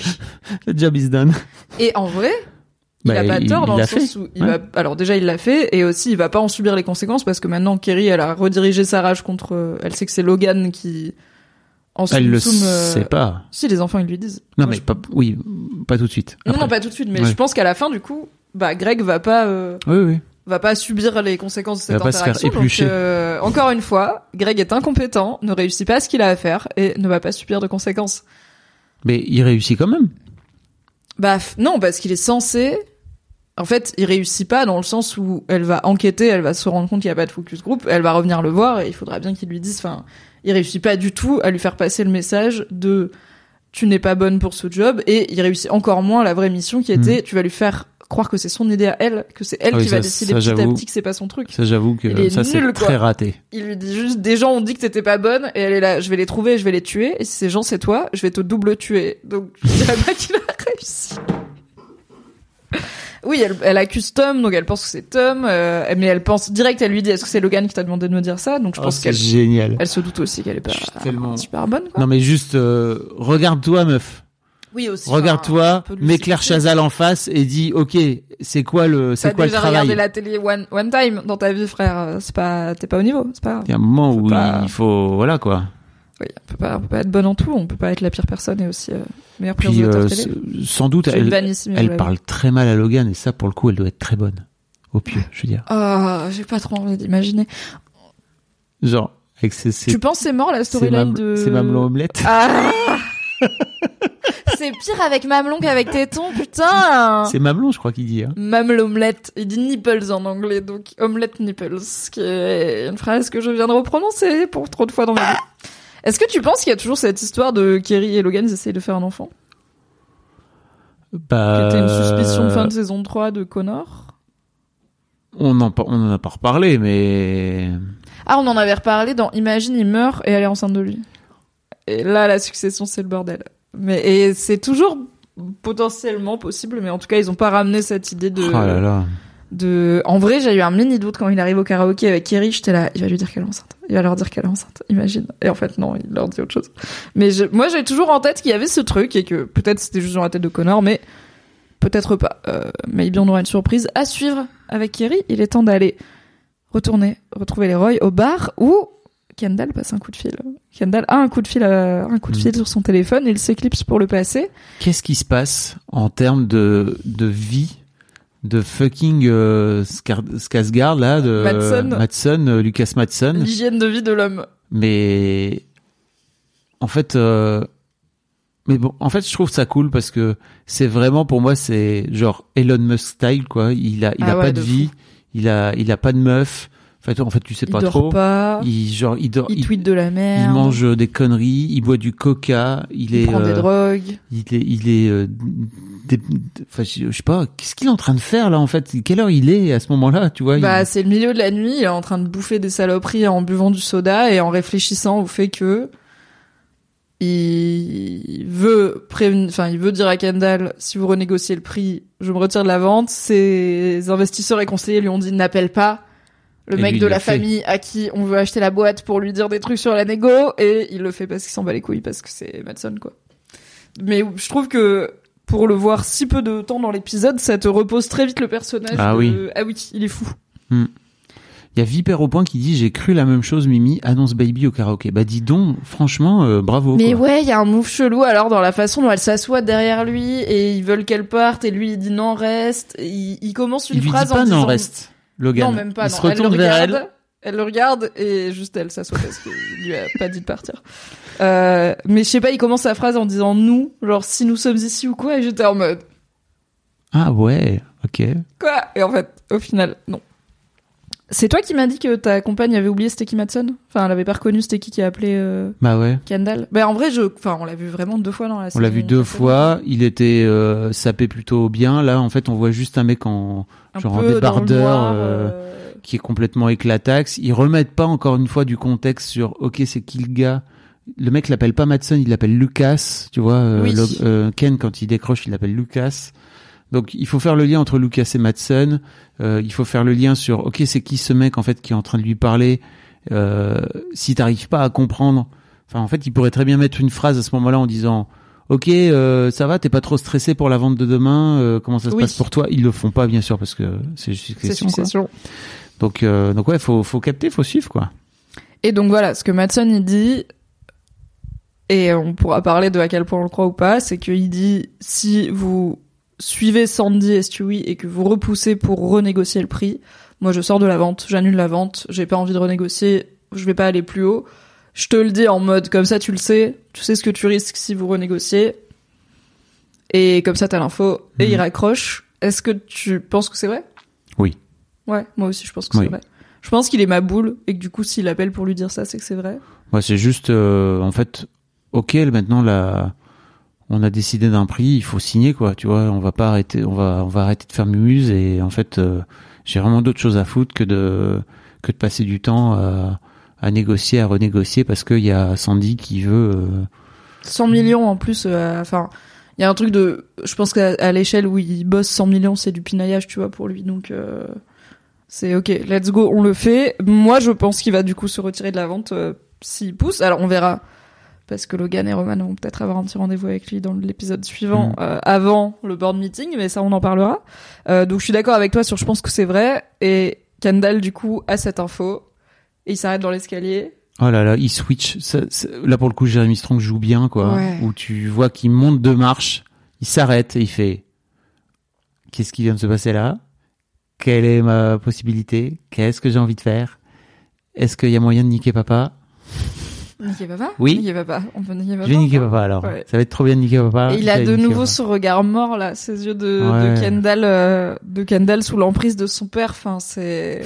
Le job is done. Et en vrai, il bah, a pas il, tort il dans le fait. sens où il ouais. va, alors déjà il l'a fait, et aussi il va pas en subir les conséquences parce que maintenant Kerry, elle a redirigé sa rage contre, elle sait que c'est Logan qui, en elle le soum, euh... sait pas. Si, les enfants ils lui disent. Non Moi, mais je... pas, oui, pas tout de suite. Non, Après. non, pas tout de suite, mais ouais. je pense qu'à la fin du coup, bah Greg va pas, euh... oui, oui. va pas subir les conséquences de cette va pas interaction. Se faire éplucher. Donc, euh, encore une fois, Greg est incompétent, ne réussit pas ce qu'il a à faire et ne va pas subir de conséquences. Mais il réussit quand même. Bah non, parce qu'il est censé. En fait, il réussit pas dans le sens où elle va enquêter, elle va se rendre compte qu'il y a pas de focus group, elle va revenir le voir et il faudra bien qu'il lui dise. Enfin, il réussit pas du tout à lui faire passer le message de tu n'es pas bonne pour ce job, et il réussit encore moins la vraie mission qui était mmh. tu vas lui faire croire que c'est son idée à elle, que c'est elle ah oui, qui ça, va décider ça, petit j'avoue, à petit que c'est pas son truc. Ça, j'avoue que ça, nul, c'est quoi. Très raté. Il lui dit juste, des gens ont dit que t'étais pas bonne, et elle est là, je vais les trouver, je vais les tuer, et si ces gens c'est toi, je vais te double tuer. Donc, je dirais pas qu'il a réussi. Oui, elle, elle accuse Tom, donc elle pense que c'est Tom, euh, mais elle pense direct, elle lui dit, est-ce que c'est Logan qui t'a demandé de me dire ça? Donc je pense oh, qu'elle, génial. Elle se doute aussi qu'elle est pas tellement... super bonne, quoi. Non mais juste, euh, regarde-toi, meuf. Oui, aussi. Regarde-toi, mets Claire Chazal en face et dis, ok, c'est quoi le, c'est T'as quoi le travail? T'as déjà regardé la télé one, one time dans ta vie, frère. C'est pas, t'es pas au niveau, c'est pas. Il y a un moment où pas... il faut, voilà, quoi. Oui, on peut pas, on peut pas être bonne en tout, on peut pas être la pire personne et aussi, euh, meilleure Puis, euh, sans doute, elle, ici, elle parle très mal à Logan et ça, pour le coup, elle doit être très bonne. Au pieu, je veux dire. Ah, oh, j'ai pas trop envie d'imaginer. Genre, avec ses, ses... Tu penses c'est mort la storyline de... C'est Mamelon Omelette. Ah c'est pire avec Mamelon qu'avec Téton, putain. C'est Mamelon, je crois qu'il dit. Hein. Mamelon Omelette. Il dit nipples en anglais, donc omelette nipples, qui est une phrase que je viens de reprononcer pour trop de fois dans ma vie. Est-ce que tu penses qu'il y a toujours cette histoire de Kerry et Logan, ils essayent de faire un enfant? Bah... C'était une suspicion de fin de saison trois de Connor. On en, on en a pas reparlé, mais... Ah, on en avait reparlé dans Imagine, il meurt et elle est enceinte de lui. Et là, la succession, c'est le bordel. Mais, et c'est toujours potentiellement possible, mais en tout cas, ils ont pas ramené cette idée de... Oh là là. De... En vrai, j'ai eu un mini doute quand il arrive au karaoké avec Kerry, j'étais là, il va lui dire qu'elle est enceinte. Il va leur dire qu'elle est enceinte, imagine. Et en fait, non, il leur dit autre chose. Mais je... moi, j'ai toujours en tête qu'il y avait ce truc et que peut-être c'était juste dans la tête de Connor, mais peut-être pas. Euh, maybe on aura une surprise à suivre avec Kerry. Il est temps d'aller retourner, retrouver les Roy au bar où Kendall passe un coup de fil. Kendall a un coup de fil, à... un coup de fil mmh. sur son téléphone et il s'éclipse pour le passer. Qu'est-ce qui se passe en termes de, de vie de fucking euh, Skarsgård là, de Madsen, Madsen euh, Lucas Madsen. L'hygiène de vie de l'homme. Mais en fait, euh... mais bon, en fait, je trouve ça cool parce que c'est vraiment pour moi, c'est genre Elon Musk style quoi. Il a, il ah a ouais, pas de, de vie, fou. il a, il a pas de meuf. En fait, en fait, tu sais pas il dort trop. Pas. Il genre, il dort. Il, il tweet de la merde. Il mange des conneries. Il boit du coca. Il, il est. prend euh, des drogues. Il est, il est. Euh, des, enfin, je, je sais pas. Qu'est-ce qu'il est en train de faire là en fait? Quelle heure il est à ce moment-là, tu vois? Bah, il... c'est le milieu de la nuit. Il est en train de bouffer des saloperies en buvant du soda et en réfléchissant au fait que il veut prévenir, enfin, il veut dire à Kendall, si vous renégociez le prix, je me retire de la vente. Ses investisseurs et conseillers lui ont dit, n'appelle pas le et mec lui, de il la l'a fait. famille à qui on veut acheter la boîte pour lui dire des trucs sur la négo, et il le fait parce qu'il s'en bat les couilles, parce que c'est Madsen, quoi. Mais je trouve que, pour le voir si peu de temps dans l'épisode, ça te repose très vite le personnage. Ah de... oui. Ah oui, il est fou. Hmm. Il y a Viper au point qui dit j'ai cru la même chose, Mimi annonce Baby au karaoké. Bah dis donc, franchement, euh, bravo. Mais quoi. ouais, il y a un move chelou alors dans la façon dont elle s'assoit derrière lui et ils veulent qu'elle parte et lui il dit non reste. Il, il commence une Il lui phrase dit pas en non disant reste. Logan. non même pas. Il non. se retourne elle le vers regarde, elle. Elle le regarde et juste elle s'assoit parce qu'il lui a pas dit de partir. Euh, mais je sais pas, il commence sa phrase en disant nous, genre si nous sommes ici ou quoi, et j'étais en mode Ah ouais, ok. quoi. Et en fait, au final, non. C'est toi qui m'as dit que ta compagne avait oublié c'était qui Madsen. Enfin, elle avait pas reconnu c'était qui qui a appelé euh, Bah ouais. Kendall. Ben en vrai, je, enfin, on l'a vu vraiment deux fois dans la On saison. l'a vu deux fois. Il était euh, sapé plutôt bien. Là, en fait, on voit juste un mec en Un genre en peu dans le débardeur noir, euh, euh, qui est complètement éclataxe. Ils remettent pas encore une fois du contexte sur ok c'est qui le gars. Le mec l'appelle pas Madsen, il l'appelle Lucas. Tu vois, euh, Oui. le- euh, Ken quand il décroche, il l'appelle Lucas. Donc il faut faire le lien entre Lucas et Madsen. Euh, il faut faire le lien sur ok c'est qui ce mec en fait qui est en train de lui parler. Euh, si t'arrives pas à comprendre, enfin en fait il pourrait très bien mettre une phrase à ce moment-là en disant ok euh, ça va, t'es pas trop stressé pour la vente de demain, euh, comment ça se Oui. passe pour toi. Ils le font pas bien sûr parce que c'est c'est succession. quoi. succession. Donc euh, donc ouais faut faut capter, faut suivre quoi. Et donc voilà, ce que Madsen il dit, et on pourra parler de à quel point on le croit ou pas, c'est qu'il dit si vous suivez Sandy et Stewie et que vous repoussez pour renégocier le prix, moi je sors de la vente, j'annule la vente, j'ai pas envie de renégocier, je vais pas aller plus haut. Je te le dis en mode comme ça tu le sais, tu sais ce que tu risques si vous renégociez. Et comme ça t'as l'info et Mhm. il raccroche. Est-ce que tu penses que c'est vrai ? Oui. Ouais, moi aussi je pense que Oui. c'est vrai. Je pense qu'il est ma boule et que du coup s'il appelle pour lui dire ça, c'est que c'est vrai. Moi c'est juste euh, en fait ok maintenant la on a décidé d'un prix, il faut signer quoi, tu vois, on va pas arrêter, on va on va arrêter de faire mumuse et en fait euh, j'ai vraiment d'autres choses à foutre que de que de passer du temps à, à négocier, à renégocier parce qu'il y a Sandy qui veut euh, cent millions en plus, euh, enfin, il y a un truc de, je pense qu'à à l'échelle où il bosse cent millions, c'est du pinaillage, tu vois, pour lui, donc euh, c'est ok, let's go, on le fait. Moi, je pense qu'il va du coup se retirer de la vente euh, s'il pousse, alors on verra. Parce que Logan et Roman vont peut-être avoir un petit rendez-vous avec lui dans l'épisode suivant, Mmh. euh, avant le board meeting, mais ça on en parlera. Euh, donc je suis d'accord avec toi sur je pense que c'est vrai, et Kendall du coup a cette info, et il s'arrête dans l'escalier. oh là là, il switch. Ça, ça- là pour le coup, Jeremy Strong joue bien quoi. Ouais. Où tu vois qu'il monte deux marches, il s'arrête et il fait qu'est-ce qui vient de se passer là ? Quelle est ma possibilité ? Qu'est-ce que j'ai envie de faire ? Est-ce qu'il y a moyen de niquer papa ? Niquer papa ? Oui. Niquer papa, on peut niquer papa. Je vais niquer papa alors. Ouais. Ça va être trop bien de niquer papa. Et il Je a vais de niquer nouveau papa. ce regard mort là, ses yeux de, Ouais. de Kendall, euh, de Kendall sous l'emprise de son père. Enfin, c'est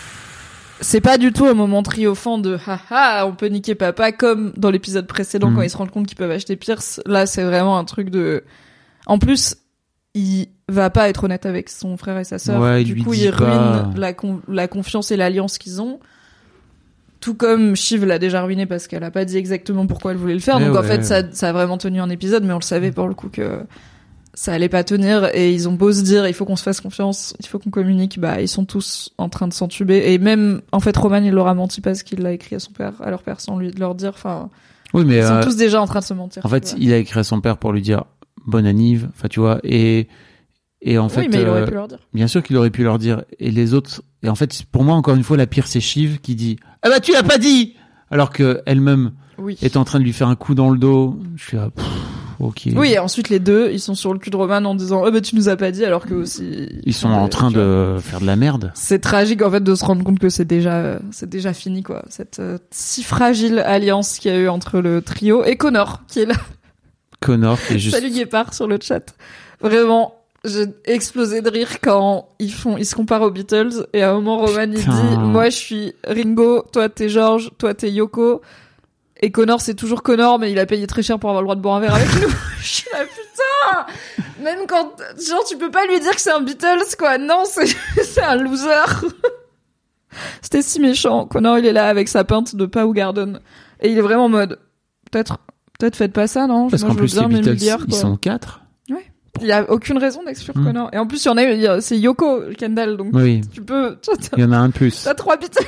c'est pas du tout un moment triomphant de haha, on peut niquer papa comme dans l'épisode précédent Mm. quand ils se rendent compte qu'ils peuvent acheter Pierce. Là, c'est vraiment un truc de. En plus, il va pas être honnête avec son frère et sa sœur. Ouais, il du lui coup, dit il pas. ruine la con- la confiance et l'alliance qu'ils ont. Tout comme Shiv l'a déjà ruiné parce qu'elle a pas dit exactement pourquoi elle voulait le faire. Mais Donc en ouais. fait, ça, ça a vraiment tenu un épisode, mais on le savait pour le coup que ça allait pas tenir. Et ils ont beau se dire, il faut qu'on se fasse confiance, il faut qu'on communique. Bah, ils sont tous en train de s'entuber. Et même, en fait, Roman, il leur a menti parce qu'il l'a écrit à son père, à leur père, sans lui leur dire. Enfin, Oui, mais ils sont euh, tous déjà en train de se mentir. en tu fait, vois. il a écrit à son père pour lui dire bonne anniv. Enfin, tu vois, et et en fait, oui, mais il aurait euh, pu leur dire. bien sûr qu'il aurait pu leur dire. Et les autres. Et en fait, pour moi, encore une fois, la pire, c'est Shiv qui dit ah bah tu l'as pas dit. Alors que elle-même Oui. est en train de lui faire un coup dans le dos. Je suis là, pff, ok. Oui, et ensuite les deux, ils sont sur le cul de Roman en disant, oh bah tu nous as pas dit, alors que aussi. Ils sont en train tu vois. de faire de la merde. C'est tragique en fait de se rendre compte que c'est déjà c'est déjà fini quoi, cette euh, si fragile alliance qu'il y a eu entre le trio et Connor qui est là. Connor qui est juste. Salut Guépard sur le chat. Vraiment, j'ai explosé de rire quand ils font ils se comparent aux Beatles et à un moment Roman il Putain. dit moi je suis Ringo, toi t'es George, toi t'es Yoko. Et Connor, c'est toujours Connor, mais il a payé très cher pour avoir le droit de boire un verre avec nous. Je suis là, putain! Même quand, genre, tu peux pas lui dire que c'est un Beatles, quoi. Non, c'est, c'est un loser. C'était si méchant. Connor, il est là avec sa pinte de Pau Garden. Et il est vraiment en mode, peut-être, peut-être faites pas ça, non? Parce Moi, qu'en je veux plus, bien les mes Beatles, milliards, ils quoi. sont quatre. Ouais. Il y a aucune raison d'exclure Mm. Connor. Et en plus, il y en a, il y a c'est Yoko Kendall, donc Oui. tu peux. tu vois, Il y en a un de plus. T'as trois Beatles.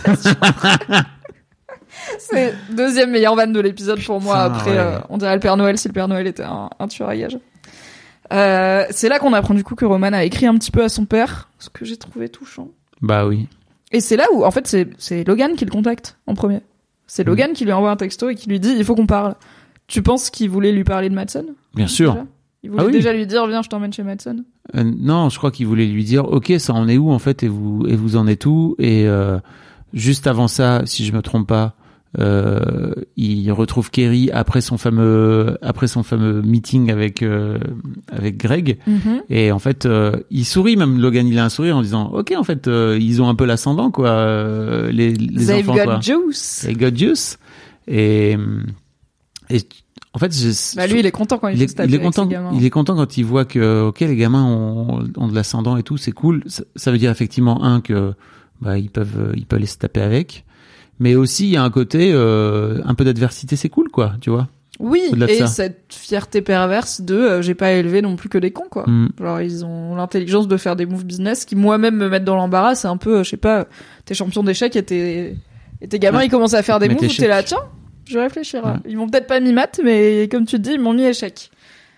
C'est deuxième meilleure vanne de l'épisode pour moi. Putain, Après, ouais. euh, on dirait le Père Noël si le Père Noël était un, un tueur à gages. Euh, c'est là qu'on apprend du coup que Roman a écrit un petit peu à son père, ce que j'ai trouvé touchant. Bah oui. Et c'est là où, en fait, c'est, c'est Logan qui le contacte en premier. C'est Mm. Logan qui lui envoie un texto et qui lui dit il faut qu'on parle. Tu penses qu'il voulait lui parler de Madsen? Bien sûr. Déjà Il voulait Ah oui. déjà lui dire viens, je t'emmène chez Madsen. Euh, non, je crois qu'il voulait lui dire, ok, ça en est où en fait, et vous et vous en êtes où? Et euh, juste avant ça, si je me trompe pas, euh, il retrouve Kerry après son fameux après son fameux meeting avec euh, avec Greg. Mm-hmm. Et en fait, euh, il sourit, même Logan, il a un sourire en disant, ok, en fait, euh, ils ont un peu l'ascendant, quoi, euh, les les They've enfants, got quoi. juice. They got juice. Et et en fait, je, Bah lui, il est content quand il, il fait est, se taper il est avec content. ses gamins. Il est content quand il voit que, ok, les gamins ont, ont de l'ascendant et tout, c'est cool. Ça, ça veut dire effectivement un que, bah, ils peuvent, ils peuvent aller se taper avec. Mais aussi, il y a un côté, euh, un peu d'adversité, c'est cool, quoi, tu vois. Oui, Au-delà de et ça. cette fierté perverse de euh, j'ai pas élevé non plus que des cons, quoi. Mm. Genre, ils ont l'intelligence de faire des moves business qui, moi-même, me mettent dans l'embarras. C'est un peu, euh, je sais pas, t'es champion d'échecs et tes, et tes gamins, Ouais. ils commencent à faire des Mais moves où t'échecs. t'es là, tiens, je vais réfléchir. Ouais. Ils m'ont peut-être pas mis maths, mais comme tu te dis, ils m'ont mis échec.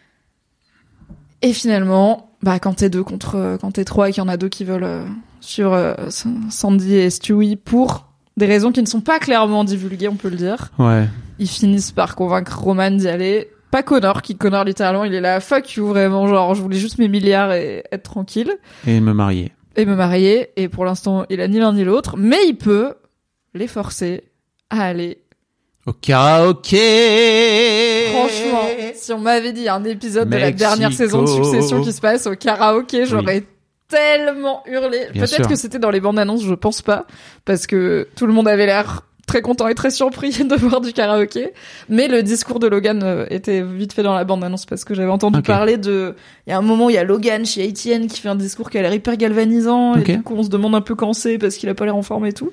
Et finalement, bah, quand t'es deux contre, euh, quand t'es trois et qu'il y en a deux qui veulent euh, sur euh, Sandy et Stewie pour des raisons qui ne sont pas clairement divulguées, on peut le dire. Ouais. Ils finissent par convaincre Roman d'y aller. Pas Connor, qui Connor littéralement, il est là, fuck you, vraiment, genre, je voulais juste mes milliards et être tranquille. Et me marier. Et me marier, et pour l'instant, il a ni l'un ni l'autre, mais il peut les forcer à aller. Au karaoké. Franchement, si on m'avait dit un épisode de la Mexico. dernière saison de Succession qui se passe au karaoké, j'aurais tellement hurlé. Bien Peut-être sûr. que c'était dans les bandes annonces, je pense pas, parce que tout le monde avait l'air très content et très surpris de voir du karaoké. Mais le discours de Logan euh, était vite fait dans la bande annonce parce que j'avais entendu Ok. parler de, il y a un moment où il y a Logan chez A T N qui fait un discours qui a l'air hyper galvanisant Ok. et du coup on se demande un peu quand c'est parce qu'il a pas l'air en forme et tout.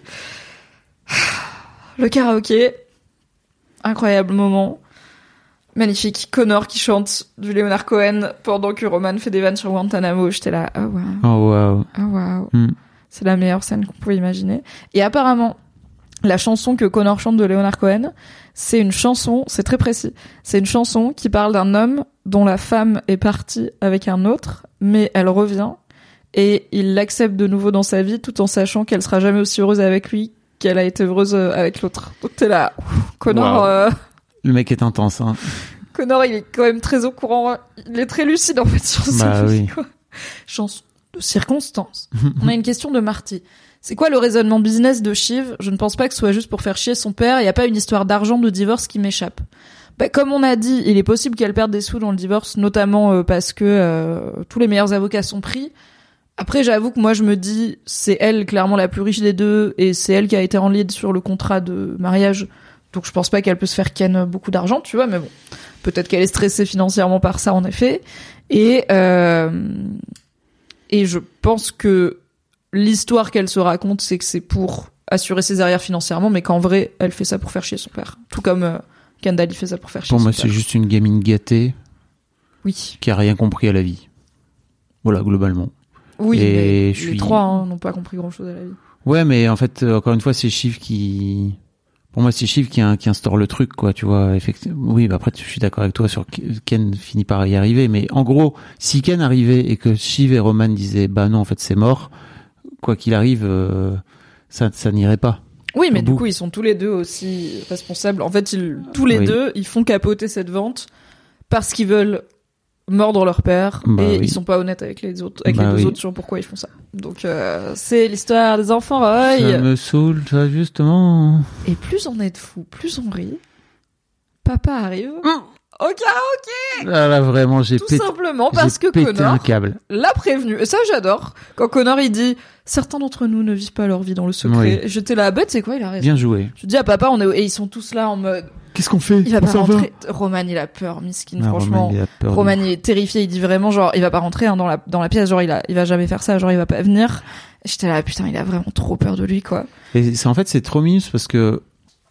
Le karaoké. Incroyable moment. Magnifique. Connor qui chante du Leonard Cohen pendant que Roman fait des vannes sur Guantanamo. J'étais là, oh wow. Oh wow. Oh wow. Mm. C'est la meilleure scène qu'on pouvait imaginer. Et apparemment, la chanson que Connor chante de Leonard Cohen, c'est une chanson, c'est très précis, c'est une chanson qui parle d'un homme dont la femme est partie avec un autre, mais elle revient, et il l'accepte de nouveau dans sa vie, tout en sachant qu'elle sera jamais aussi heureuse avec lui qu'elle a été heureuse avec l'autre. Donc t'es là, ouf, Connor, Wow. euh, Le mec est intense, hein. Connor, il est quand même très au courant, il est très lucide en fait sur sa Bah vie, oui. quoi. Chanson de circonstance. On a une question de Marty. C'est quoi le raisonnement business de Shiv? Je ne pense pas que ce soit juste pour faire chier son père. Il n'y a pas une histoire d'argent de divorce qui m'échappe. Bah, comme on a dit, il est possible qu'elle perde des sous dans le divorce, notamment euh, parce que euh, tous les meilleurs avocats sont pris. Après, j'avoue que moi, je me dis, c'est elle clairement la plus riche des deux, et c'est elle qui a été en lead sur le contrat de mariage. Donc, je pense pas qu'elle peut se faire ken beaucoup d'argent, tu vois. Mais bon, peut-être qu'elle est stressée financièrement par ça, en effet. Et euh, et je pense que l'histoire qu'elle se raconte, c'est que c'est pour assurer ses arrières financièrement, mais qu'en vrai, elle fait ça pour faire chier son père. Tout comme euh, Kendall, il fait ça pour faire chier Pour son moi, père. c'est juste une gamine gâtée Oui. qui a rien compris à la vie. Voilà, globalement. Oui, Et mais je les suis- trois hein, n'ont pas compris grand-chose à la vie. Ouais, mais en fait, euh, encore une fois, c'est Shiv qui... Pour moi, c'est Shiv qui, in- qui instaure le truc, quoi, tu vois. Effectivement. Oui, bah après, je suis d'accord avec toi sur que Ken finit par y arriver, mais en gros, si Ken arrivait et que Shiv et Roman disaient, bah non, en fait, c'est mort, quoi qu'il arrive, euh, ça, ça n'irait pas. Oui, mais Au du bout. coup, ils sont tous les deux aussi responsables. En fait, ils, tous les Oui. deux, ils font capoter cette vente parce qu'ils veulent mordre leur père Bah et oui. ils sont pas honnêtes avec les autres, avec Bah les deux oui. autres sur pourquoi ils font ça. Donc, euh, c'est l'histoire des enfants Roy. Ça me saoule, ça, justement. Et plus on est de fous, plus on rit. Papa arrive. Au karaoké, Là, là, vraiment, j'ai tout pété, simplement parce j'ai que pété un Connor câble. l'a prévenu. Et ça, j'adore. Quand Connor, il dit « Certains d'entre nous ne vivent pas leur vie dans le secret. Oui. J'étais là, bête, c'est quoi, il a raison. Bien joué. Je dis à papa, on est... Et ils sont tous là en mode... Qu'est-ce qu'on fait? Il va pas rentrer. Roman, il a peur, miskin, Ah, franchement. Roman, il a peur de- Roman, il est terrifié. Il dit vraiment, genre, il va pas rentrer hein, dans la dans la pièce. Genre, il a, il va jamais faire ça. Genre, il va pas venir. Et j'étais là, putain, il a vraiment trop peur de lui, quoi. Et c'est, en fait, c'est trop mignon parce que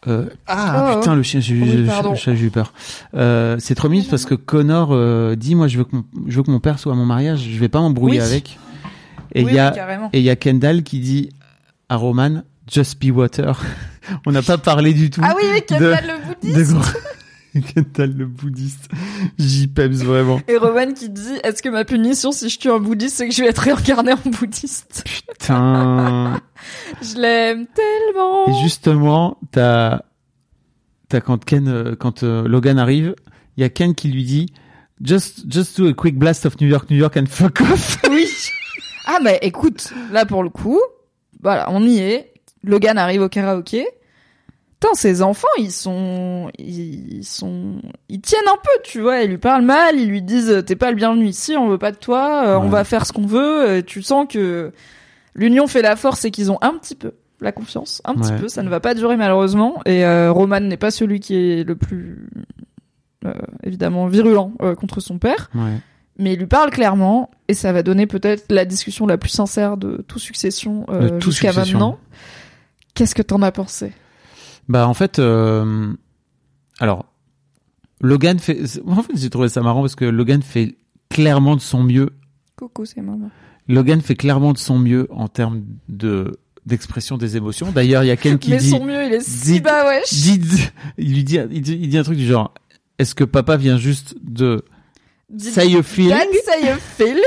Euh, ah oh, putain, le chien, j'ai, oui, j'ai, j'ai, j'ai eu peur. Euh, c'est trop mignon parce que Connor euh, dit, moi, je veux que mon, je veux que mon père soit à mon mariage, je vais pas m'embrouiller oui. avec. Et il oui, y a, oui, et il y a Kendall qui dit à Roman, just be water. On n'a pas parlé du tout. Ah oui, oui, Kendall de, le bouddhiste. De... Kendall le bouddhiste. J'y peps vraiment. Et Roman qui dit, est-ce que ma punition si je tue un bouddhiste, c'est que je vais être réincarné en bouddhiste? Putain. Je l'aime tellement. Et justement, t'as, t'as quand Ken, quand euh, Logan arrive, il y a Ken qui lui dit, just, just do a quick blast of New York, New York and fuck off. Oui. Ah, mais écoute, là pour le coup, voilà, on y est. Logan arrive au karaoké. Putain, ses enfants, ils sont, ils sont, ils tiennent un peu, tu vois. Ils lui parlent mal, ils lui disent, t'es pas le bienvenu ici, on veut pas de toi, euh, ouais. on va faire ce qu'on veut. Tu sens que l'union fait la force et qu'ils ont un petit peu la confiance, un petit ouais. peu. Ça ne va pas durer malheureusement. Et euh, Roman n'est pas celui qui est le plus, euh, évidemment, virulent euh, contre son père. Ouais. Mais il lui parle clairement et ça va donner peut-être la discussion la plus sincère de tout Succession euh, de tout jusqu'à succession. Maintenant. Qu'est-ce que t'en as pensé? Bah en fait, euh... alors Logan fait. En fait, j'ai trouvé ça marrant parce que Logan fait clairement de son mieux. Coucou, c'est maman. Logan fait clairement de son mieux en termes de d'expression des émotions. D'ailleurs, il y a quelqu'un qui Mais dit. Mais son mieux, il est si bas, wesh. Dit, il lui dit, il dit, il dit un truc du genre. Est-ce que papa vient juste de Did say a feeling? Say a feeling?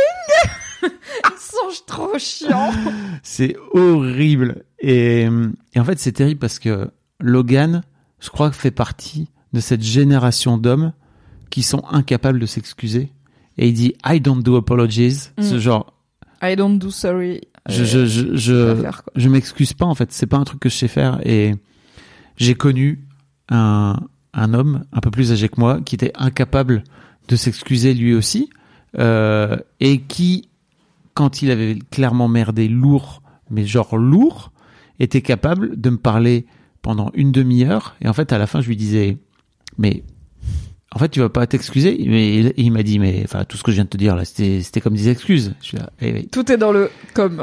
Ils sont trop chiants. C'est horrible. Et, et en fait, c'est terrible parce que Logan, je crois, fait partie de cette génération d'hommes qui sont incapables de s'excuser. Et il dit I don't do apologies. Mm. Ce genre. I don't do sorry. Je, je, je, je, faire, je m'excuse pas, en fait. C'est pas un truc que je sais faire. Et j'ai connu un, un homme un peu plus âgé que moi qui était incapable de s'excuser lui aussi. Euh, et qui, quand il avait clairement merdé lourd, mais genre lourd, était capable de me parler pendant une demi-heure. Et en fait, à la fin, je lui disais, mais en fait, tu vas pas t'excuser. Mais il, il m'a dit, mais enfin, tout ce que je viens de te dire là, c'était, c'était comme des excuses. Je suis là, eh, eh. Tout est dans le comme.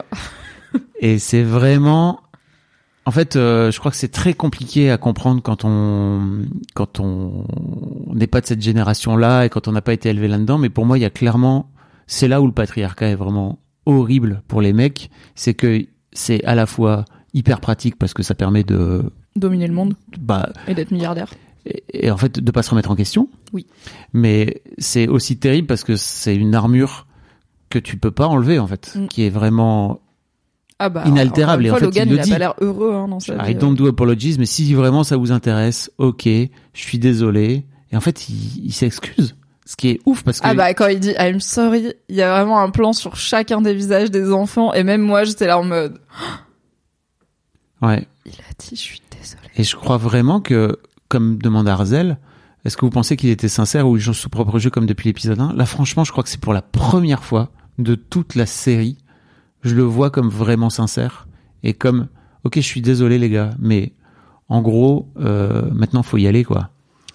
Et c'est vraiment, en fait, euh, je crois que c'est très compliqué à comprendre quand on quand on n'est pas de cette génération-là et quand on n'a pas été élevé là-dedans. Mais pour moi, il y a clairement, c'est là où le patriarcat est vraiment horrible pour les mecs. C'est que c'est à la fois hyper pratique parce que ça permet de dominer le monde, bah, et d'être milliardaire. Et, et en fait, de pas se remettre en question. Oui. Mais c'est aussi terrible parce que c'est une armure que tu peux pas enlever en fait, mm. qui est vraiment ah bah, inaltérable. Fois, et en fait, Logan, il, il le a dit. Pas l'air heureux hein, dans sa I vie. don't do apologies, mais si vraiment ça vous intéresse, ok, je suis désolé. Et en fait, il, il s'excuse. Ce qui est ouf parce que... Ah bah quand il dit I'm sorry, il y a vraiment un plan sur chacun des visages des enfants et même moi j'étais là en mode... Ouais. Il a dit je suis désolé. Et je crois vraiment que, comme demande Arzel, est-ce que vous pensez qu'il était sincère ou il joue son propre jeu comme depuis l'épisode un? Là franchement je crois que c'est pour la première fois de toute la série, je le vois comme vraiment sincère et comme ok je suis désolé les gars, mais en gros euh, maintenant faut y aller quoi.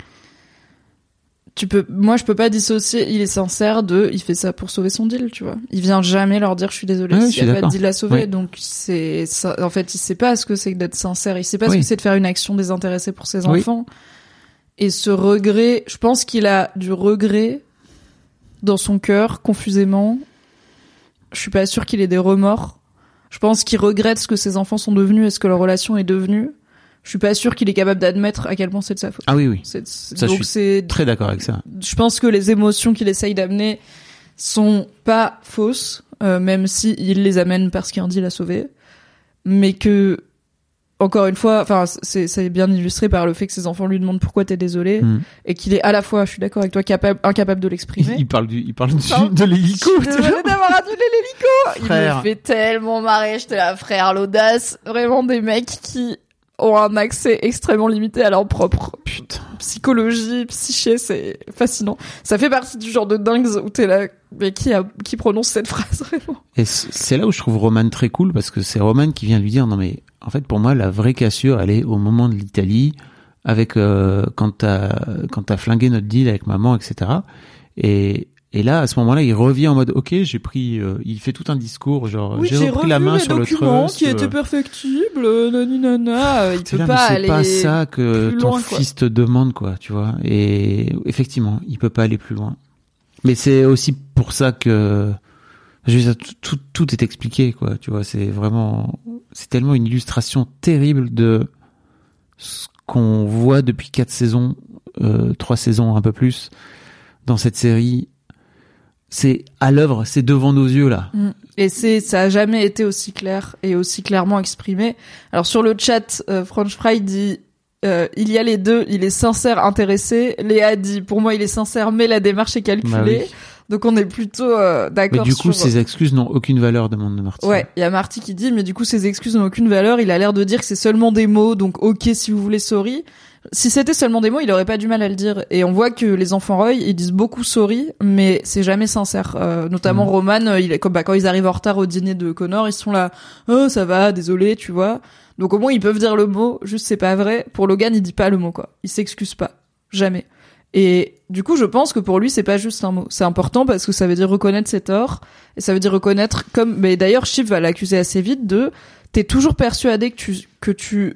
Tu peux, moi je peux pas dissocier, il est sincère de, il fait ça pour sauver son deal, tu vois. Il vient jamais leur dire je suis désolé, ouais, s'il y a pas de deal à sauver, oui. donc c'est ça, en fait il sait pas ce que c'est que d'être sincère, il sait pas oui. ce que c'est de faire une action désintéressée pour ses oui. enfants. Et ce regret, je pense qu'il a du regret dans son cœur, confusément. Je suis pas sûre qu'il ait des remords. Je pense qu'il regrette ce que ses enfants sont devenus et ce que leur relation est devenue. Je suis pas sûre qu'il est capable d'admettre à quel point c'est de sa faute. Ah oui, oui. C'est, c'est, ça, donc je suis c'est, très d'accord avec ça. Je pense que les émotions qu'il essaye d'amener sont pas fausses, euh, même si il les amène parce qu'il y a un deal à sauver. Mais que, encore une fois, enfin, c'est, c'est bien illustré par le fait que ses enfants lui demandent pourquoi t'es désolé, mmh. et qu'il est à la fois, je suis d'accord avec toi, capable, incapable de l'exprimer. Il parle du, il parle du, de l'hélico. Je suis désolée d'avoir annulé l'hélico. Frère. Il me fait tellement marrer, j'étais là, frère, l'audace. Vraiment des mecs qui ont un accès extrêmement limité à leur propre Putain. psychologie, psyché, c'est fascinant. Ça fait partie du genre de dingues où t'es là, mais qui a, qui prononce cette phrase vraiment? Et c'est là où je trouve Roman très cool parce que c'est Roman qui vient lui dire non mais en fait pour moi la vraie cassure elle est au moment de l'Italie avec euh, quand t'as quand t'as flingué notre deal avec maman et cetera. Et Et là, à ce moment-là, il revient en mode, ok, j'ai pris, euh, il fait tout un discours, genre, oui, j'ai, j'ai repris la main sur le trust. qui étaient perfectibles, naninana. Il peut là, pas mais aller. C'est pas ça que plus ton loin, fils te demande, quoi, tu vois. Et effectivement, il peut pas aller plus loin. Mais c'est aussi pour ça que, je veux dire, tout, tout, tout est expliqué, quoi, tu vois. C'est vraiment, c'est tellement une illustration terrible de ce qu'on voit depuis quatre saisons, euh, trois saisons, un peu plus, dans cette série. C'est à l'œuvre, c'est devant nos yeux, là. Et c'est, ça a jamais été aussi clair et aussi clairement exprimé. Alors, sur le chat, euh, French Fry dit, euh, il y a les deux, il est sincère, intéressé. Léa dit, pour moi, il est sincère, mais la démarche est calculée. Bah oui. Donc, on est plutôt, euh, d'accord. Mais du coup, sur... ces excuses n'ont aucune valeur, demande Marty. Ouais, il y a Marty qui dit, mais du coup, ces excuses n'ont aucune valeur. Il a l'air de dire que c'est seulement des mots, donc ok, si vous voulez, sorry. Si c'était seulement des mots, il aurait pas du mal à le dire. Et on voit que les enfants Roy, ils disent beaucoup sorry, mais c'est jamais sincère. Euh, notamment mmh. Roman, il est comme bah, quand ils arrivent en retard au dîner de Connor, ils sont là, oh ça va, désolé, tu vois. Donc au moins ils peuvent dire le mot, juste c'est pas vrai. Pour Logan, il dit pas le mot quoi, il s'excuse pas, jamais. Et du coup, je pense que pour lui, c'est pas juste un mot. C'est important parce que ça veut dire reconnaître ses torts et ça veut dire reconnaître comme. Mais d'ailleurs, Shiv va l'accuser assez vite de. T'es toujours persuadé que tu que tu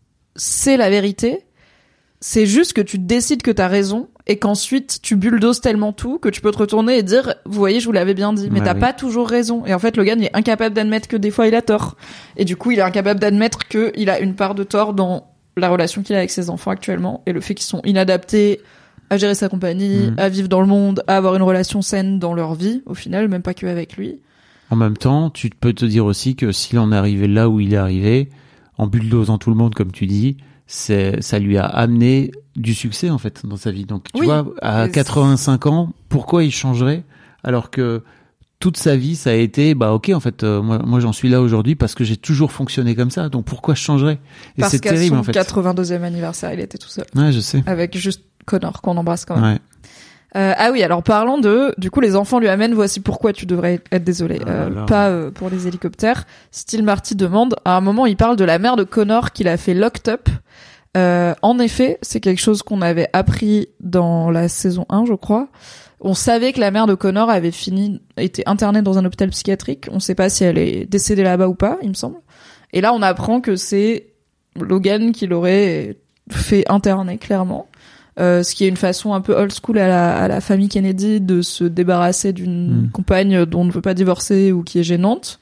sais la vérité. C'est juste que tu décides que t'as raison et qu'ensuite tu bulldozes tellement tout que tu peux te retourner et dire vous voyez je vous l'avais bien dit mais ouais, t'as oui. pas toujours raison et en fait Logan il est incapable d'admettre que des fois il a tort et du coup il est incapable d'admettre que il a une part de tort dans la relation qu'il a avec ses enfants actuellement et le fait qu'ils sont inadaptés à gérer sa compagnie, mmh. à vivre dans le monde, à avoir une relation saine dans leur vie au final, même pas que avec lui. En même temps tu peux te dire aussi que s'il en est arrivé là où il est arrivé en bulldozant tout le monde comme tu dis, c'est, ça lui a amené du succès en fait dans sa vie. Donc tu oui, vois, à quatre-vingt-cinq ans, pourquoi il changerait alors que toute sa vie ça a été bah ok en fait euh, moi moi j'en suis là aujourd'hui parce que j'ai toujours fonctionné comme ça. Donc pourquoi je changerais? Et parce c'est qu'à terrible son en fait. quatre-vingt-deuxième anniversaire, il était tout seul. Ouais, je sais. Avec juste Connor qu'on embrasse quand même. Ouais. Euh, ah oui, alors parlons de, du coup les enfants lui amènent voici pourquoi tu devrais être désolé, ah euh, pas euh, pour les hélicoptères. Steel Marty demande, à un moment il parle de la mère de Connor qu'il a fait locked up. Euh, en effet, c'est quelque chose qu'on avait appris dans la saison un, je crois. On savait que la mère de Connor avait fini, était internée dans un hôpital psychiatrique. On sait pas si elle est décédée là-bas ou pas, il me semble. Et là, on apprend que c'est Logan qui l'aurait fait interner, clairement. Euh, ce qui est une façon un peu old school à la, à la famille Kennedy de se débarrasser d'une mmh. compagne dont on ne veut pas divorcer ou qui est gênante.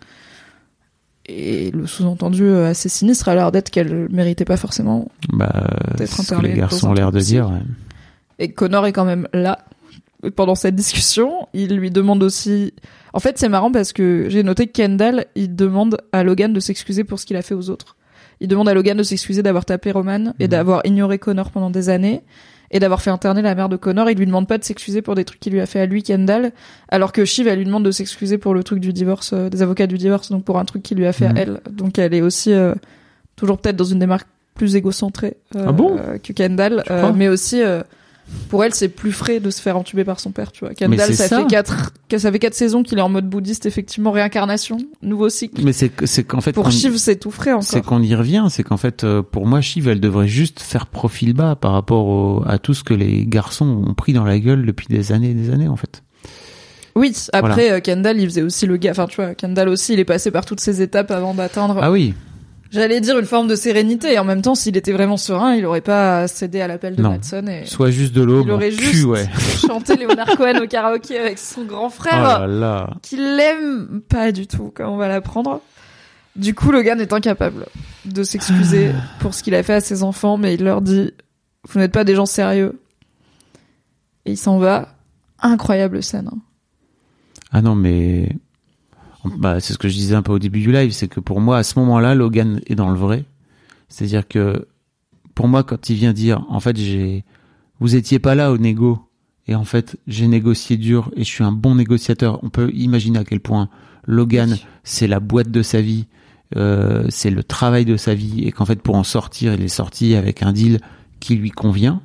Et le sous-entendu assez sinistre a l'air d'être qu'elle méritait pas forcément bah, d'être internée. C'est ce que les garçons ont l'air de dire. Ouais. Et Connor est quand même là pendant cette discussion. Il lui demande aussi... En fait, c'est marrant parce que j'ai noté que Kendall, il demande à Logan de s'excuser pour ce qu'il a fait aux autres. Il demande à Logan de s'excuser d'avoir tapé Roman et mmh. d'avoir ignoré Connor pendant des années et d'avoir fait interner la mère de Connor. Il lui demande pas de s'excuser pour des trucs qu'il lui a fait à lui, Kendall, alors que Shiv, elle lui demande de s'excuser pour le truc du divorce, euh, des avocats du divorce, donc pour un truc qu'il lui a fait mmh. à elle. Donc elle est aussi euh, toujours peut-être dans une démarche plus égocentrée euh, ah bon euh, que Kendall, euh, mais aussi euh, pour elle c'est plus frais de se faire entuber par son père, tu vois. Kendall, ça, ça fait quatre, ça fait quatre saisons qu'il est en mode bouddhiste, effectivement, réincarnation, nouveau cycle. Mais c'est c'est qu'en fait pour Shiv c'est tout frais encore. C'est qu'on y revient, c'est qu'en fait euh, pour moi Shiv elle devrait juste faire profil bas par rapport au, à tout ce que les garçons ont pris dans la gueule depuis des années et des années en fait. Oui, après voilà. euh, Kendall il faisait aussi le gars, enfin tu vois, Kendall aussi il est passé par toutes ces étapes avant d'atteindre. Ah oui. J'allais dire une forme de sérénité et en même temps s'il était vraiment serein il aurait pas cédé à l'appel de non. Madsen et soit juste de l'eau, il aurait cul, juste ouais. chanté Leonard Cohen au karaoké avec son grand frère oh là là. qui l'aime pas du tout comme on va l'apprendre. Du coup Logan est incapable de s'excuser pour ce qu'il a fait à ses enfants mais il leur dit vous n'êtes pas des gens sérieux et il s'en va. Incroyable scène. Ah non mais bah, c'est ce que je disais un peu au début du live, c'est que pour moi, à ce moment-là, Logan est dans le vrai. C'est-à-dire que, pour moi, quand il vient dire, en fait, j'ai, vous étiez pas là au négo, et en fait, j'ai négocié dur, et je suis un bon négociateur. On peut imaginer à quel point Logan, oui. c'est la boîte de sa vie, euh, c'est le travail de sa vie, et qu'en fait, pour en sortir, il est sorti avec un deal qui lui convient.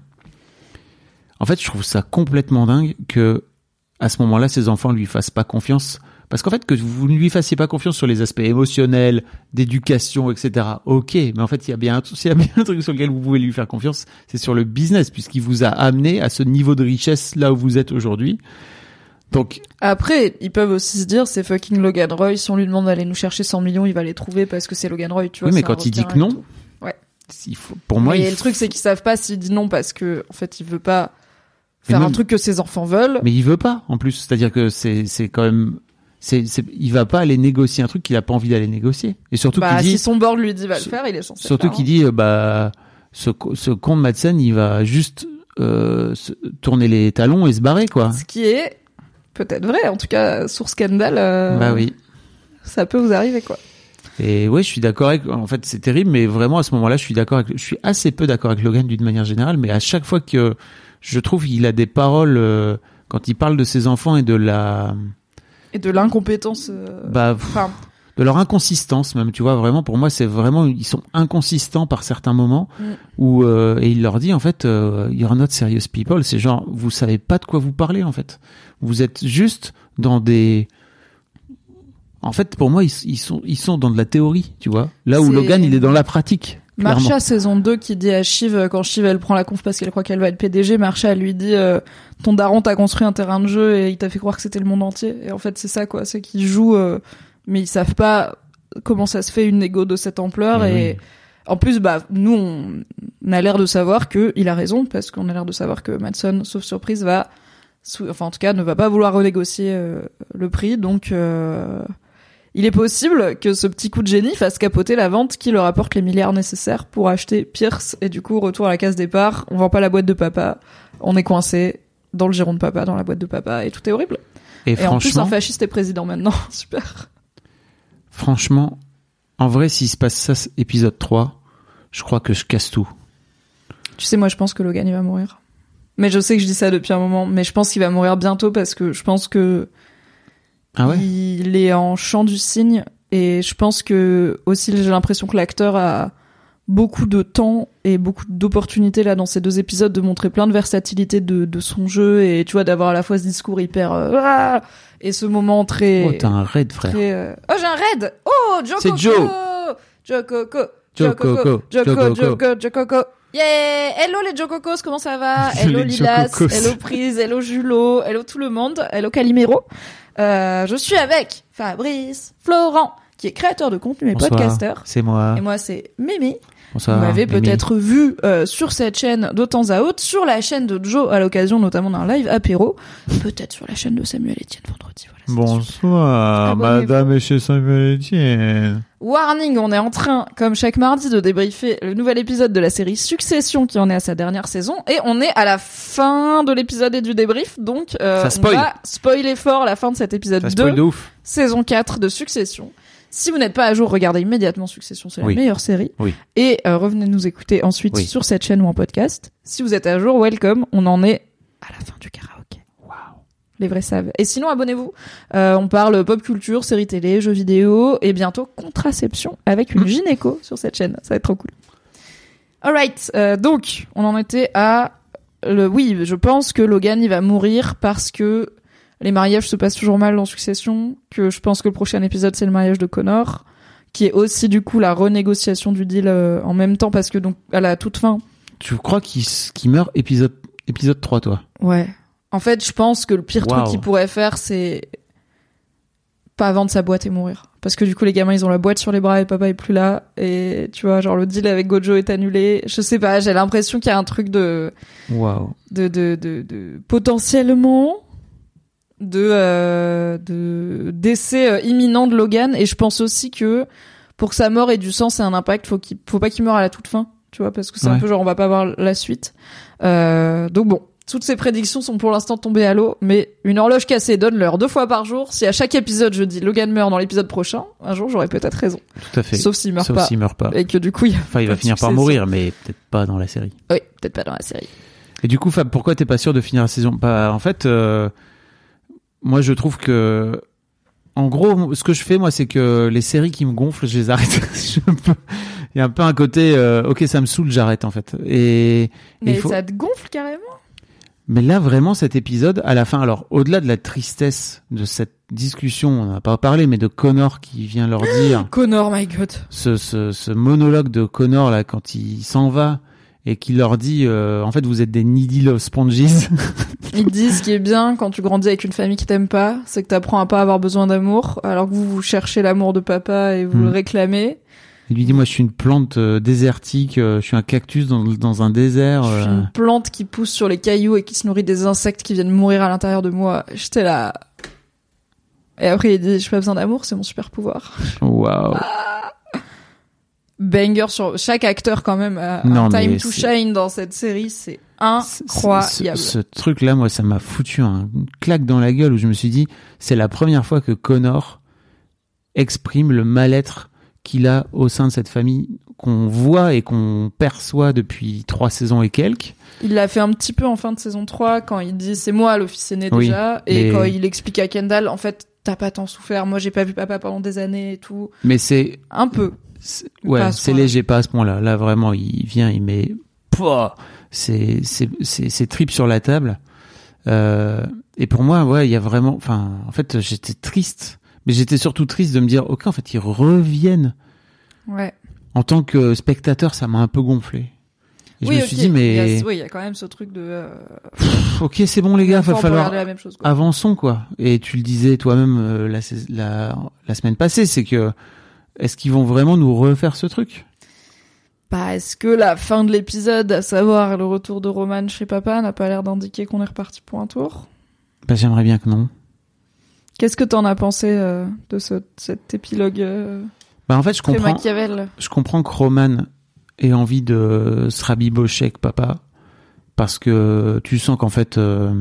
En fait, je trouve ça complètement dingue que, à ce moment-là, ses enfants lui fassent pas confiance. Parce qu'en fait, que vous ne lui fassiez pas confiance sur les aspects émotionnels, d'éducation, et cetera. Ok, mais en fait, il y a bien un, il y a bien un truc sur lequel vous pouvez lui faire confiance, c'est sur le business, puisqu'il vous a amené à ce niveau de richesse là où vous êtes aujourd'hui. Donc après, ils peuvent aussi se dire, c'est fucking Logan Roy. Si on lui demande d'aller nous chercher cent millions, il va les trouver parce que c'est Logan Roy. Tu vois. Oui, mais c'est quand il dit que non, ouais. Il faut, pour moi, et il le truc, c'est qu'ils savent pas s'il dit non parce que, en fait, il veut pas mais faire même... un truc que ses enfants veulent. Mais il veut pas, en plus. C'est-à-dire que c'est, c'est quand même, c'est, c'est, il va pas aller négocier un truc qu'il a pas envie d'aller négocier. Et surtout bah, qu'il dit. Si son board lui dit va le faire, il est censé. Surtout faire, qu'il hein. dit, euh, bah, ce, ce con de Madsen, il va juste, euh, se, tourner les talons et se barrer, quoi. Ce qui est peut-être vrai. En tout cas, sur Scandale. Euh... Bah oui. Ça peut vous arriver, quoi. Et ouais, je suis d'accord avec, en fait, c'est terrible, mais vraiment, à ce moment-là, je suis d'accord avec, je suis assez peu d'accord avec Logan d'une manière générale, mais à chaque fois que je trouve qu'il a des paroles, euh, quand il parle de ses enfants et de la... Et de l'incompétence. Euh... Bah, enfin... de leur inconsistance, même, tu vois, vraiment, pour moi, c'est vraiment, ils sont inconsistants par certains moments, mm. où, euh, et il leur dit, en fait, euh, you're not serious people, c'est genre, vous savez pas de quoi vous parlez, en fait. Vous êtes juste dans des... En fait, pour moi, ils, ils sont, ils sont dans de la théorie, tu vois. Là où c'est... Logan, il est dans la pratique. Marsha, saison deux, qui dit à Shiv, quand Shiv, elle prend la conf parce qu'elle croit qu'elle va être P D G, Marsha, elle lui dit, euh, ton daron t'a construit un terrain de jeu et il t'a fait croire que c'était le monde entier. Et en fait, c'est ça, quoi. C'est qu'ils jouent, euh, mais ils savent pas comment ça se fait une négo de cette ampleur. Mais et oui. En plus, bah, nous, on, on a l'air de savoir que il a raison, parce qu'on a l'air de savoir que Madsen, sauf surprise, va, enfin, en tout cas, ne va pas vouloir renégocier euh, le prix. Donc, euh, il est possible que ce petit coup de génie fasse capoter la vente qui leur apporte les milliards nécessaires pour acheter Pierce. Et du coup, retour à la case départ, on vend pas la boîte de papa, on est coincé dans le giron de papa, dans la boîte de papa, et tout est horrible. Et, et en plus, un fasciste est président maintenant. Super. Franchement, en vrai, s'il se passe ça, épisode trois, je crois que je casse tout. Tu sais, moi, je pense que Logan, il va mourir. Mais je sais que je dis ça depuis un moment, mais je pense qu'il va mourir bientôt parce que je pense que ah ouais il est en champ du cygne et je pense que aussi j'ai l'impression que l'acteur a beaucoup de temps et beaucoup d'opportunités là dans ces deux épisodes de montrer plein de versatilité de, de son jeu et tu vois d'avoir à la fois ce discours hyper euh, et ce moment très oh t'as un raid frère très, euh... oh j'ai un raid oh Joe c'est Joe Joe Coco Joe Coco Joe Coco Joe Coco Joe Coco yeah hello les Joe Cocos comment ça va hello Lilas hello Prise hello Julo hello tout le monde hello Calimero. Euh, je suis avec Fabrice Florent, qui est créateur de contenu et Bonsoir, podcasteur. C'est moi. Et moi, c'est Mimi. Bonsoir, Vous m'avez Mimi. peut-être vu euh, sur cette chaîne de temps à autre, sur la chaîne de Joe, à l'occasion notamment d'un live apéro. Peut-être sur la chaîne de Samuel Etienne vendredi. Voilà, bonsoir, madame et chez Samuel Etienne. Warning, on est en train, comme chaque mardi, de débriefer le nouvel épisode de la série Succession qui en est à sa dernière saison. Et on est à la fin de l'épisode et du débrief, donc euh, on va spoiler fort la fin de cet épisode deux, de ouf. saison quatre de Succession. Si vous n'êtes pas à jour, regardez immédiatement Succession, c'est oui. la meilleure série. Oui. Et euh, revenez nous écouter ensuite oui. sur cette chaîne ou en podcast. Si vous êtes à jour, welcome, on en est à la fin du karaoké. Les vrais savent. Et sinon, abonnez-vous. Euh, on parle pop culture, séries télé, jeux vidéo et bientôt contraception avec une gynéco sur cette chaîne. Ça va être trop cool. Alright. Euh, donc, on en était à le. Oui, je pense que Logan il va mourir parce que les mariages se passent toujours mal dans Succession. Que je pense que le prochain épisode c'est le mariage de Connor, qui est aussi du coup la renégociation du deal euh, en même temps parce que donc à la toute fin. Tu crois qu'il, qu'il meurt épisode épisode trois, toi? Ouais. En fait, je pense que le pire wow. truc qu'il pourrait faire, c'est pas vendre sa boîte et mourir. Parce que du coup, les gamins, ils ont la boîte sur les bras et papa est plus là. Et tu vois, genre le deal avec Gojo est annulé. Je sais pas, j'ai l'impression qu'il y a un truc de... Waouh. De, de, de, de, potentiellement de, euh, de décès euh, imminent de Logan. Et je pense aussi que pour que sa mort ait du sens et un impact, faut qu'il, faut pas qu'il meure à la toute fin. Tu vois, parce que c'est ouais. un peu genre, on va pas voir la suite. Euh, donc bon. Toutes ces prédictions sont pour l'instant tombées à l'eau, mais une horloge cassée donne l'heure deux fois par jour. Si à chaque épisode je dis Logan meurt dans l'épisode prochain, un jour j'aurais peut-être raison. Tout à fait. Sauf s'il meurt Sauf pas. s'il meurt pas. Et que du coup il, enfin, il va finir par mourir, mais peut-être pas dans la série. Oui, peut-être pas dans la série. Et du coup, Fab, pourquoi t'es pas sûr de finir la saison? Bah, en fait, euh, moi je trouve que, en gros, ce que je fais moi, c'est que les séries qui me gonflent, je les arrête. je peux... Il y a un peu un côté, euh, ok, ça me saoule, j'arrête en fait. Et mais il faut... ça te gonfle carrément. Mais là, vraiment, cet épisode, à la fin, alors, au-delà de la tristesse de cette discussion, on n'en a pas parlé, mais de Connor qui vient leur dire... Connor, my God. Ce, ce, ce monologue de Connor, là, quand il s'en va, et qui leur dit euh, en fait vous êtes des needy love sponges. Ils disent ce qui est bien quand tu grandis avec une famille qui t'aime pas, c'est que t'apprends à pas avoir besoin d'amour, alors que vous vous cherchez l'amour de papa et vous mmh. le réclamez. Il lui dit moi je suis une plante euh, désertique, euh, je suis un cactus dans, dans un désert. Euh... Je suis une plante qui pousse sur les cailloux et qui se nourrit des insectes qui viennent mourir à l'intérieur de moi. J'étais là. Et après il dit j'ai pas besoin d'amour, c'est mon super pouvoir. Waouh. Ah banger sur chaque acteur quand même a non, un time to c'est... shine dans cette série, c'est incroyable. Ce, ce, ce truc là moi ça m'a foutu un claque dans la gueule où je me suis dit c'est la première fois que Connor exprime le mal-être qu'il a au sein de cette famille qu'on voit et qu'on perçoit depuis trois saisons et quelques. Il l'a fait un petit peu en fin de saison trois quand il dit c'est moi le fils aîné oui, déjà et mais... quand il explique à Kendall en fait t'as pas tant souffert, moi j'ai pas vu papa pendant des années et tout. Mais c'est un peu. C'est... Ouais, c'est léger, pas à ce point-là. Là vraiment il vient, il met pouah, c'est c'est c'est c'est trip sur la table. Euh, et pour moi ouais, il y a vraiment enfin en fait j'étais triste. Mais j'étais surtout triste de me dire, ok, en fait, ils reviennent. Ouais. En tant que spectateur, ça m'a un peu gonflé. Et oui, je me okay. suis dit, mais... Il y a, oui, il y a quand même ce truc de... Euh... Pff, ok, c'est bon, les gars, il va falloir... La même chose, quoi. Avançons, quoi. Et tu le disais toi-même euh, la, la, la semaine passée, c'est que... Est-ce qu'ils vont vraiment nous refaire ce truc ? Bah, est-ce que la fin de l'épisode, à savoir le retour de Roman chez papa, n'a pas l'air d'indiquer qu'on est reparti pour un tour ? Bah, j'aimerais bien que non. Qu'est-ce que t'en as pensé euh, de ce, cet épilogue euh, bah en fait, je comprends. Machiavel. Je comprends que Roman ait envie de se rabibocher avec papa parce que tu sens qu'en fait, euh,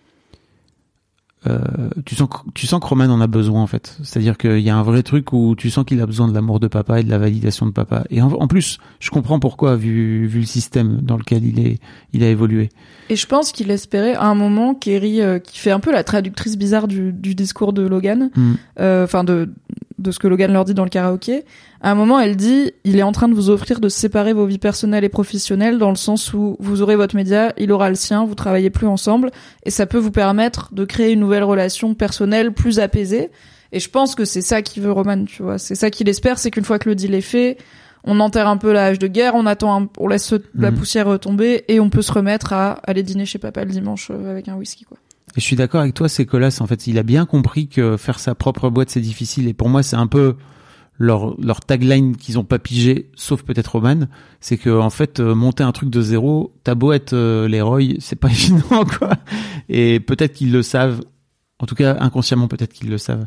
euh, tu sens que, tu sens que Roman en a besoin en fait. C'est-à-dire qu'il y a un vrai truc où tu sens qu'il a besoin de l'amour de papa et de la validation de papa. Et en, en plus, je comprends pourquoi vu vu le système dans lequel il est, il a évolué. Et je pense qu'il espérait à un moment Kerry, euh, qui fait un peu la traductrice bizarre du, du discours de Logan, enfin mm. euh, de de ce que Logan leur dit dans le karaoké. À un moment, elle dit « Il est en train de vous offrir de séparer vos vies personnelles et professionnelles dans le sens où vous aurez votre média, il aura le sien, vous travaillez plus ensemble et ça peut vous permettre de créer une nouvelle relation personnelle plus apaisée. » Et je pense que c'est ça qu'il veut Roman, tu vois. C'est ça qu'il espère, c'est qu'une fois que le deal est fait, on enterre un peu la hache de guerre, on attend, un, on laisse la mmh. poussière retomber et on peut se remettre à aller dîner chez papa le dimanche avec un whisky, quoi. Et je suis d'accord avec toi, c'est que là, en fait, il a bien compris que faire sa propre boîte, c'est difficile. Et pour moi, c'est un peu leur leur tagline qu'ils ont pas pigé, sauf peut-être Roman, c'est que en fait, euh, monter un truc de zéro, t'as beau être euh, Leroy, c'est pas évident, quoi. Et peut-être qu'ils le savent. En tout cas, inconsciemment, peut-être qu'ils le savent.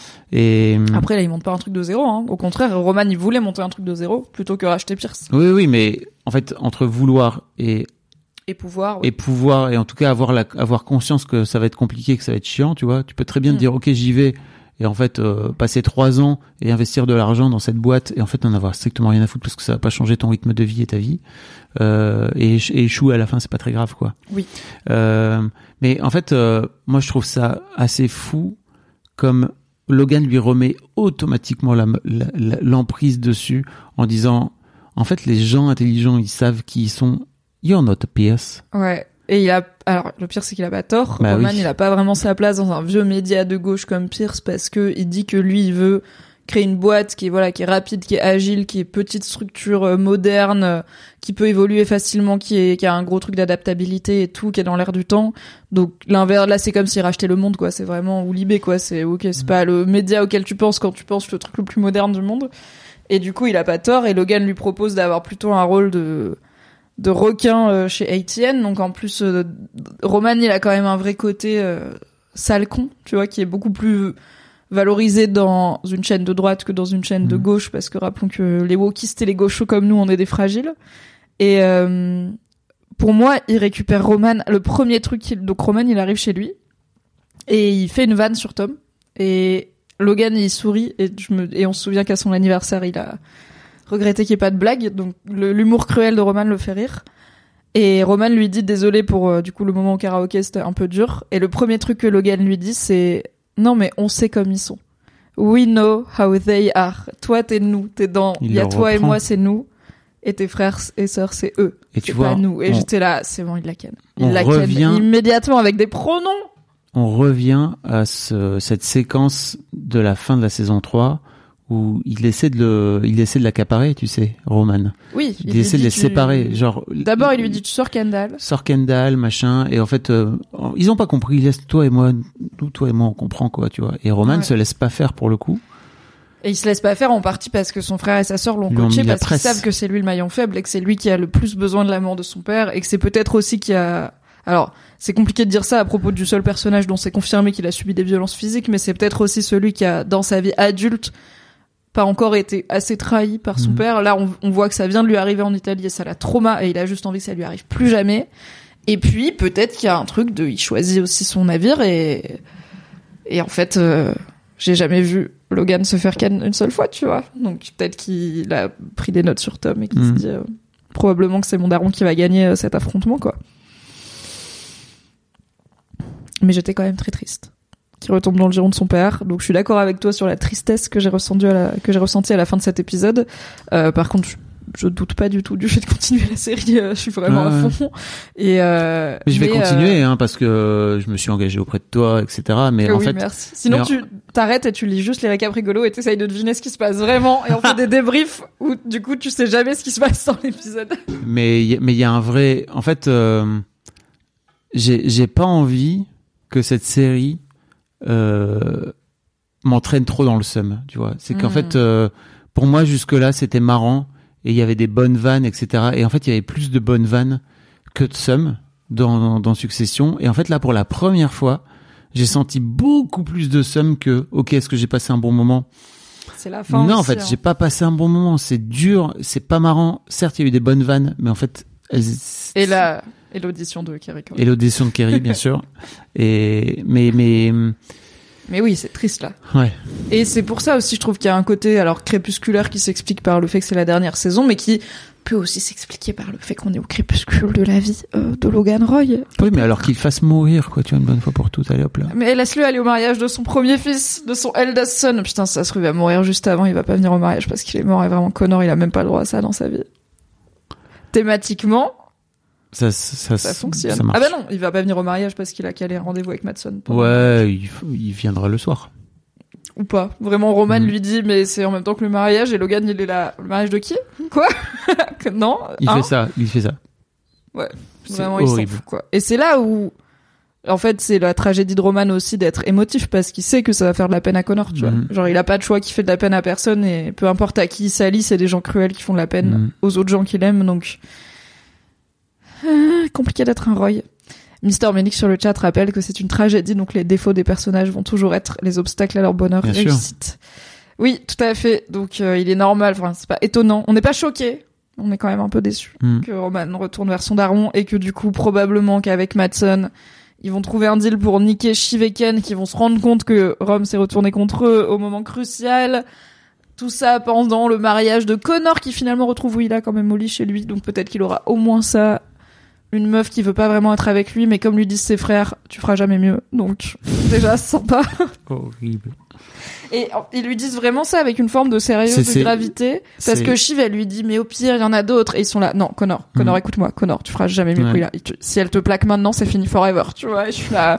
Et après, là, ils montent pas un truc de zéro. Hein. Au contraire, Roman, il voulait monter un truc de zéro plutôt que racheter Pierce. Oui, oui, mais en fait, entre vouloir et Et pouvoir, oui. Et pouvoir, et en tout cas avoir la, avoir conscience que ça va être compliqué, que ça va être chiant, tu vois. Tu peux très bien mmh. te dire, ok, j'y vais, et en fait, euh, passer trois ans et investir de l'argent dans cette boîte, et en fait, n'en avoir strictement rien à foutre parce que ça va pas changer ton rythme de vie et ta vie, euh, et, et échouer à la fin, c'est pas très grave, quoi. Oui. Euh, mais en fait, euh, moi, je trouve ça assez fou, comme Logan lui remet automatiquement la, la, la, l'emprise dessus, en disant, en fait, les gens intelligents, ils savent qui ils sont. You're not a Pierce. Ouais. Et il a, alors, le pire, c'est qu'il a pas tort. Bah Roman, oui. il a pas vraiment sa place dans un vieux média de gauche comme Pierce parce que il dit que lui, il veut créer une boîte qui est, voilà, qui est rapide, qui est agile, qui est petite structure euh, moderne, euh, qui peut évoluer facilement, qui est, qui a un gros truc d'adaptabilité et tout, qui est dans l'air du temps. Donc, l'inverse, là, c'est comme s'il rachetait le monde, quoi. C'est vraiment, ou Libé, quoi. C'est, ok, c'est mmh. pas le média auquel tu penses quand tu penses le truc le plus moderne du monde. Et du coup, il a pas tort et Logan lui propose d'avoir plutôt un rôle de, de requin euh, chez A T N. Donc en plus, euh, Roman, il a quand même un vrai côté euh, sale con, tu vois, qui est beaucoup plus valorisé dans une chaîne de droite que dans une chaîne mmh. de gauche, parce que rappelons que les wokistes et les gauchos comme nous, on est des fragiles. Et euh, pour moi, il récupère Roman. Le premier truc, qu'il... donc Roman, il arrive chez lui et il fait une vanne sur Tom. Et Logan, il sourit et, je me... et on se souvient qu'à son anniversaire, il a regretté qu'il n'y ait pas de blague, donc le, l'humour cruel de Roman le fait rire. Et Roman lui dit désolé pour euh, du coup le moment au karaoké, c'était un peu dur. Et le premier truc que Logan lui dit, c'est non mais on sait comme ils sont. We know how they are. Toi t'es nous, t'es dans. Il y a toi reprend. Et moi c'est nous, et tes frères et sœurs c'est eux. Et c'est tu vois, pas nous. Et on... j'étais là, c'est bon, il la ken. Il on la revient... ken immédiatement avec des pronoms. On revient à ce, cette séquence de la fin de la saison trois où il essaie de le, il essaie de l'accaparer, tu sais, Roman. Oui. Il, il essaie de les tu... séparer, genre. D'abord, il lui dit tu sors Kendall. Sors Kendall, machin, et en fait, euh, ils ont pas compris. Il laisse toi et moi, nous, toi et moi, on comprend quoi, tu vois. Et Roman ouais. se laisse pas faire pour le coup. Et il se laisse pas faire en partie parce que son frère et sa sœur l'ont coaché parce qu'ils savent que c'est lui le maillon faible et que c'est lui qui a le plus besoin de l'amour de son père et que c'est peut-être aussi qui a. Alors, c'est compliqué de dire ça à propos du seul personnage dont c'est confirmé qu'il a subi des violences physiques, mais c'est peut-être aussi celui qui a, dans sa vie adulte, pas encore été assez trahi par son mmh. père. Là, on, on voit que ça vient de lui arriver en Italie et ça l'a trauma et il a juste envie que ça lui arrive plus jamais. Et puis, peut-être qu'il y a un truc de, il choisit aussi son navire et, et en fait, euh, j'ai jamais vu Logan se faire ken une seule fois, tu vois. Donc, peut-être qu'il a pris des notes sur Tom et qu'il mmh. se dit, euh, probablement que c'est mon daron qui va gagner euh, cet affrontement, quoi. Mais j'étais quand même très triste qu'il retombe dans le giron de son père. Donc je suis d'accord avec toi sur la tristesse que j'ai ressentie à la, que j'ai ressentie à la fin de cet épisode. Euh, par contre, je, je doute pas du tout du fait de continuer la série. Euh, je suis vraiment ouais. à fond. Et euh, mais je vais mais continuer, euh... hein, parce que je me suis engagé auprès de toi, et cetera. Mais oui, en fait, merci. Sinon, mais... tu t'arrêtes et tu lis juste les récaps rigolos et t'essayes de deviner ce qui se passe vraiment. Et on fait des débriefs où du coup tu sais jamais ce qui se passe dans l'épisode. Mais mais il y a un vrai. En fait, euh, j'ai j'ai pas envie que cette série euh, m'entraîne trop dans le seum, tu vois. C'est qu'en mmh. fait, euh, pour moi, jusque-là, c'était marrant et il y avait des bonnes vannes, et cetera. Et en fait, il y avait plus de bonnes vannes que de seum dans, dans, dans Succession. Et en fait, là, pour la première fois, j'ai senti beaucoup plus de seum que, ok, est-ce que j'ai passé un bon moment ? C'est la fin. Non, aussi, en fait, hein. j'ai pas passé un bon moment. C'est dur, c'est pas marrant. Certes, il y a eu des bonnes vannes, mais en fait, elles... Et là... Et l'audition de Kerry. Et l'audition de Kerry, bien sûr. Et mais mais mais oui, c'est triste là. Ouais. Et c'est pour ça aussi, je trouve qu'il y a un côté alors crépusculaire qui s'explique par le fait que c'est la dernière saison, mais qui peut aussi s'expliquer par le fait qu'on est au crépuscule de la vie euh, de Logan Roy. Oui, mais alors qu'il fasse mourir, quoi, tu vois, une bonne fois pour toutes, allez hop là. Mais laisse-le aller au mariage de son premier fils, de son eldest son. Putain, ça se trouve, il va mourir juste avant, il va pas venir au mariage parce qu'il est mort et vraiment Connor, il a même pas le droit à ça dans sa vie. Thématiquement. Ça, ça, ça fonctionne. Ça marche. Ah bah non, il va pas venir au mariage parce qu'il a calé un rendez-vous avec Madsen. Ouais, il, il viendra le soir. Ou pas. Vraiment, Roman mmh. lui dit, mais c'est en même temps que le mariage, et Logan, il est là. Le mariage de qui ? Quoi ? Non. Il hein fait ça, il fait ça. Ouais. C'est vraiment, horrible. il s'en fout, quoi. Et c'est là où, en fait, c'est la tragédie de Roman aussi d'être émotif parce qu'il sait que ça va faire de la peine à Connor, tu mmh. vois. Genre, il a pas de choix qui fait de la peine à personne et peu importe à qui il s'allie, c'est des gens cruels qui font de la peine mmh. aux autres gens qu'il aime, donc. Ah, compliqué d'être un Roy. Mister Ménic sur le chat rappelle que c'est une tragédie, donc les défauts des personnages vont toujours être les obstacles à leur bonheur Bien réussite. Sûr. Oui, tout à fait. Donc euh, il est normal, enfin c'est pas étonnant. On n'est pas choqué, on est quand même un peu déçu mm. que Roman retourne vers son daron et que du coup probablement qu'avec Madsen ils vont trouver un deal pour niquer Shiv et Ken, qui vont se rendre compte que Rome s'est retourné contre eux au moment crucial. Tout ça pendant le mariage de Connor qui finalement retrouve Willa quand même au lit chez lui, donc peut-être qu'il aura au moins ça. Une meuf qui veut pas vraiment être avec lui, mais comme lui disent ses frères, tu feras jamais mieux. Donc, déjà, sympa. Horrible. Et ils lui disent vraiment ça avec une forme de sérieux, c'est, de c'est, gravité. Parce c'est... que Shiv, elle lui dit, mais au pire, il y en a d'autres. Et ils sont là, non, Connor, Connor, mmh. écoute-moi, Connor, tu feras jamais mieux ouais. que Willa. Si elle te plaque maintenant, c'est fini forever, tu vois. Et je suis là,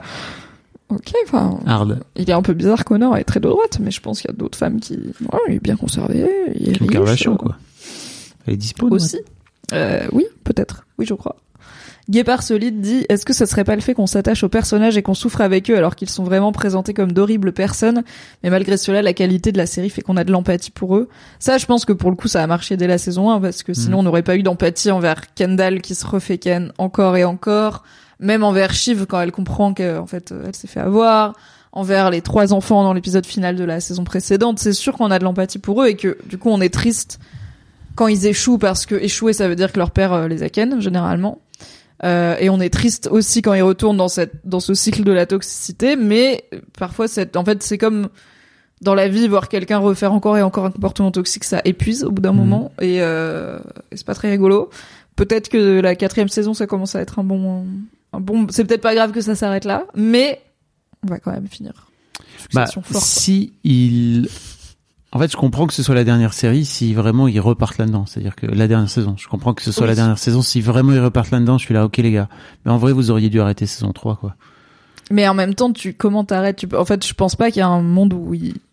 ok, enfin. Hard. Il est un peu bizarre, Connor, elle est très de droite, mais je pense qu'il y a d'autres femmes qui, ouais, il est bien conservé, il est Kim riche. Kardashian, quoi. Elle est dispo, aussi. Euh, oui, peut-être. Oui, je crois. Guépard Solide dit « Est-ce que ce serait pas le fait qu'on s'attache aux personnages et qu'on souffre avec eux alors qu'ils sont vraiment présentés comme d'horribles personnes, mais malgré cela, la qualité de la série fait qu'on a de l'empathie pour eux ?» Ça, je pense que pour le coup, ça a marché dès la saison un, parce que sinon, mmh. on n'aurait pas eu d'empathie envers Kendall qui se refait Ken encore et encore, même envers Shiv quand elle comprend qu'en fait, elle s'est fait avoir, envers les trois enfants dans l'épisode final de la saison précédente. C'est sûr qu'on a de l'empathie pour eux et que, du coup, on est triste quand ils échouent, parce que échouer, ça veut dire que leur père euh, les a ken, généralement. Euh, et on est triste aussi quand ils retournent dans cette, dans ce cycle de la toxicité, mais parfois c'est, en fait, c'est comme dans la vie, voir quelqu'un refaire encore et encore un comportement toxique, ça épuise au bout d'un mmh. moment, et, euh, et c'est pas très rigolo. Peut-être que la quatrième saison, ça commence à être un bon, un bon, c'est peut-être pas grave que ça s'arrête là, mais on va quand même finir. Bah, forte, si il, en fait, je comprends que ce soit la dernière série si vraiment ils repartent là-dedans. C'est-à-dire que la dernière saison, je comprends que ce soit oui. la dernière saison si vraiment ils repartent là-dedans. Je suis là, ok les gars. Mais en vrai, vous auriez dû arrêter saison trois, quoi. Mais en même temps, tu comment t'arrêtes tu, En fait, je pense pas qu'il y a un monde où ils,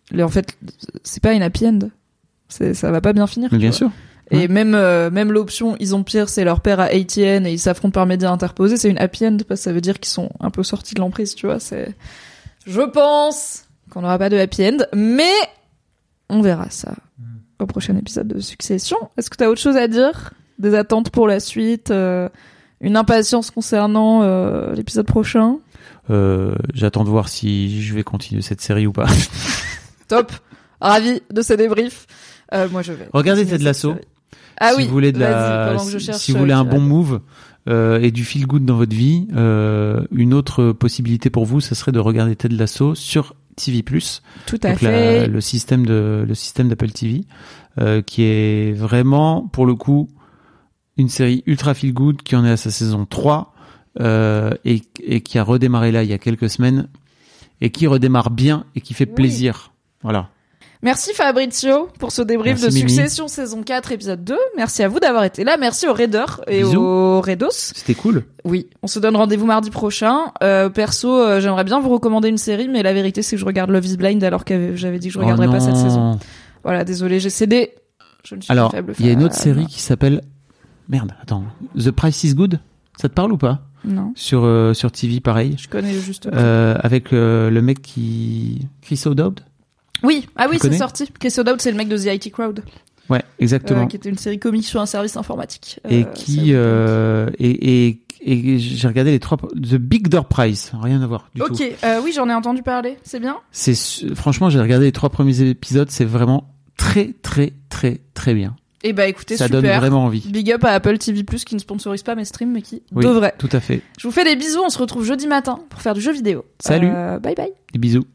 en fait, c'est pas une happy end. C'est, ça va pas bien finir. Mais bien vois. sûr. Et ouais. même, euh, même l'option, ils ont pire, c'est leur père à A T N et ils s'affrontent par médias interposés, c'est une happy end parce que ça veut dire qu'ils sont un peu sortis de l'emprise, tu vois. C'est, je pense qu'on n'aura pas de happy end, mais on verra ça mm. au prochain épisode de Succession. Est-ce que t'as autre chose à dire? Des attentes pour la suite? Euh, une impatience concernant euh, l'épisode prochain? Euh, j'attends de voir si je vais continuer cette série ou pas. Top. Ravi de ces débriefs. Euh, moi, je vais. Regardez Ted Lasso. Ah si oui. vous voulez de la, si, cherche, si vous voulez un bon move euh, et du feel good dans votre vie, euh, une autre possibilité pour vous, ce serait de regarder Ted Lasso sur T V plus. Tout à donc fait. La, le système de le système d'Apple T V, euh, qui est vraiment pour le coup une série ultra feel good qui en est à sa saison trois. Euh, et, et qui a redémarré là il y a quelques semaines et qui redémarre bien et qui fait oui. plaisir. Voilà. Merci Fabrizio pour ce débrief Merci de Mimi. Succession saison quatre épisode deux. Merci à vous d'avoir été là. Merci aux raiders et Bisous. aux raidos. C'était cool. Oui, on se donne rendez-vous mardi prochain. Euh, perso, euh, j'aimerais bien vous recommander une série, mais la vérité c'est que je regarde Love is Blind alors que j'avais dit que je regarderais oh pas cette saison. Voilà, désolé, j'ai cédé. Je ne suis Alors, pas faible. il y a une autre fan. série qui s'appelle merde, attends, The Price is Good. Ça te parle ou pas? Non. Sur euh, sur T V pareil. Je connais juste. Euh, avec euh, le mec qui Chris O'Dowd. Oui, ah oui, tu c'est sorti. Chris O'Dowd, c'est le mec de The I T Crowd. Ouais, exactement. Euh, qui était une série comique sur un service informatique. Et euh, qui euh, et, et et j'ai regardé les trois The Big Door Prize, rien à voir du Ok, tout. Ok, euh, oui, j'en ai entendu parler. C'est bien. C'est franchement, j'ai regardé les trois premiers épisodes, c'est vraiment très très très très bien. Eh bah écoutez, ça super. donne vraiment envie. Big up à Apple T V plus, qui ne sponsorise pas mes streams mais qui oui, devrait. Tout à fait. Je vous fais des bisous, on se retrouve jeudi matin pour faire du jeu vidéo. Salut. Euh, bye bye. Des bisous.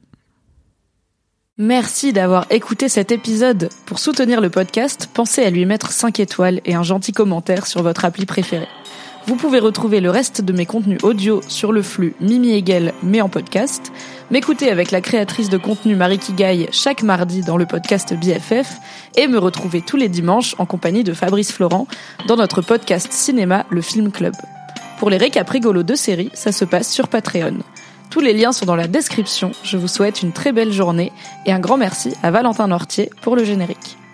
Merci d'avoir écouté cet épisode. Pour soutenir le podcast, pensez à lui mettre cinq étoiles et un gentil commentaire sur votre appli préférée. Vous pouvez retrouver le reste de mes contenus audio sur le flux Mimi Hegel, mais en podcast, m'écouter avec la créatrice de contenu Marie Kigaille chaque mardi dans le podcast B F F et me retrouver tous les dimanches en compagnie de Fabrice Florent dans notre podcast cinéma Le Film Club. Pour les récaps rigolos de séries, ça se passe sur Patreon. Tous les liens sont dans la description. Je vous souhaite une très belle journée et un grand merci à Valentin Nortier pour le générique.